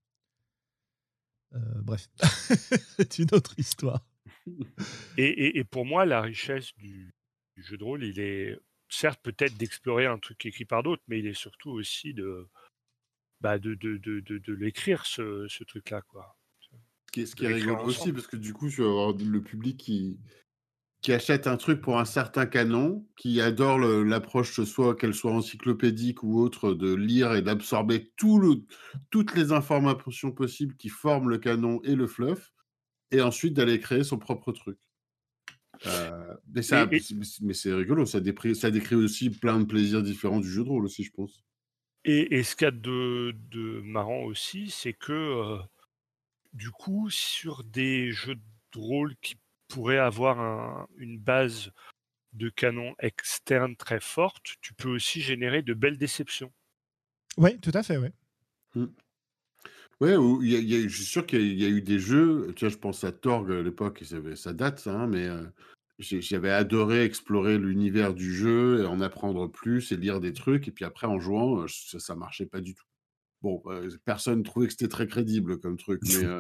Euh, bref, c'est une autre histoire. Et, et, et pour moi, la richesse du, du jeu de rôle, il est certes peut-être d'explorer un truc écrit par d'autres, mais il est surtout aussi de, bah de, de, de, de, de l'écrire, ce, ce truc-là, quoi. Ce qui est, ce qui est rigolo aussi, parce que du coup, tu vas avoir le public qui, qui achète un truc pour un certain canon, qui adore le, l'approche, soit qu'elle soit encyclopédique ou autre, de lire et d'absorber tout le, toutes les informations possibles qui forment le canon et le fluff, et ensuite d'aller créer son propre truc. Euh, mais, ça, et, et, mais c'est rigolo, ça décrit, ça décrit aussi plein de plaisirs différents du jeu de rôle aussi, je pense. Et, et ce qu'il y a de, de marrant aussi, c'est que euh, du coup, sur des jeux de rôle qui pourraient avoir un, une base de canon externe très forte, tu peux aussi générer de belles déceptions. Oui, tout à fait, oui. Mmh. Ouais, il y a, il y a, je suis sûr qu'il y a, il y a eu des jeux, tu vois, je pense à Torg à l'époque, ça, ça date, ça, hein, mais euh, j'avais adoré explorer l'univers du jeu et en apprendre plus et lire des trucs, et puis après, en jouant, ça, ça marchait pas du tout. Bon, euh, personne trouvait que c'était très crédible comme truc, mais, euh...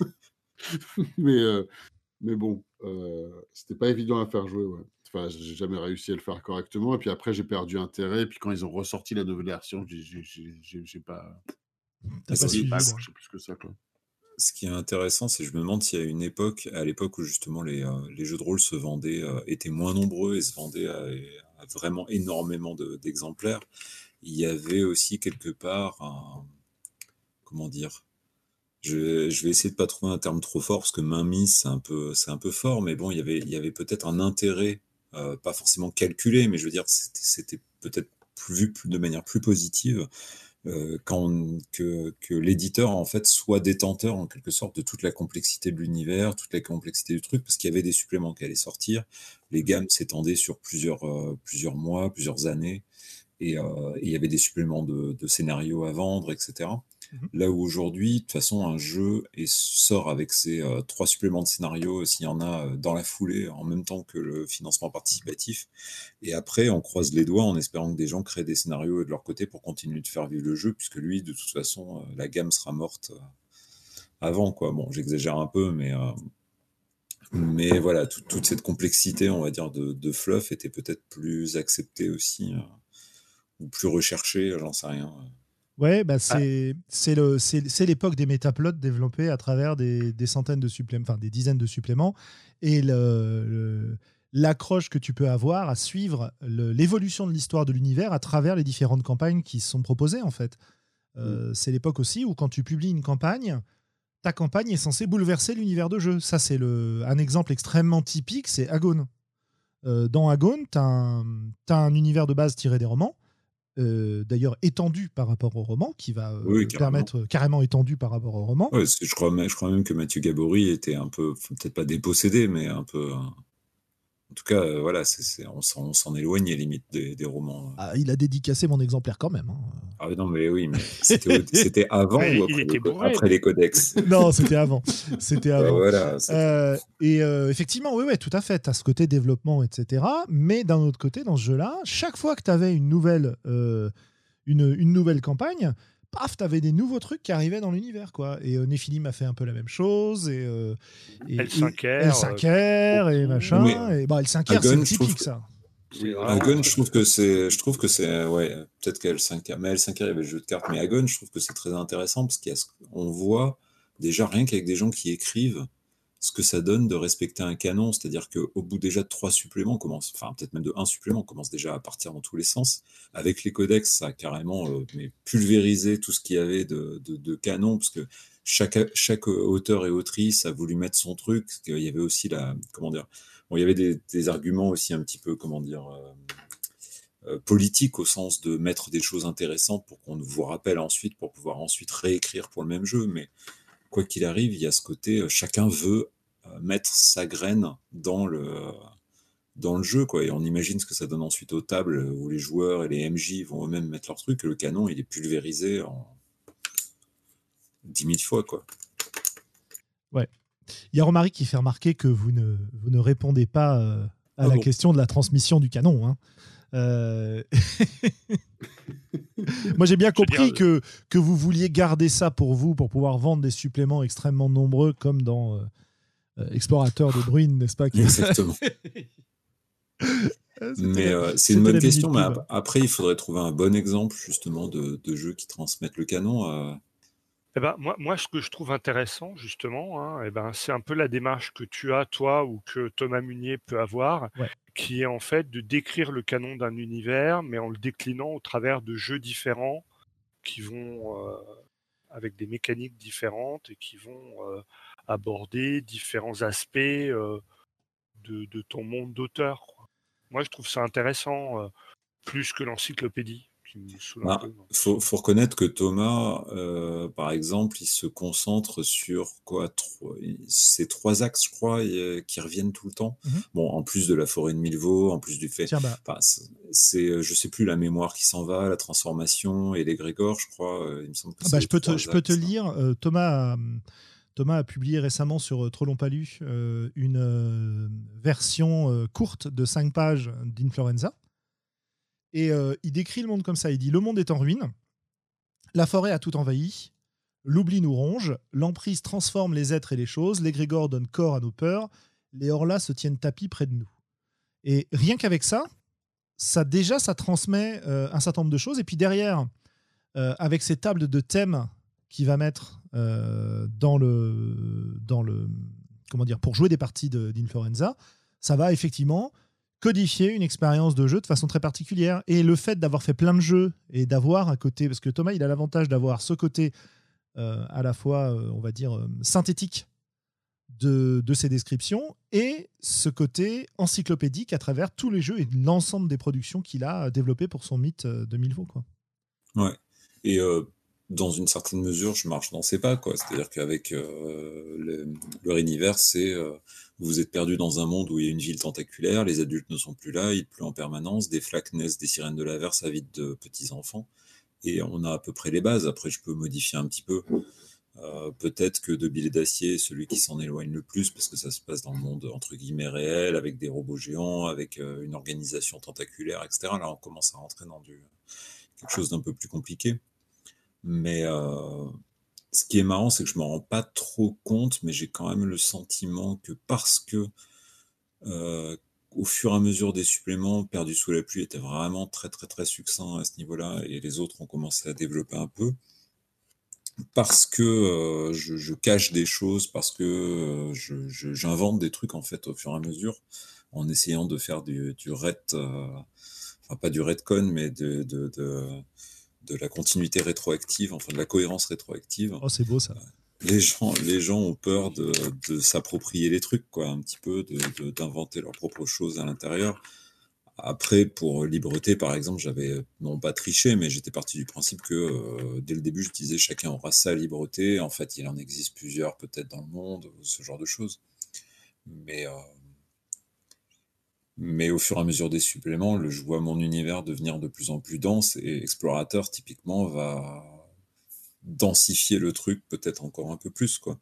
mais, euh, mais bon, euh, c'était pas évident à faire jouer, ouais. Enfin, j'ai jamais réussi à le faire correctement, et puis après, j'ai perdu intérêt, et puis quand ils ont ressorti la nouvelle version, j'ai, j'ai, j'ai, j'ai pas... T'as pas suivi, pas accroché plus que ça, quoi. Ce qui est intéressant, c'est que je me demande s'il y a une époque, à l'époque où justement les, euh, les jeux de rôle se vendaient, euh, étaient moins nombreux et se vendaient à, à vraiment énormément de, d'exemplaires, il y avait aussi quelque part un... Comment dire je, je vais essayer de pas trouver un terme trop fort parce que mainmise, c'est un peu, c'est un peu fort, mais bon, il y avait, il y avait peut-être un intérêt, euh, pas forcément calculé, mais je veux dire, c'était, c'était peut-être vu de manière plus positive. Euh, quand que, que l'éditeur en fait soit détenteur en quelque sorte de toute la complexité de l'univers, toute la complexité du truc, parce qu'il y avait des suppléments qui allaient sortir, les gammes s'étendaient sur plusieurs euh, plusieurs mois, plusieurs années, et, euh, et il y avait des suppléments de, de scénarios à vendre, et cetera. Mm-hmm. Là où aujourd'hui, de toute façon, un jeu et sort avec ses euh, trois suppléments de scénario, s'il y en a euh, dans la foulée, en même temps que le financement participatif. Et après, on croise les doigts en espérant que des gens créent des scénarios de leur côté pour continuer de faire vivre le jeu, puisque lui, de toute façon, euh, la gamme sera morte euh, avant, quoi. Bon, j'exagère un peu, mais, euh, Mais voilà, tout- toute cette complexité, on va dire, de, de fluff était peut-être plus acceptée aussi, euh, ou plus recherchée, j'en sais rien. Ouais, bah Ah, c'est c'est le c'est c'est l'époque des métaplots développés à travers des, des centaines de suppléments, enfin des dizaines de suppléments, et le, le- l'accroche que tu peux avoir à suivre le- l'évolution de l'histoire de l'univers à travers les différentes campagnes qui sont proposées en fait. Euh, c'est l'époque aussi où quand tu publies une campagne, ta campagne est censée bouleverser l'univers de jeu. Ça c'est le un exemple extrêmement typique, c'est Agone. Euh, dans Agone, tu as un, t'as un univers de base tiré des romans, euh, d'ailleurs étendu par rapport au roman, qui va euh, Oui, carrément. permettre euh, carrément étendu par rapport au roman. Ouais, c'est- je crois même, je crois même que Mathieu Gabory était un peu, peut-être pas dépossédé, mais un peu. euh, En tout cas, euh, voilà, c'est, c'est- on s'en, on s'en éloignait limite des, des romans. Ah, il a dédicacé mon exemplaire quand même. Hein. Ah non, mais oui, mais c'était, au- c'était avant ouais, ou il après, était le co- bourré, après lui. les codex? Non, c'était avant. C'était Bah avant. voilà, c'était- Euh, et euh, effectivement, oui, ouais, tout à fait. Tu as ce côté développement, et cetera. Mais d'un autre côté, dans ce jeu-là, chaque fois que tu avais une nouvelle, euh, une, une nouvelle campagne, paf, tu avais des nouveaux trucs qui arrivaient dans l'univers. Quoi. Et euh, Nephilim a fait un peu la même chose. Et, euh, et, L cinq R, L cinq R et beaucoup. machin. Mais Et, bah, L cinq R, c'est Hagen, le je trouve typique, que- ça. C'est Oui, vraiment- Hagen, je trouve que c'est, je trouve que c'est, ouais, peut-être qu'L cinq R, mais L cinq R, il y avait le jeu de cartes, mais Hagen, je trouve que c'est très intéressant parce qu'on voit déjà rien qu'avec des gens qui écrivent ce que ça donne de respecter un canon, c'est-à-dire qu'au bout déjà de trois suppléments, on commence, enfin peut-être même de un supplément, on commence déjà à partir dans tous les sens. Avec les codex, ça a carrément euh, mais pulvérisé tout ce qu'il y avait de, de, de canon, parce que chaque, chaque auteur et autrice a voulu mettre son truc, parce qu'il y avait aussi la, comment dire, bon, il y avait des, des arguments aussi un petit peu, comment dire, euh, euh, politiques au sens de mettre des choses intéressantes pour qu'on vous rappelle ensuite, pour pouvoir ensuite réécrire pour le même jeu, mais quoi qu'il arrive, il y a ce côté, euh, chacun veut euh, mettre sa graine dans le, euh, dans le jeu, quoi. Et on imagine ce que ça donne ensuite aux tables où les joueurs et les M J vont eux-mêmes mettre leur truc, et le canon, il est pulvérisé en dix mille fois, quoi. Il y a Romaric qui fait remarquer que vous ne, vous ne répondez pas euh, à Ah la bon. question de la transmission du canon. Hein. Euh, Moi, j'ai bien Je veux compris dire- que, que vous vouliez garder ça pour vous, pour pouvoir vendre des suppléments extrêmement nombreux, comme dans euh, euh, Explorateur de Bruine, n'est-ce pas qui- Exactement. Euh, c'était Mais la- euh, c'est c'était une bonne la question, mais minute pub. ap- après, il faudrait trouver un bon exemple, justement, de, de jeux qui transmettent le canon. euh. Eh ben, moi, moi, ce que je trouve intéressant, justement, hein, eh ben, c'est un peu la démarche que tu as, toi, ou que Thomas Munier peut avoir, Ouais. qui est en fait de décrire le canon d'un univers, mais en le déclinant au travers de jeux différents qui vont, euh, avec des mécaniques différentes et qui vont euh, aborder différents aspects euh, de, de ton monde d'auteur, quoi. Moi, je trouve ça intéressant, euh, plus que l'encyclopédie, qui me saoule un Bah, peu. faut, faut reconnaître que Thomas, euh, par exemple, il se concentre sur quoi, trois, ces trois axes, je crois, et, euh, qui reviennent tout le temps. Mhm. Bon, en plus de la forêt de Milvaux, en plus du fait, Tiens, bah, enfin, c'est, c'est, euh, je sais plus, la mémoire qui s'en va, la transformation et l'égrégore, je crois. euh, il me semble que ah c'est bah, les je peux te, trois je peux te axes, hein. lire. euh, Thomas, a, Thomas a publié récemment sur euh, Trop Long Palu euh, une euh, version euh, courte de cinq pages d'Influenza. Et euh, il décrit le monde comme ça. Il dit: le monde est en ruine, la forêt a tout envahi, l'oubli nous ronge, l'emprise transforme les êtres et les choses, l'égrégore donne corps à nos peurs, les horlas se tiennent tapis près de nous. Et rien qu'avec ça, ça déjà, ça transmet euh, un certain nombre de choses. Et puis derrière, euh, avec ces tables de thèmes qu'il va mettre euh, dans le, dans le, comment dire, pour jouer des parties de- d'Influenza, ça va effectivement codifier une expérience de jeu de façon très particulière. Et le fait d'avoir fait plein de jeux et d'avoir un côté, parce que Thomas, il a l'avantage d'avoir ce côté euh, à la fois, euh, on va dire, euh, synthétique de, de ses descriptions et ce côté encyclopédique à travers tous les jeux et l'ensemble des productions qu'il a développées pour son mythe euh, de Milvaux, quoi. Ouais. Et euh, dans une certaine mesure, je marche dans ses pas, quoi. C'est-à-dire qu'avec euh, le, leur univers, c'est euh, vous êtes perdu dans un monde où il y a une ville tentaculaire, les adultes ne sont plus là, il pleut en permanence, des flaques naissent, des sirènes de l'averse avident de petits enfants, et on a à peu près les bases. Après, je peux modifier un petit peu. Euh, peut-être que De Billet d'Acier est celui qui s'en éloigne le plus parce que ça se passe dans le monde entre guillemets réel, avec des robots géants, avec euh, une organisation tentaculaire, et cetera. Là, on commence à rentrer dans du quelque chose d'un peu plus compliqué. Mais euh, ce qui est marrant, c'est que je me rends pas trop compte, mais j'ai quand même le sentiment que parce que euh, au fur et à mesure des suppléments, Perdu sous la pluie était vraiment très très très succinct à ce niveau-là, et les autres ont commencé à développer un peu. Parce que euh, je, je cache des choses, parce que euh, je, je, j'invente des trucs en fait au fur et à mesure, en essayant de faire du, du ret, euh, enfin pas du retcon, mais de, de, de, de la continuité rétroactive, enfin de la cohérence rétroactive. Oh, c'est beau ça. Les gens, les gens ont peur de, de s'approprier les trucs, quoi, un petit peu, de, de, d'inventer leurs propres choses à l'intérieur. Après, pour Libreté, par exemple, j'avais non pas triché, mais j'étais parti du principe que euh, dès le début, je disais chacun aura sa Libreté. En fait, il en existe plusieurs, peut-être dans le monde, ce genre de choses. Mais, euh, mais au fur et à mesure des suppléments, le, je vois mon univers devenir de plus en plus dense, et Explorateur, typiquement, va densifier le truc peut-être encore un peu plus, quoi.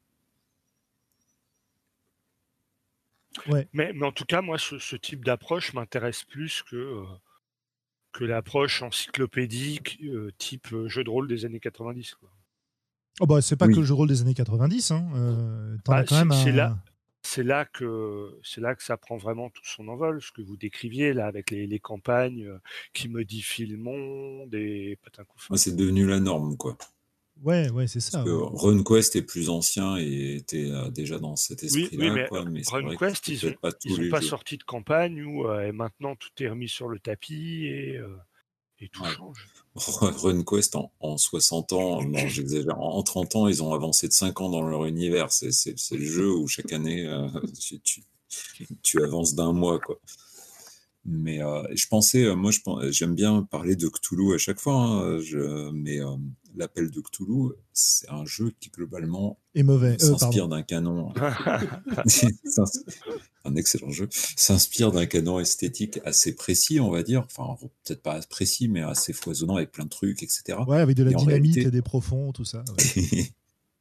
Ouais. Mais, mais en tout cas, moi, ce, ce type d'approche m'intéresse plus que, euh, que l'approche encyclopédique euh, type euh, jeu de rôle des années quatre-vingt-dix. Quoi. Oh bah, c'est pas Oui. que le jeu de rôle des années quatre-vingt-dix. Hein. Euh, t'en Bah, as quand c'est, même c'est un... là, c'est là que c'est là que ça prend vraiment tout son envol, ce que vous décriviez là avec les, les campagnes euh, qui modifient le monde et patin couffin. Moi, c'est devenu la norme, quoi. Ouais, ouais, c'est Parce ça. que Ouais. RunQuest est plus ancien et était euh, déjà dans cet Oui, esprit-là, oui, mais quoi. Mais c'est vrai que RunQuest, c'était ils ont peut-être pas tous ils ont les pas jeux. sorti de campagne où euh, et maintenant tout est remis sur le tapis et, euh, et tout Ouais. change. RunQuest en, en soixante ans, non, j'exagère, en trente ans, ils ont avancé de cinq ans dans leur univers. C'est, c'est, c'est le jeu où chaque année, euh, tu, tu, tu avances d'un mois, quoi. Mais euh, je pensais, euh, moi, je, pen- j'aime bien parler de Cthulhu à chaque fois, hein, je, mais euh, l'appel de Cthulhu, c'est un jeu qui globalement Et mauvais. Euh, s'inspire pardon. d'un canon, un excellent jeu, s'inspire d'un canon esthétique assez précis, on va dire, enfin peut-être pas précis, mais assez foisonnant avec plein de trucs, et cetera. Ouais, avec de la Et en dynamite réalité, et des profonds, tout ça. Ouais.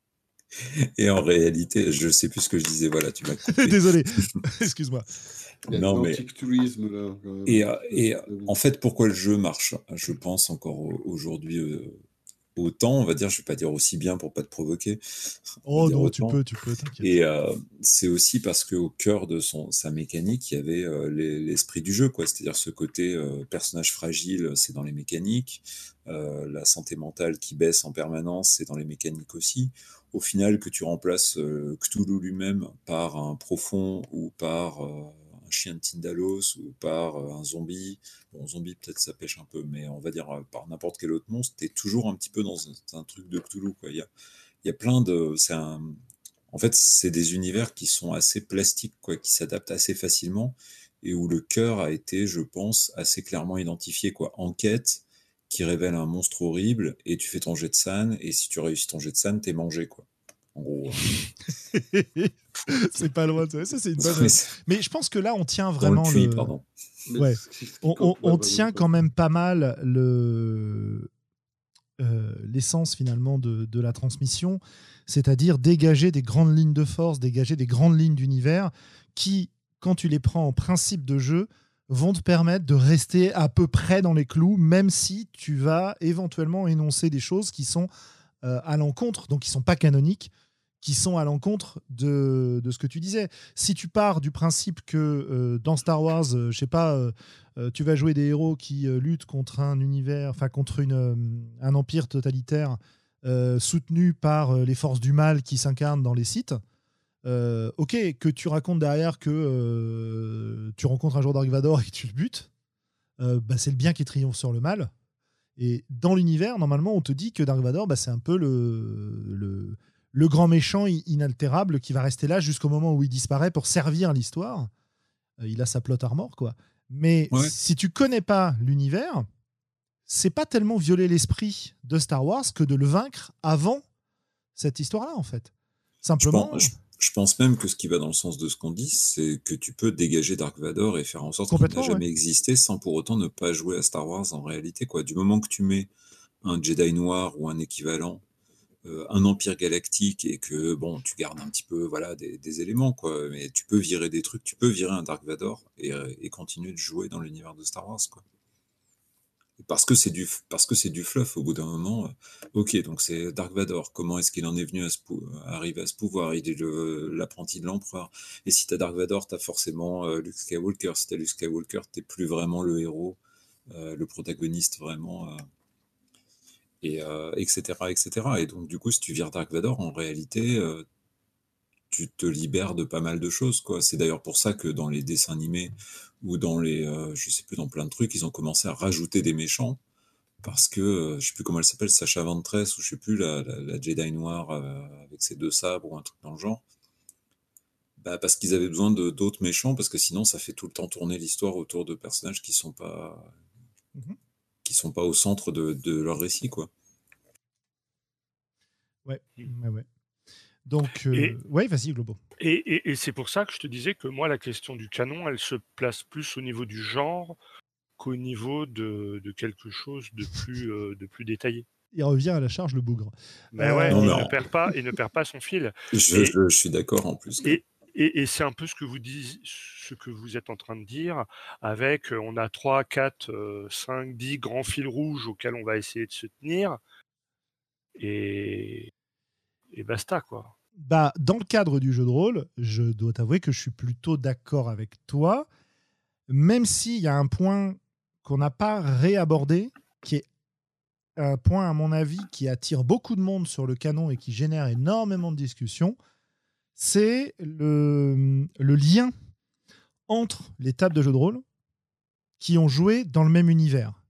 et en réalité, je sais plus ce que je disais. Voilà, tu m'as coupé. Désolé. Excuse-moi. Il y a Non, de mais l'antictourisme là. quand même. et, euh, et euh, en fait, pourquoi le jeu marche, je pense encore au- aujourd'hui euh, autant, on va dire, je vais pas dire aussi bien pour pas te provoquer, on va Oh dire non, tu autant. peux, tu peux, t'inquiète. Et euh, c'est aussi parce qu'au cœur de son, sa mécanique, il y avait euh, les- l'esprit du jeu, quoi. C'est-à-dire ce côté euh, personnage fragile, c'est dans les mécaniques. Euh, la santé mentale qui baisse en permanence, c'est dans les mécaniques aussi. Au final, que tu remplaces euh, Cthulhu lui-même par un profond ou par euh, un chien de Tindalos ou par euh, un zombie, bon, zombie peut-être ça pêche un peu, mais on va dire euh, par n'importe quel autre monstre, t'es toujours un petit peu dans un, un truc de Cthulhu, quoi. Il y a, il y a plein de... C'est un, en fait, c'est des univers qui sont assez plastiques, quoi, qui s'adaptent assez facilement et où le cœur a été, je pense, assez clairement identifié, quoi. Enquête qui révèle un monstre horrible et tu fais ton jet de san et si tu réussis ton jet de san, t'es mangé, quoi. En gros. C'est pas loin de ça. Ça, c'est une bonne. Oui, c'est- Mais je pense que là, on tient Dans le vraiment puits, le. pardon. Mais Ouais. ce qui- ce qui On, compte, on- ouais, on vas-y, tient vas-y. quand même pas mal le. euh, l'essence finalement de, de la transmission, c'est-à-dire dégager des grandes lignes de force, dégager des grandes lignes d'univers qui, quand tu les prends en principe de jeu, vont te permettre de rester à peu près dans les clous, même si tu vas éventuellement énoncer des choses qui sont euh, à l'encontre, donc qui sont pas canoniques, qui sont à l'encontre de, de ce que tu disais. Si tu pars du principe que euh, dans Star Wars, euh, je sais pas, euh, euh, tu vas jouer des héros qui euh, luttent contre un univers, enfin contre une, euh, un empire totalitaire euh, soutenu par euh, les forces du mal qui s'incarnent dans les sites. Euh, ok, que tu racontes derrière que euh, tu rencontres un jour Dark Vador et que tu le butes, euh, bah, c'est le bien qui triomphe sur le mal. Et dans l'univers, normalement, on te dit que Dark Vador, bah, c'est un peu le, le, le grand méchant inaltérable qui va rester là jusqu'au moment où il disparaît pour servir l'histoire. Euh, il a sa plot armor, quoi. Mais Ouais. si tu connais pas l'univers, c'est pas tellement violer l'esprit de Star Wars que de le vaincre avant cette histoire-là, en fait. Je Simplement. pense, je, je pense même que ce qui va dans le sens de ce qu'on dit, c'est que tu peux dégager Dark Vador et faire en sorte qu'il n'a Complètement, jamais existé sans pour autant ne pas jouer à Star Wars en réalité, quoi. Du moment que tu mets un Jedi noir ou un équivalent, euh, un empire galactique et que bon, tu gardes un petit peu voilà des, des éléments, quoi, mais tu peux virer des trucs, tu peux virer un Dark Vador et, euh, et continuer de jouer dans l'univers de Star Wars, quoi. Parce que c'est du, parce que c'est du fluff au bout d'un moment. euh, Ok, donc c'est Dark Vador. Comment est-ce qu'il en est venu à, ce pou- à arriver à ce pouvoir? Il est le- l'apprenti de l'empereur. Et si t'as Dark Vador, t'as forcément euh, Luke Skywalker. Si t'as Luke Skywalker, t'es plus vraiment le héros, euh, le protagoniste vraiment, euh, et euh, et cetera, et cetera. Et donc du coup, si tu vires Dark Vador, en réalité, euh, tu te libères de pas mal de choses, quoi. C'est d'ailleurs pour ça que dans les dessins animés ou dans les, euh, je sais plus, dans plein de trucs, ils ont commencé à rajouter des méchants parce que, euh, je sais plus comment elle s'appelle, Sacha Ventress ou je sais plus, la, la, la Jedi noire euh, avec ses deux sabres ou un truc dans le genre. Bah, parce qu'ils avaient besoin de d'autres méchants parce que sinon ça fait tout le temps tourner l'histoire autour de personnages qui sont pas, Mhm. qui sont pas au centre de, de leur récit, quoi. Ouais, Mm. ouais, ouais. Donc, Et, euh, ouais, vas-y, Globo. et, et, et c'est pour ça que je te disais que moi, la question du canon, elle se place plus au niveau du genre qu'au niveau de, de quelque chose de plus, euh, de plus détaillé. Il revient à la charge, le bougre. Mais ouais, Non, il mais ne en- perd pas, il ne perd pas son fil. Je, Et, je, je suis d'accord en plus. Là. et, et, et c'est un peu ce que vous dites, ce que vous êtes en train de dire, avec euh, on a trois, quatre, cinq, dix grands fils rouges auxquels on va essayer de se tenir, et, et basta, quoi. Bah, dans le cadre du jeu de rôle, je dois t'avouer que je suis plutôt d'accord avec toi, même s'il y a un point qu'on n'a pas réabordé, qui est un point, à mon avis, qui attire beaucoup de monde sur le canon et qui génère énormément de discussions, c'est le, le lien entre les tables de jeu de rôle qui ont joué dans le même univers.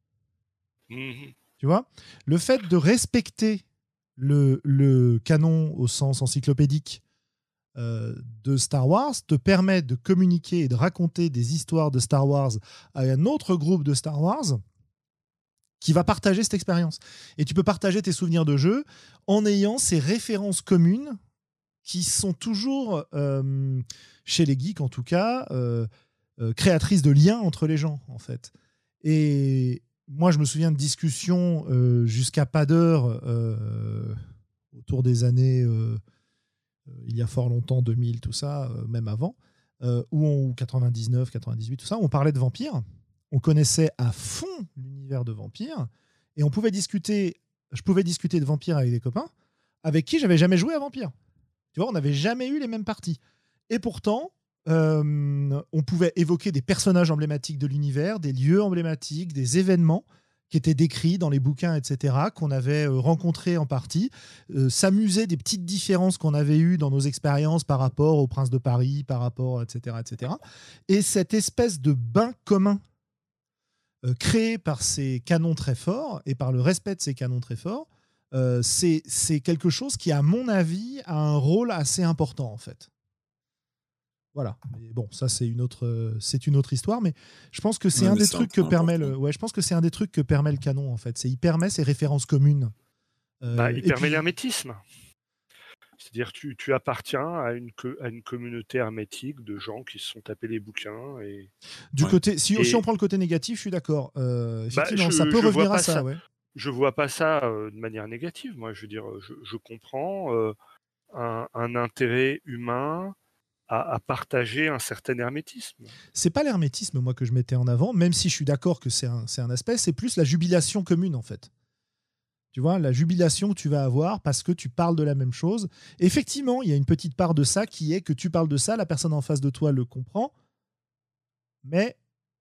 Mhm. Tu vois, le fait de respecter le, le canon au sens encyclopédique euh, de Star Wars te permet de communiquer et de raconter des histoires de Star Wars à un autre groupe de Star Wars qui va partager cette expérience. Et tu peux partager tes souvenirs de jeu en ayant ces références communes qui sont toujours, euh, chez les geeks en tout cas, euh, euh, créatrices de liens entre les gens, en fait. Et moi, je me souviens de discussions euh, jusqu'à pas d'heure euh, autour des années, euh, euh, il y a fort longtemps, deux mille, tout ça, euh, même avant, euh, où on, quatre-vingt-dix-neuf, quatre-vingt-dix-huit, tout ça, on parlait de vampires. On connaissait à fond l'univers de vampires et on pouvait discuter, je pouvais discuter de vampires avec des copains avec qui j'avais jamais joué à vampire. Tu vois, on n'avait jamais eu les mêmes parties. Et pourtant, euh, on pouvait évoquer des personnages emblématiques de l'univers, des lieux emblématiques, des événements qui étaient décrits dans les bouquins, et cetera, qu'on avait euh, rencontrés en partie, euh, s'amuser des petites différences qu'on avait eues dans nos expériences par rapport au Prince de Paris, par rapport, et cetera, et cetera. Et cette espèce de bain commun euh, créé par ces canons très forts et par le respect de ces canons très forts, euh, c'est, c'est quelque chose qui, à mon avis, a un rôle assez important, en fait. Voilà. Mais bon, ça c'est une autre, euh, c'est une autre histoire, mais je pense que c'est Ouais, un mais des c'est un trucs que point permet important. le, ouais, je pense que c'est un des trucs que permet le canon en fait. C'est il permet ces références communes. Euh, Bah, il et permet puis, l'hermétisme. C'est-à-dire tu, tu appartiens à une, co- à une communauté hermétique de gens qui se sont tapés les bouquins. Et, du Ouais. côté, si, Et- si on prend le côté négatif, je suis d'accord. Euh, bah, effectivement, je, ça peut je vois revenir à pas ça, ça. ouais. Je vois pas ça euh, de manière négative. Moi, je veux dire, je, je comprends euh, un, un intérêt humain à, à partager un certain hermétisme. C'est pas l'hermétisme moi que je mettais en avant, même si je suis d'accord que c'est un, c'est un aspect. C'est plus la jubilation commune en fait. Tu vois, la jubilation que tu vas avoir parce que tu parles de la même chose. Effectivement, il y a une petite part de ça qui est que tu parles de ça, la personne en face de toi le comprend, mais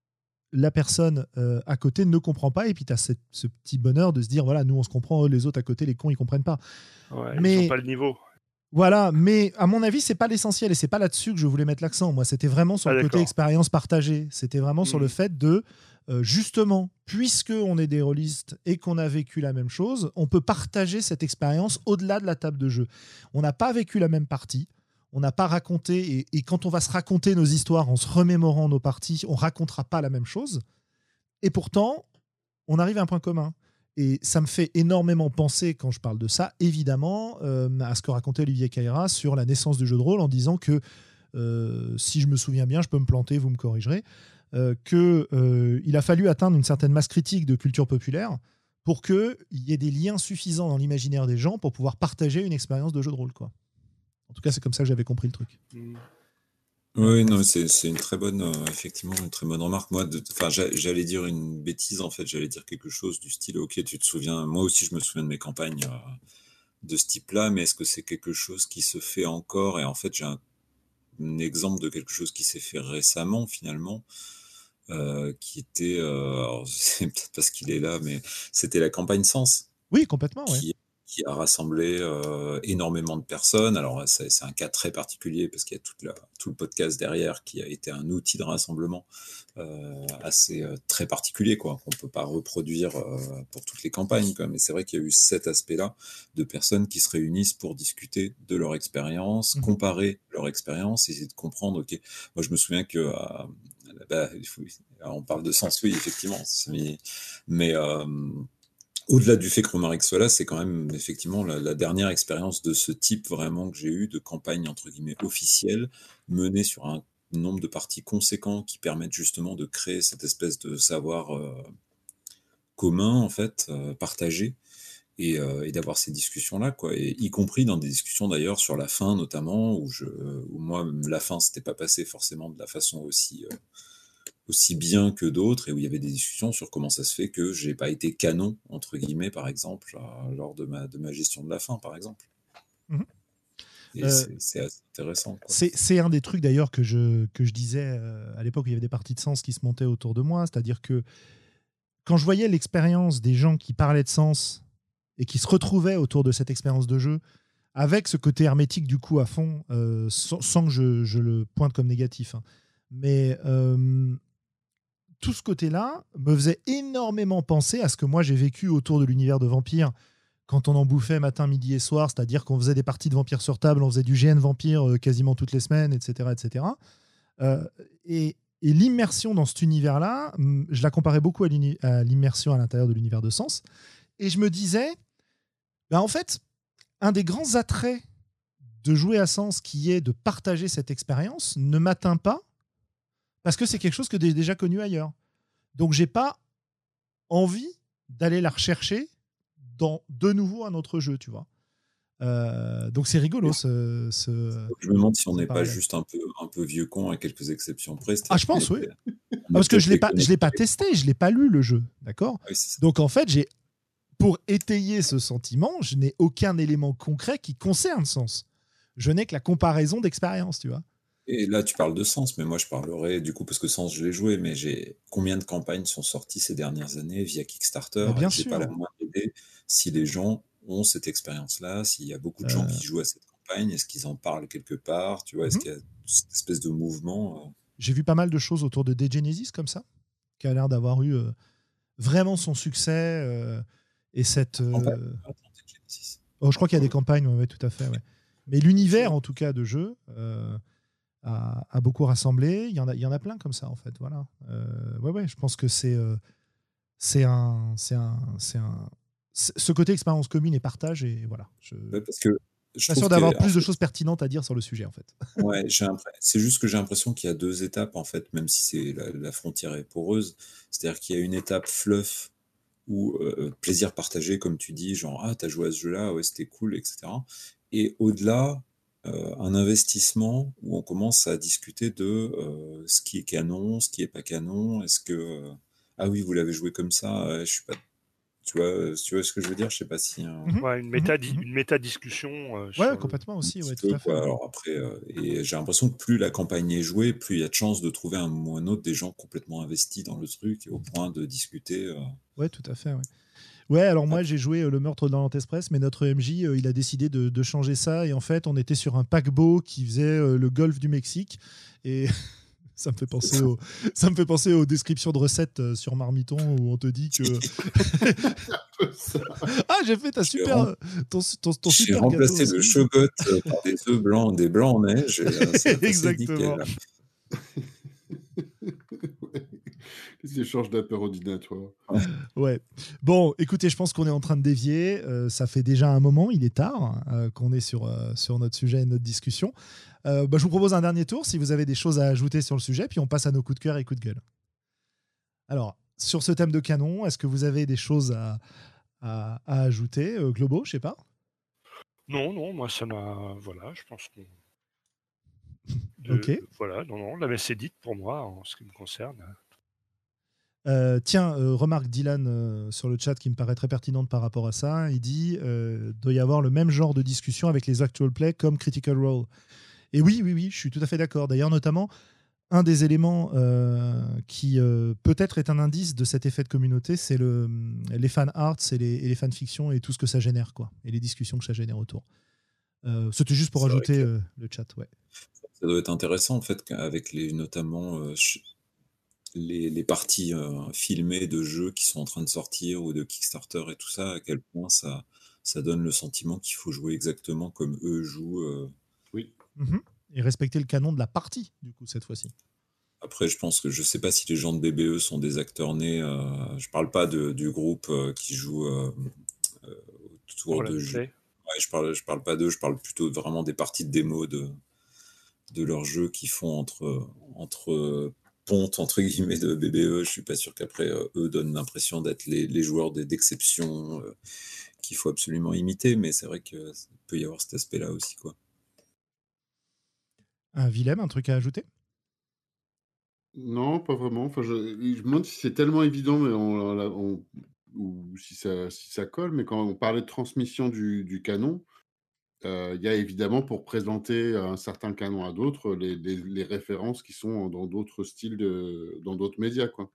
la personne euh, à côté ne comprend pas, et puis tu as cette, ce petit bonheur de se dire, voilà, nous on se comprend, les autres à côté, les cons, ils comprennent pas. Ouais, Mais- Ils n'ont pas le niveau. Voilà, mais à mon avis, c'est pas l'essentiel, et c'est pas là-dessus que je voulais mettre l'accent. Moi, c'était vraiment sur Ah, le côté d'accord. expérience partagée. C'était vraiment sur Mhm. le fait de, euh, justement, puisque on est des rôlistes et qu'on a vécu la même chose, on peut partager cette expérience au-delà de la table de jeu. On n'a pas vécu la même partie, on n'a pas raconté, et, et quand on va se raconter nos histoires en se remémorant nos parties, on racontera pas la même chose. Et pourtant, on arrive à un point commun. Et ça me fait énormément penser, quand je parle de ça, évidemment, euh, à ce que racontait Olivier Caïra sur la naissance du jeu de rôle, en disant que, euh, si je me souviens bien, je peux me planter, vous me corrigerez, euh, qu'il euh, a fallu atteindre une certaine masse critique de culture populaire pour qu'il y ait des liens suffisants dans l'imaginaire des gens pour pouvoir partager une expérience de jeu de rôle, quoi. En tout cas, c'est comme ça que j'avais compris le truc. Mhm. Oui, non, c'est c'est une très bonne, euh, effectivement, une très bonne remarque. Moi, de- enfin, j'a- j'allais dire une bêtise en fait. J'allais dire quelque chose du style, ok, tu te souviens. Moi aussi, je me souviens de mes campagnes euh, de ce type-là, mais est-ce que c'est quelque chose qui se fait encore? Et en fait, j'ai un, un exemple de quelque chose qui s'est fait récemment, finalement, euh, qui était, euh, alors, c'est peut-être parce qu'il est là, mais c'était la campagne Sens Oui, complètement, ouais. qui, qui a rassemblé euh, énormément de personnes. Alors, c'est c'est un cas très particulier parce qu'il y a toute la, tout le podcast derrière qui a été un outil de rassemblement euh, assez euh, très particulier, quoi, qu'on peut pas reproduire euh, pour toutes les campagnes, quoi. Mais c'est vrai qu'il y a eu cet aspect-là de personnes qui se réunissent pour discuter de leur expérience, Mhm. comparer leur expérience, essayer de comprendre. Ok, moi je me souviens que euh, bah, il faut- on parle de sens, oui, effectivement, mais, mais euh, au-delà du fait que Romaric soit là, c'est quand même effectivement la, la dernière expérience de ce type vraiment que j'ai eu de campagne entre guillemets officielle menée sur un nombre de parties conséquents qui permettent justement de créer cette espèce de savoir euh, commun en fait, euh, partagé et, euh, et d'avoir ces discussions-là, quoi, et y compris dans des discussions d'ailleurs sur la fin notamment où je, où moi la fin s'était pas passée forcément de la façon aussi euh, aussi bien que d'autres et où il y avait des discussions sur comment ça se fait que j'ai pas été canon entre guillemets par exemple euh, lors de ma de ma gestion de la fin par exemple. Mhm. Et Euh, c'est c'est assez intéressant, quoi. C'est c'est un des trucs d'ailleurs que je, que je disais euh, à l'époque où il y avait des parties de sens qui se montaient autour de moi, c'est-à-dire que quand je voyais l'expérience des gens qui parlaient de sens et qui se retrouvaient autour de cette expérience de jeu, avec ce côté hermétique du coup à fond, euh, sans, sans que je, je le pointe comme négatif, hein, mais euh, tout ce côté-là me faisait énormément penser à ce que moi j'ai vécu autour de l'univers de Vampire quand on en bouffait matin, midi et soir, c'est-à-dire qu'on faisait des parties de Vampire sur table, on faisait du G N Vampire euh, quasiment toutes les semaines, et cetera et cetera. Euh, et et l'immersion dans cet univers-là, hum, je la comparais beaucoup à l'uni- à l'immersion à l'intérieur de l'univers de Sens. Et je me disais, bah en fait, un des grands attraits de jouer à Sens, qui est de partager cette expérience, ne m'atteint pas parce que c'est quelque chose que j'ai déjà connu ailleurs. Donc, j'ai pas envie d'aller la rechercher dans de nouveau un autre jeu, tu vois. Euh, donc, c'est rigolo ce, ce, Je me demande si on ce n'est pas parallèle. juste un peu un peu vieux con à quelques exceptions près. Ah, C'est-à-dire je qu'on pense, est oui. peut-être- on Ah, est parce que peut-être je l'ai les pas, je l'ai pas connectés. testé, je l'ai pas lu le jeu, d'accord. Ah oui, c'est ça. Donc en fait, j'ai, pour étayer ce sentiment, je n'ai aucun élément concret qui concerne Sens. Je n'ai que la comparaison d'expérience, tu vois. Et là, tu parles de Sens, mais moi, je parlerais, du coup, parce que Sens, je l'ai joué, mais j'ai combien de campagnes sont sorties ces dernières années via Kickstarter, Bah, bien et j'ai pas la sûr. moindre idée si les gens ont cette expérience-là, s'il y a beaucoup de gens Euh, qui jouent à cette campagne, est-ce qu'ils en parlent quelque part, tu vois, est-ce mhm. qu'il y a cette espèce de mouvement euh, J'ai vu pas mal de choses autour de Degenesis comme ça, qui a l'air d'avoir eu euh, vraiment son succès euh, et cette. campagne euh, Attends, peut-être Genesis. Oh, je crois qu'il y a des campagnes, ouais, ouais, tout à fait. Ouais. Mais l'univers, Je- en tout cas, de jeu. Euh, a, a beaucoup rassemblé. Il y en a, il y en a plein comme ça, en fait. Voilà. Euh, ouais, ouais, je pense que c'est euh, c'est un, c'est un, c'est un, c'est- ce côté expérience commune et partage. Et voilà. Je Ouais, parce que suis je pas trouve sûr d'avoir que, en plus de fait, choses pertinentes à dire sur le sujet, en fait. ouais, j'ai l'impr- c'est juste que j'ai l'impression qu'il y a deux étapes, en fait, même si c'est la, la frontière est poreuse. C'est-à-dire qu'il y a une étape fluff ou euh, plaisir partagé, comme tu dis, genre, ah, t'as joué à ce jeu-là, ouais, c'était cool, et cetera. Et au-delà, euh, un investissement où on commence à discuter de euh, ce qui est canon, ce qui est pas canon, est-ce que, euh, ah oui, vous l'avez joué comme ça, ouais, je suis pas, tu vois, euh, tu vois ce que je veux dire, je sais pas si, euh, Mhm, Ouais, une mhm, méta, mhm. une méta discussion euh, Ouais, ouais, sur le. complètement un aussi. petit Ouais, tout peu, à fait. quoi. Ouais. Alors après, euh, et j'ai l'impression que plus la campagne est jouée, plus il y a de chances de trouver un moment ou un autre des gens complètement investis dans le truc, au point de discuter. euh, Ouais, tout à fait. Ouais. Ouais, alors moi après. j'ai joué euh, le meurtre dans l'Express, mais notre M J euh, il a décidé de, de changer ça et en fait on était sur un paquebot qui faisait euh, le golfe du Mexique et ça me fait penser au, ça me fait penser aux descriptions de recettes euh, sur Marmiton où on te dit que Ça. ah j'ai fait ta J'ai super rem- ton, ton, ton j'ai super gâteau remplacé ce le midi. chogotte euh, par des œufs blancs, des blancs en neige, et euh, ça a passé nickel, Exactement. là. Qu'est-ce qu'ils changent d'apéro dînatoire? Ouais. Bon, écoutez, je pense qu'on est en train de dévier. Euh, ça fait déjà un moment, il est tard, euh, qu'on est sur, euh, sur notre sujet et notre discussion. Euh, bah, je vous propose un dernier tour si vous avez des choses à ajouter sur le sujet, puis on passe à nos coups de cœur et coups de gueule. Alors, sur ce thème de canon, est-ce que vous avez des choses à, à, à ajouter, euh, Globo, je sais pas. Non, non, moi ça m'a. Voilà, je pense qu'on de- Ok. Voilà, non, non, la messe est dite pour moi en ce qui me concerne. Euh, tiens, euh, remarque Dylan euh, sur le chat qui me paraît très pertinente par rapport à ça. Il dit euh, doit y avoir le même genre de discussion avec les actual play comme Critical Role. Et oui, oui, oui, je suis tout à fait d'accord. D'ailleurs, notamment, un des éléments euh, qui euh, peut-être est un indice de cet effet de communauté, c'est le, les fan arts et les, et les fanfictions et tout ce que ça génère, quoi, et les discussions que ça génère autour. Euh, C'était juste pour C'est vrai ajouter que euh, le chat, ouais. ça doit être intéressant en fait avec les notamment euh, ch- les, les parties euh, filmées de jeux qui sont en train de sortir ou de Kickstarter et tout ça, à quel point ça, ça donne le sentiment qu'il faut jouer exactement comme eux jouent. euh. Oui. Mhm. Et respecter le canon de la partie, du coup, cette fois-ci. Après, je pense que je sais pas si les gens de B B E sont des acteurs nés. euh, je parle pas de, du groupe euh, qui joue euh, euh, autour Roll de and jeux. play. Ouais, je parle, je parle pas d'eux, je parle plutôt vraiment des parties de démo de, de leurs jeux qu'ils font entre, entre pontes, entre guillemets, de B B E. Je suis pas sûr qu'après, euh, eux donnent l'impression d'être les, les joueurs d- d'exception euh, qu'il faut absolument imiter, mais c'est vrai qu'il peut y avoir cet aspect-là aussi, quoi. Un Willem, un truc à ajouter? Non, pas vraiment. Enfin, je, je me demande si c'est tellement évident, mais on, on- on- ou si ça, si ça colle. Mais quand on parlait de transmission du, du canon, euh, il y a évidemment pour présenter un certain canon à d'autres les, les- les références qui sont dans d'autres styles, de, dans d'autres médias, quoi.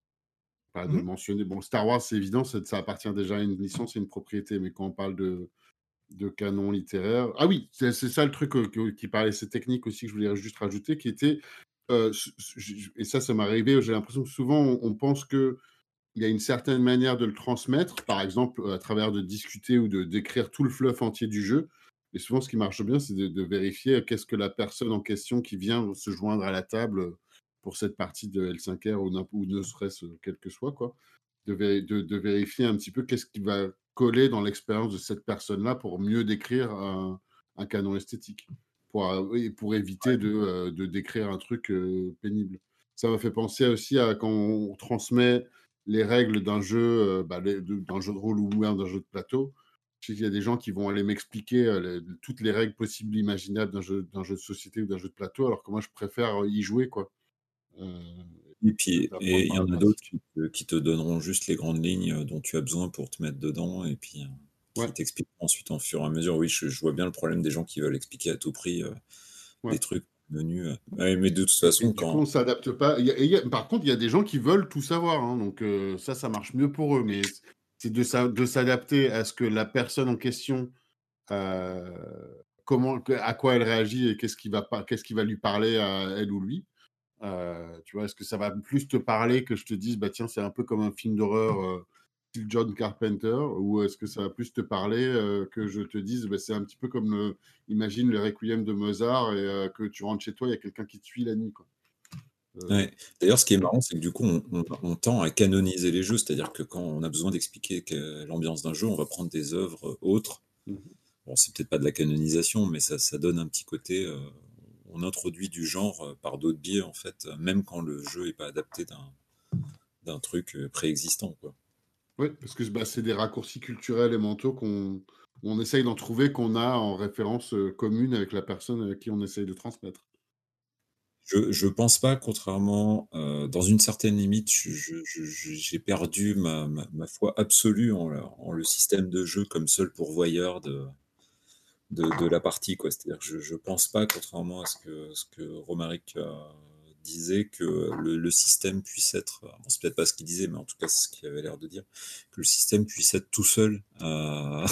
Pas de Mhm. mentionner. Bon, Star Wars, c'est évident, c'est- ça appartient déjà à une licence et une propriété. Mais quand on parle de, de canon littéraire, ah oui, c'est c'est ça le truc euh, que- qui parlait, c'est technique aussi que je voulais juste rajouter, qui était euh, s- s- et ça, ça m'est arrivé. J'ai l'impression que souvent, on, on pense que il y a une certaine manière de le transmettre, par exemple à travers de discuter ou de d'écrire tout le fluff entier du jeu. Et souvent, ce qui marche bien, c'est de, de vérifier qu'est-ce que la personne en question qui vient se joindre à la table pour cette partie de L cinq R ou, n'imp- ou ne serait-ce quel que soit, quoi, de, véri- de- de vérifier un petit peu qu'est-ce qui va coller dans l'expérience de cette personne-là pour mieux décrire un, un canon esthétique, pour, euh, et pour éviter de, euh, de décrire un truc euh, pénible. Ça m'a fait penser aussi à quand on transmet les règles d'un jeu, euh, bah, les- de- d'un jeu de rôle ou même d'un jeu de plateau. Je sais qu'il y a des gens qui vont aller m'expliquer euh, les- toutes les règles possibles, imaginables d'un jeu, d'un jeu de société ou d'un jeu de plateau, alors que moi, je préfère euh, y jouer, quoi. Euh, Et je puis, préfère et apprendre il y par la en a d'autres pratique. qui te, qui te donneront juste les grandes lignes euh, dont tu as besoin pour te mettre dedans, et puis euh, qui Ouais, t'expliqueront ensuite en fur et à mesure. Oui, je, je vois bien le problème des gens qui veulent expliquer à tout prix euh, ouais. des trucs menus. euh. Ouais, mais de toute Et, et façon, du coup, on quand s'adapte pas. Il y a- et il y a- par contre, il y a des gens qui veulent tout savoir, hein, donc euh, ça, ça marche mieux pour eux. Mais c'est de, s'a- de s'adapter à ce que la personne en question, euh, comment, à quoi elle réagit et qu'est-ce qui va pas, qu'est-ce qui va lui parler à elle ou lui. Euh, tu vois, est-ce que ça va plus te parler que je te dise, bah tiens, c'est un peu comme un film d'horreur euh, style John Carpenter, ou est-ce que ça va plus te parler euh, que je te dise, bah, c'est un petit peu comme le, imagine le Requiem de Mozart et euh, que tu rentres chez toi, il y a quelqu'un qui te suit la nuit, quoi. Euh, Ouais. D'ailleurs, ce qui est tu vois. marrant, c'est que du coup, on, on- on tend à canoniser les jeux, c'est-à-dire que quand on a besoin d'expliquer que- l'ambiance d'un jeu, on va prendre des œuvres autres. Mhm. Bon, c'est peut-être pas de la canonisation, mais ça, ça donne un petit côté. euh, on introduit du genre euh, par d'autres biais, en fait, euh, même quand le jeu est pas adapté d'un d'un truc euh, préexistant, quoi. Oui, parce que bah, c'est des raccourcis culturels et mentaux qu'on on essaye d'en trouver, qu'on a en référence euh, commune avec la personne à qui on essaye de transmettre. Je, je pense pas, contrairement, euh, dans une certaine limite, je- je- je- j'ai perdu ma, ma, ma foi absolue en, la- en le système de jeu comme seul pourvoyeur de, de, de la partie, quoi. C'est-à-dire que je, je pense pas, contrairement à ce que, ce que Romaric euh, disait, que le, le système puisse être, bon, c'est peut-être pas ce qu'il disait, mais en tout cas, c'est ce qu'il avait l'air de dire, que le système puisse être tout seul. euh,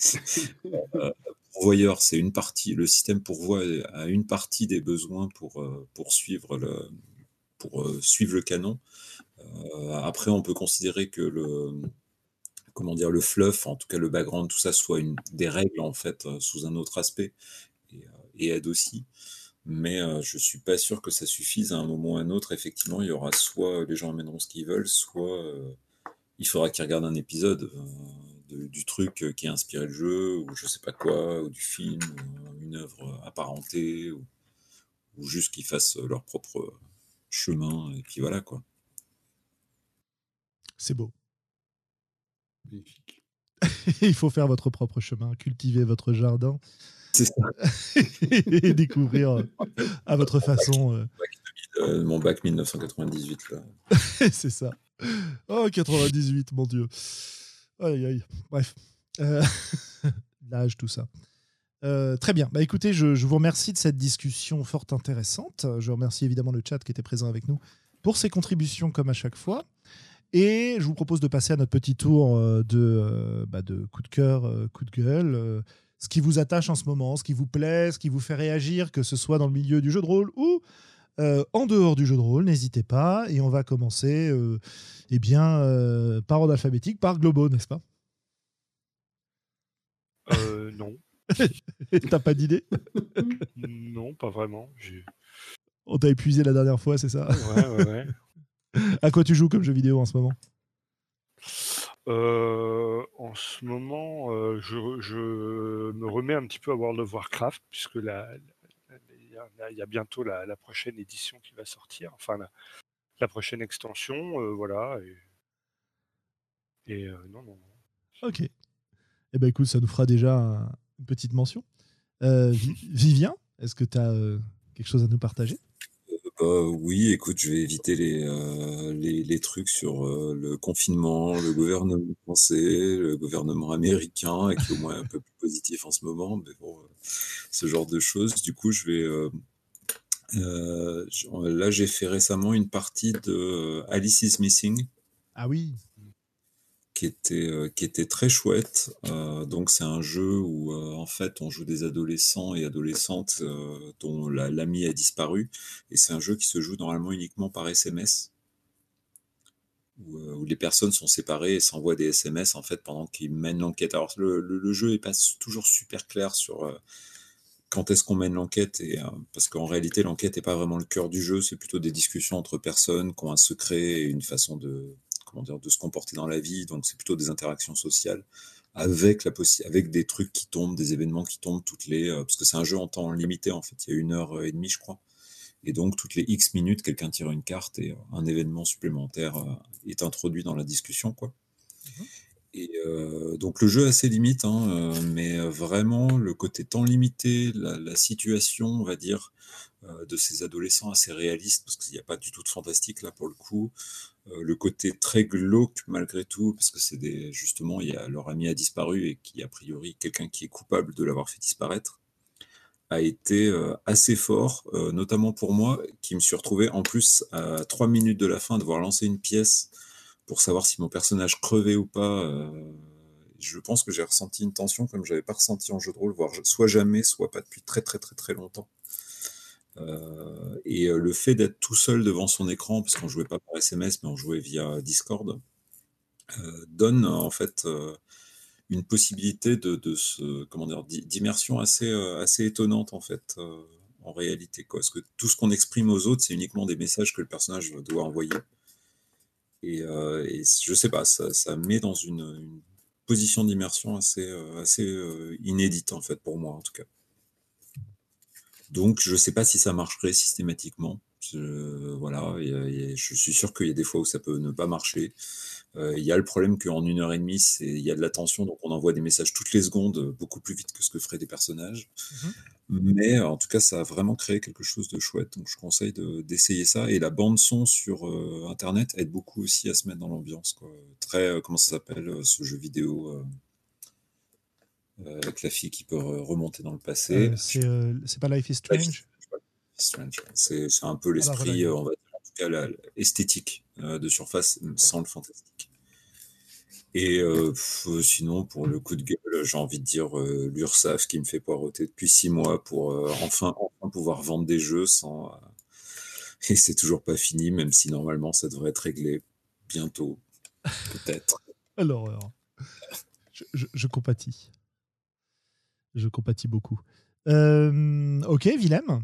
euh, pourvoyeur, c'est une partie, le système pourvoit à une partie des besoins pour, euh, pour suivre le, pour euh, suivre le canon. Euh, après, on peut considérer que le, comment dire, le fluff, en tout cas le background, tout ça, soit une, des règles en fait euh, sous un autre aspect et, euh, et aide aussi. Mais euh, je suis pas sûr que ça suffise à un moment ou à un autre. Effectivement, il y aura soit les gens amèneront ce qu'ils veulent, soit euh, il faudra qu'ils regardent un épisode euh, de- du truc qui a inspiré le jeu, ou je sais pas quoi, ou du film, ou une œuvre apparentée, ou, ou juste qu'ils fassent leur propre chemin, et puis voilà quoi. C'est beau. Magnifique. Il faut faire votre propre chemin, cultiver votre jardin. C'est ça. et découvrir euh, à votre façon. euh. Euh, mon bac mille neuf cent quatre-vingt-dix-huit, là. C'est ça. Oh, quatre-vingt-dix-huit, mon Dieu. Aïe, aïe. Bref. Euh, L'âge, tout ça. Euh, très bien. Bah, écoutez, je, je vous remercie de cette discussion fort intéressante. Je remercie évidemment le chat qui était présent avec nous pour ses contributions, comme à chaque fois. Et je vous propose de passer à notre petit tour euh, de, euh, bah, de coup de cœur, euh, coup de gueule. euh, ce qui vous attache en ce moment, ce qui vous plaît, ce qui vous fait réagir, que ce soit dans le milieu du jeu de rôle ou euh, en dehors du jeu de rôle. N'hésitez pas. Et on va commencer euh, eh bien, euh, par ordre alphabétique, par Globo, n'est-ce pas? Euh, non. T'as pas d'idée? Non, pas vraiment. J'ai- On t'a épuisé la dernière fois, c'est ça? Ouais, ouais, ouais. À quoi tu joues comme jeu vidéo en ce moment? Euh, en ce moment, euh, je, je me remets un petit peu à World of Warcraft, puisque la- la- il y, a- il y a bientôt la, la prochaine édition qui va sortir, enfin la, la prochaine extension, euh, voilà. Et, et, euh, non, non, non. Ok. Eh ben écoute, ça nous fera déjà un- une petite mention. Euh, Vi- Vivien, est-ce que tu as quelque chose à nous partager? Euh, oui, écoute, je vais éviter les, euh, les, les trucs sur euh, le confinement, le gouvernement français, le gouvernement américain, et qui est au moins un peu plus positif en ce moment, mais bon, euh, ce genre de choses. Du coup, je vais... euh, euh, j- là, j'ai fait récemment une partie de euh, Alice is Missing, Ah oui. qui était, euh, qui était très chouette. Euh, donc, c'est un jeu où, euh, en fait, on joue des adolescents et adolescentes euh, dont la- l'ami a disparu. Et c'est un jeu qui se joue normalement uniquement par S M S, où, euh, où les personnes sont séparées et s'envoient des S M S, en fait, pendant qu'ils mènent l'enquête. Alors, le, le, le jeu n'est pas toujours super clair sur euh, quand est-ce qu'on mène l'enquête, et, euh, parce qu'en réalité, l'enquête n'est pas vraiment le cœur du jeu, c'est plutôt des discussions entre personnes qui ont un secret et une façon de, comment dire, de se comporter dans la vie, donc c'est plutôt des interactions sociales, avec, la possi- avec des trucs qui tombent, des événements qui tombent toutes les... euh, parce que c'est un jeu en temps limité, en fait, il y a une heure et demie, je crois, et donc toutes les X minutes, quelqu'un tire une carte et euh, un événement supplémentaire euh, est introduit dans la discussion, quoi. Mhm. Et euh, donc le jeu a ses limites, hein, euh, mais euh, vraiment le côté temps limité, la, la situation, on va dire, euh, de ces adolescents assez réalistes, parce qu'il n'y a pas du tout de fantastique là pour le coup, euh, le côté très glauque malgré tout, parce que c'est des, justement, il y a leur ami a disparu et qui a priori quelqu'un qui est coupable de l'avoir fait disparaître, a été euh, assez fort, euh, notamment pour moi, qui me suis retrouvé en plus à trois minutes de la fin devoir lancer une pièce pour savoir si mon personnage crevait ou pas. Euh, je pense que j'ai ressenti une tension comme je n'avais pas ressenti en jeu de rôle, voire soit jamais, soit pas depuis très très très très longtemps. Euh, et euh, le fait d'être tout seul devant son écran, parce qu'on jouait pas par S M S, mais on jouait via Discord, euh, donne en fait euh, une possibilité de, de ce, comment dire, d'immersion assez, euh, assez étonnante en fait, euh, en réalité, quoi. Parce que tout ce qu'on exprime aux autres, c'est uniquement des messages que le personnage doit envoyer. Et, euh, et je sais pas, ça, ça met dans une, une position d'immersion assez, euh, assez euh, inédite en fait pour moi en tout cas. Donc je sais pas si ça marcherait systématiquement. Je, voilà, et, et je suis sûr qu'il y a des fois où ça peut ne pas marcher. Euh, il y a le problème qu'en une heure et demie, c'est, il y a de la tension, donc on envoie des messages toutes les secondes, beaucoup plus vite que ce que feraient des personnages. Mhm. Mais en tout cas, ça a vraiment créé quelque chose de chouette. Donc je conseille de, d'essayer ça. Et la bande son sur euh, Internet aide beaucoup aussi à se mettre dans l'ambiance, quoi. Très, euh, comment ça s'appelle euh, ce jeu vidéo euh, euh, avec la fille qui peut re- remonter dans le passé. Euh, c'est euh, c'est pas Life is Life Strange? is Strange. C'est, c'est un peu Ah bah voilà. l'esprit, euh, on va dire, en tout cas, la- esthétique euh, de Surface sans le fantastique. Et euh, pff, sinon, pour le coup de gueule, j'ai envie de dire euh, l'URSSAF qui me fait poireauter depuis six mois pour euh, enfin, enfin pouvoir vendre des jeux sans. Euh, et c'est toujours pas fini, même si normalement ça devrait être réglé bientôt, peut-être. L'horreur. Je, je, je compatis. Je compatis beaucoup. Euh, ok, Willem.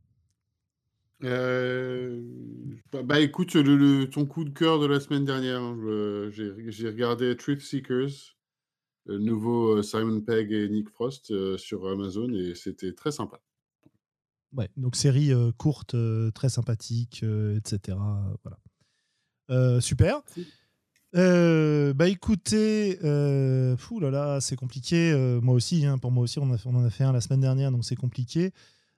Euh, bah, bah, écoute, le, le- ton coup de cœur de la semaine dernière, hein, je- j'ai j'ai regardé Truth Seekers, le nouveau euh, Simon Pegg et Nick Frost euh, sur Amazon, et c'était très sympa. Ouais, donc série euh, courte, euh, très sympathique, euh, et cetera. Voilà. Euh, super. Cool. Euh, bah écoutez, euh, fou là là, c'est compliqué. Euh, moi aussi, hein, pour moi aussi, on, a, on en a fait un la semaine dernière, donc c'est compliqué.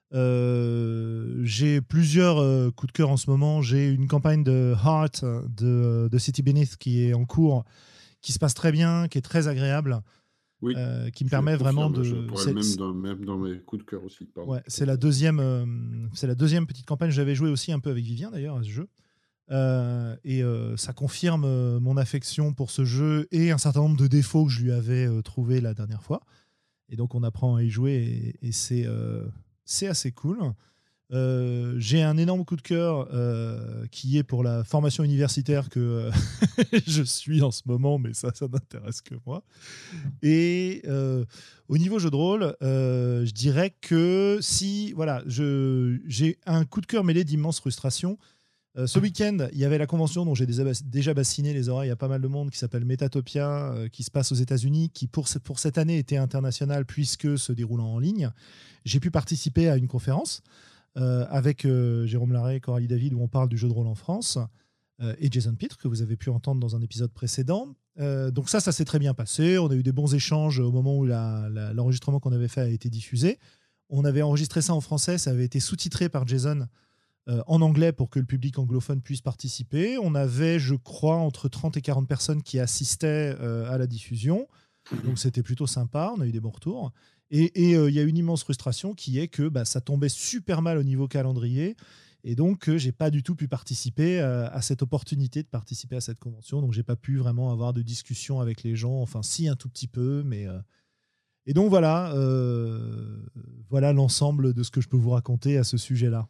Euh, j'ai plusieurs euh, coups de cœur en ce moment. J'ai une campagne de Heart de, de City Beneath qui est en cours, qui se passe très bien, qui est très agréable, Oui, euh, qui me je permet vraiment confirme, je de. pourrais c'est- même dans, même dans mes coups de cœur aussi. Pardon. Ouais, c'est la deuxième, euh, c'est la deuxième petite campagne. J'avais joué aussi un peu avec Vivien d'ailleurs à ce jeu. Euh, et euh, ça confirme euh, mon affection pour ce jeu et un certain nombre de défauts que je lui avais euh, trouvés la dernière fois. Et donc on apprend à y jouer et, et c'est, euh, c'est assez cool. Euh, j'ai un énorme coup de cœur euh, qui est pour la formation universitaire que euh, je suis en ce moment, mais ça, ça n'intéresse que moi. Et euh, au niveau jeu de rôle, euh, je dirais que si, voilà, je, j'ai un coup de cœur mêlé d'immenses frustrations. Euh, ce week-end, il y avait la convention dont j'ai déjà bassiné les oreilles à pas mal de monde qui s'appelle Metatopia, euh, qui se passe aux États-Unis, qui pour, pour cette année était internationale puisque se déroulant en ligne. J'ai pu participer à une conférence euh, avec euh, Jérôme Larrey et Coralie David où on parle du jeu de rôle en France euh, et Jason Pitre que vous avez pu entendre dans un épisode précédent. Euh, donc ça, ça s'est très bien passé. On a eu des bons échanges au moment où la, la, l'enregistrement qu'on avait fait a été diffusé. On avait enregistré ça en français, ça avait été sous-titré par Jason Euh, en anglais pour que le public anglophone puisse participer. On avait, je crois, entre trente et quarante personnes qui assistaient euh, à la diffusion. Donc c'était plutôt sympa, on a eu des bons retours. Et il euh, y a une immense frustration qui est que bah, ça tombait super mal au niveau calendrier. Et donc euh, j'ai pas du tout pu participer euh, à cette opportunité de participer à cette convention. Donc j'ai pas pu vraiment avoir de discussion avec les gens. Enfin si, un tout petit peu, mais... Euh... Et donc voilà, euh, voilà l'ensemble de ce que je peux vous raconter à ce sujet-là.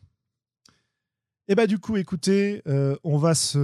Et bah du coup, écoutez, euh, on va se,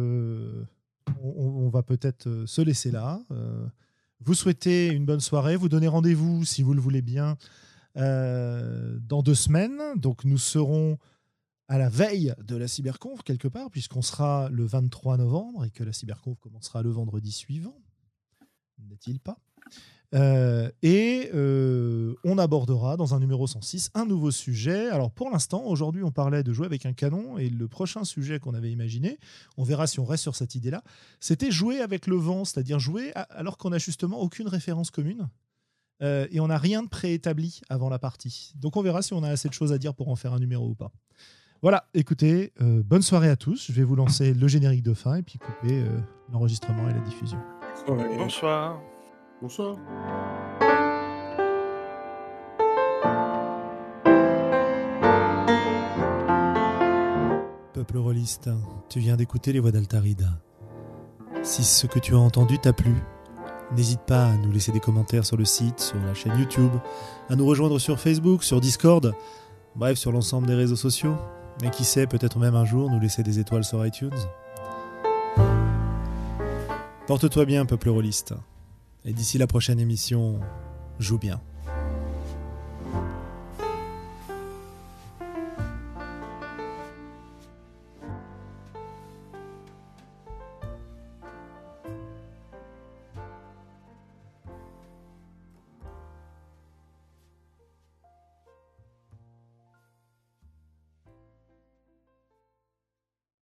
on, on va peut-être se laisser là. Euh, vous souhaitez une bonne soirée, vous donnez rendez-vous si vous le voulez bien euh, dans deux semaines. Donc nous serons à la veille de la cyberconf quelque part, puisqu'on sera le vingt-trois novembre et que la cyberconf commencera le vendredi suivant, n'est-il pas ? Euh, et euh, on abordera dans un numéro cent six un nouveau sujet. Alors pour l'instant, aujourd'hui on parlait de jouer avec un canon et le prochain sujet qu'on avait imaginé, on verra si on reste sur cette idée-là, c'était jouer avec le vent, c'est-à-dire jouer à, alors qu'on n'a justement aucune référence commune euh, et on n'a rien de préétabli avant la partie. Donc on verra si on a assez de choses à dire pour en faire un numéro ou pas. Voilà, écoutez, euh, bonne soirée à tous. Je vais vous lancer le générique de fin et puis couper euh, l'enregistrement et la diffusion. Ouais. Bonsoir. Bonsoir. Peuple rôliste, tu viens d'écouter les voix d'Altarida. Si ce que tu as entendu t'a plu, n'hésite pas à nous laisser des commentaires sur le site, sur la chaîne YouTube, à nous rejoindre sur Facebook, sur Discord, bref, sur l'ensemble des réseaux sociaux. Et qui sait, peut-être même un jour nous laisser des étoiles sur iTunes. Porte-toi bien, peuple rôliste. Et d'ici la prochaine émission, joue bien.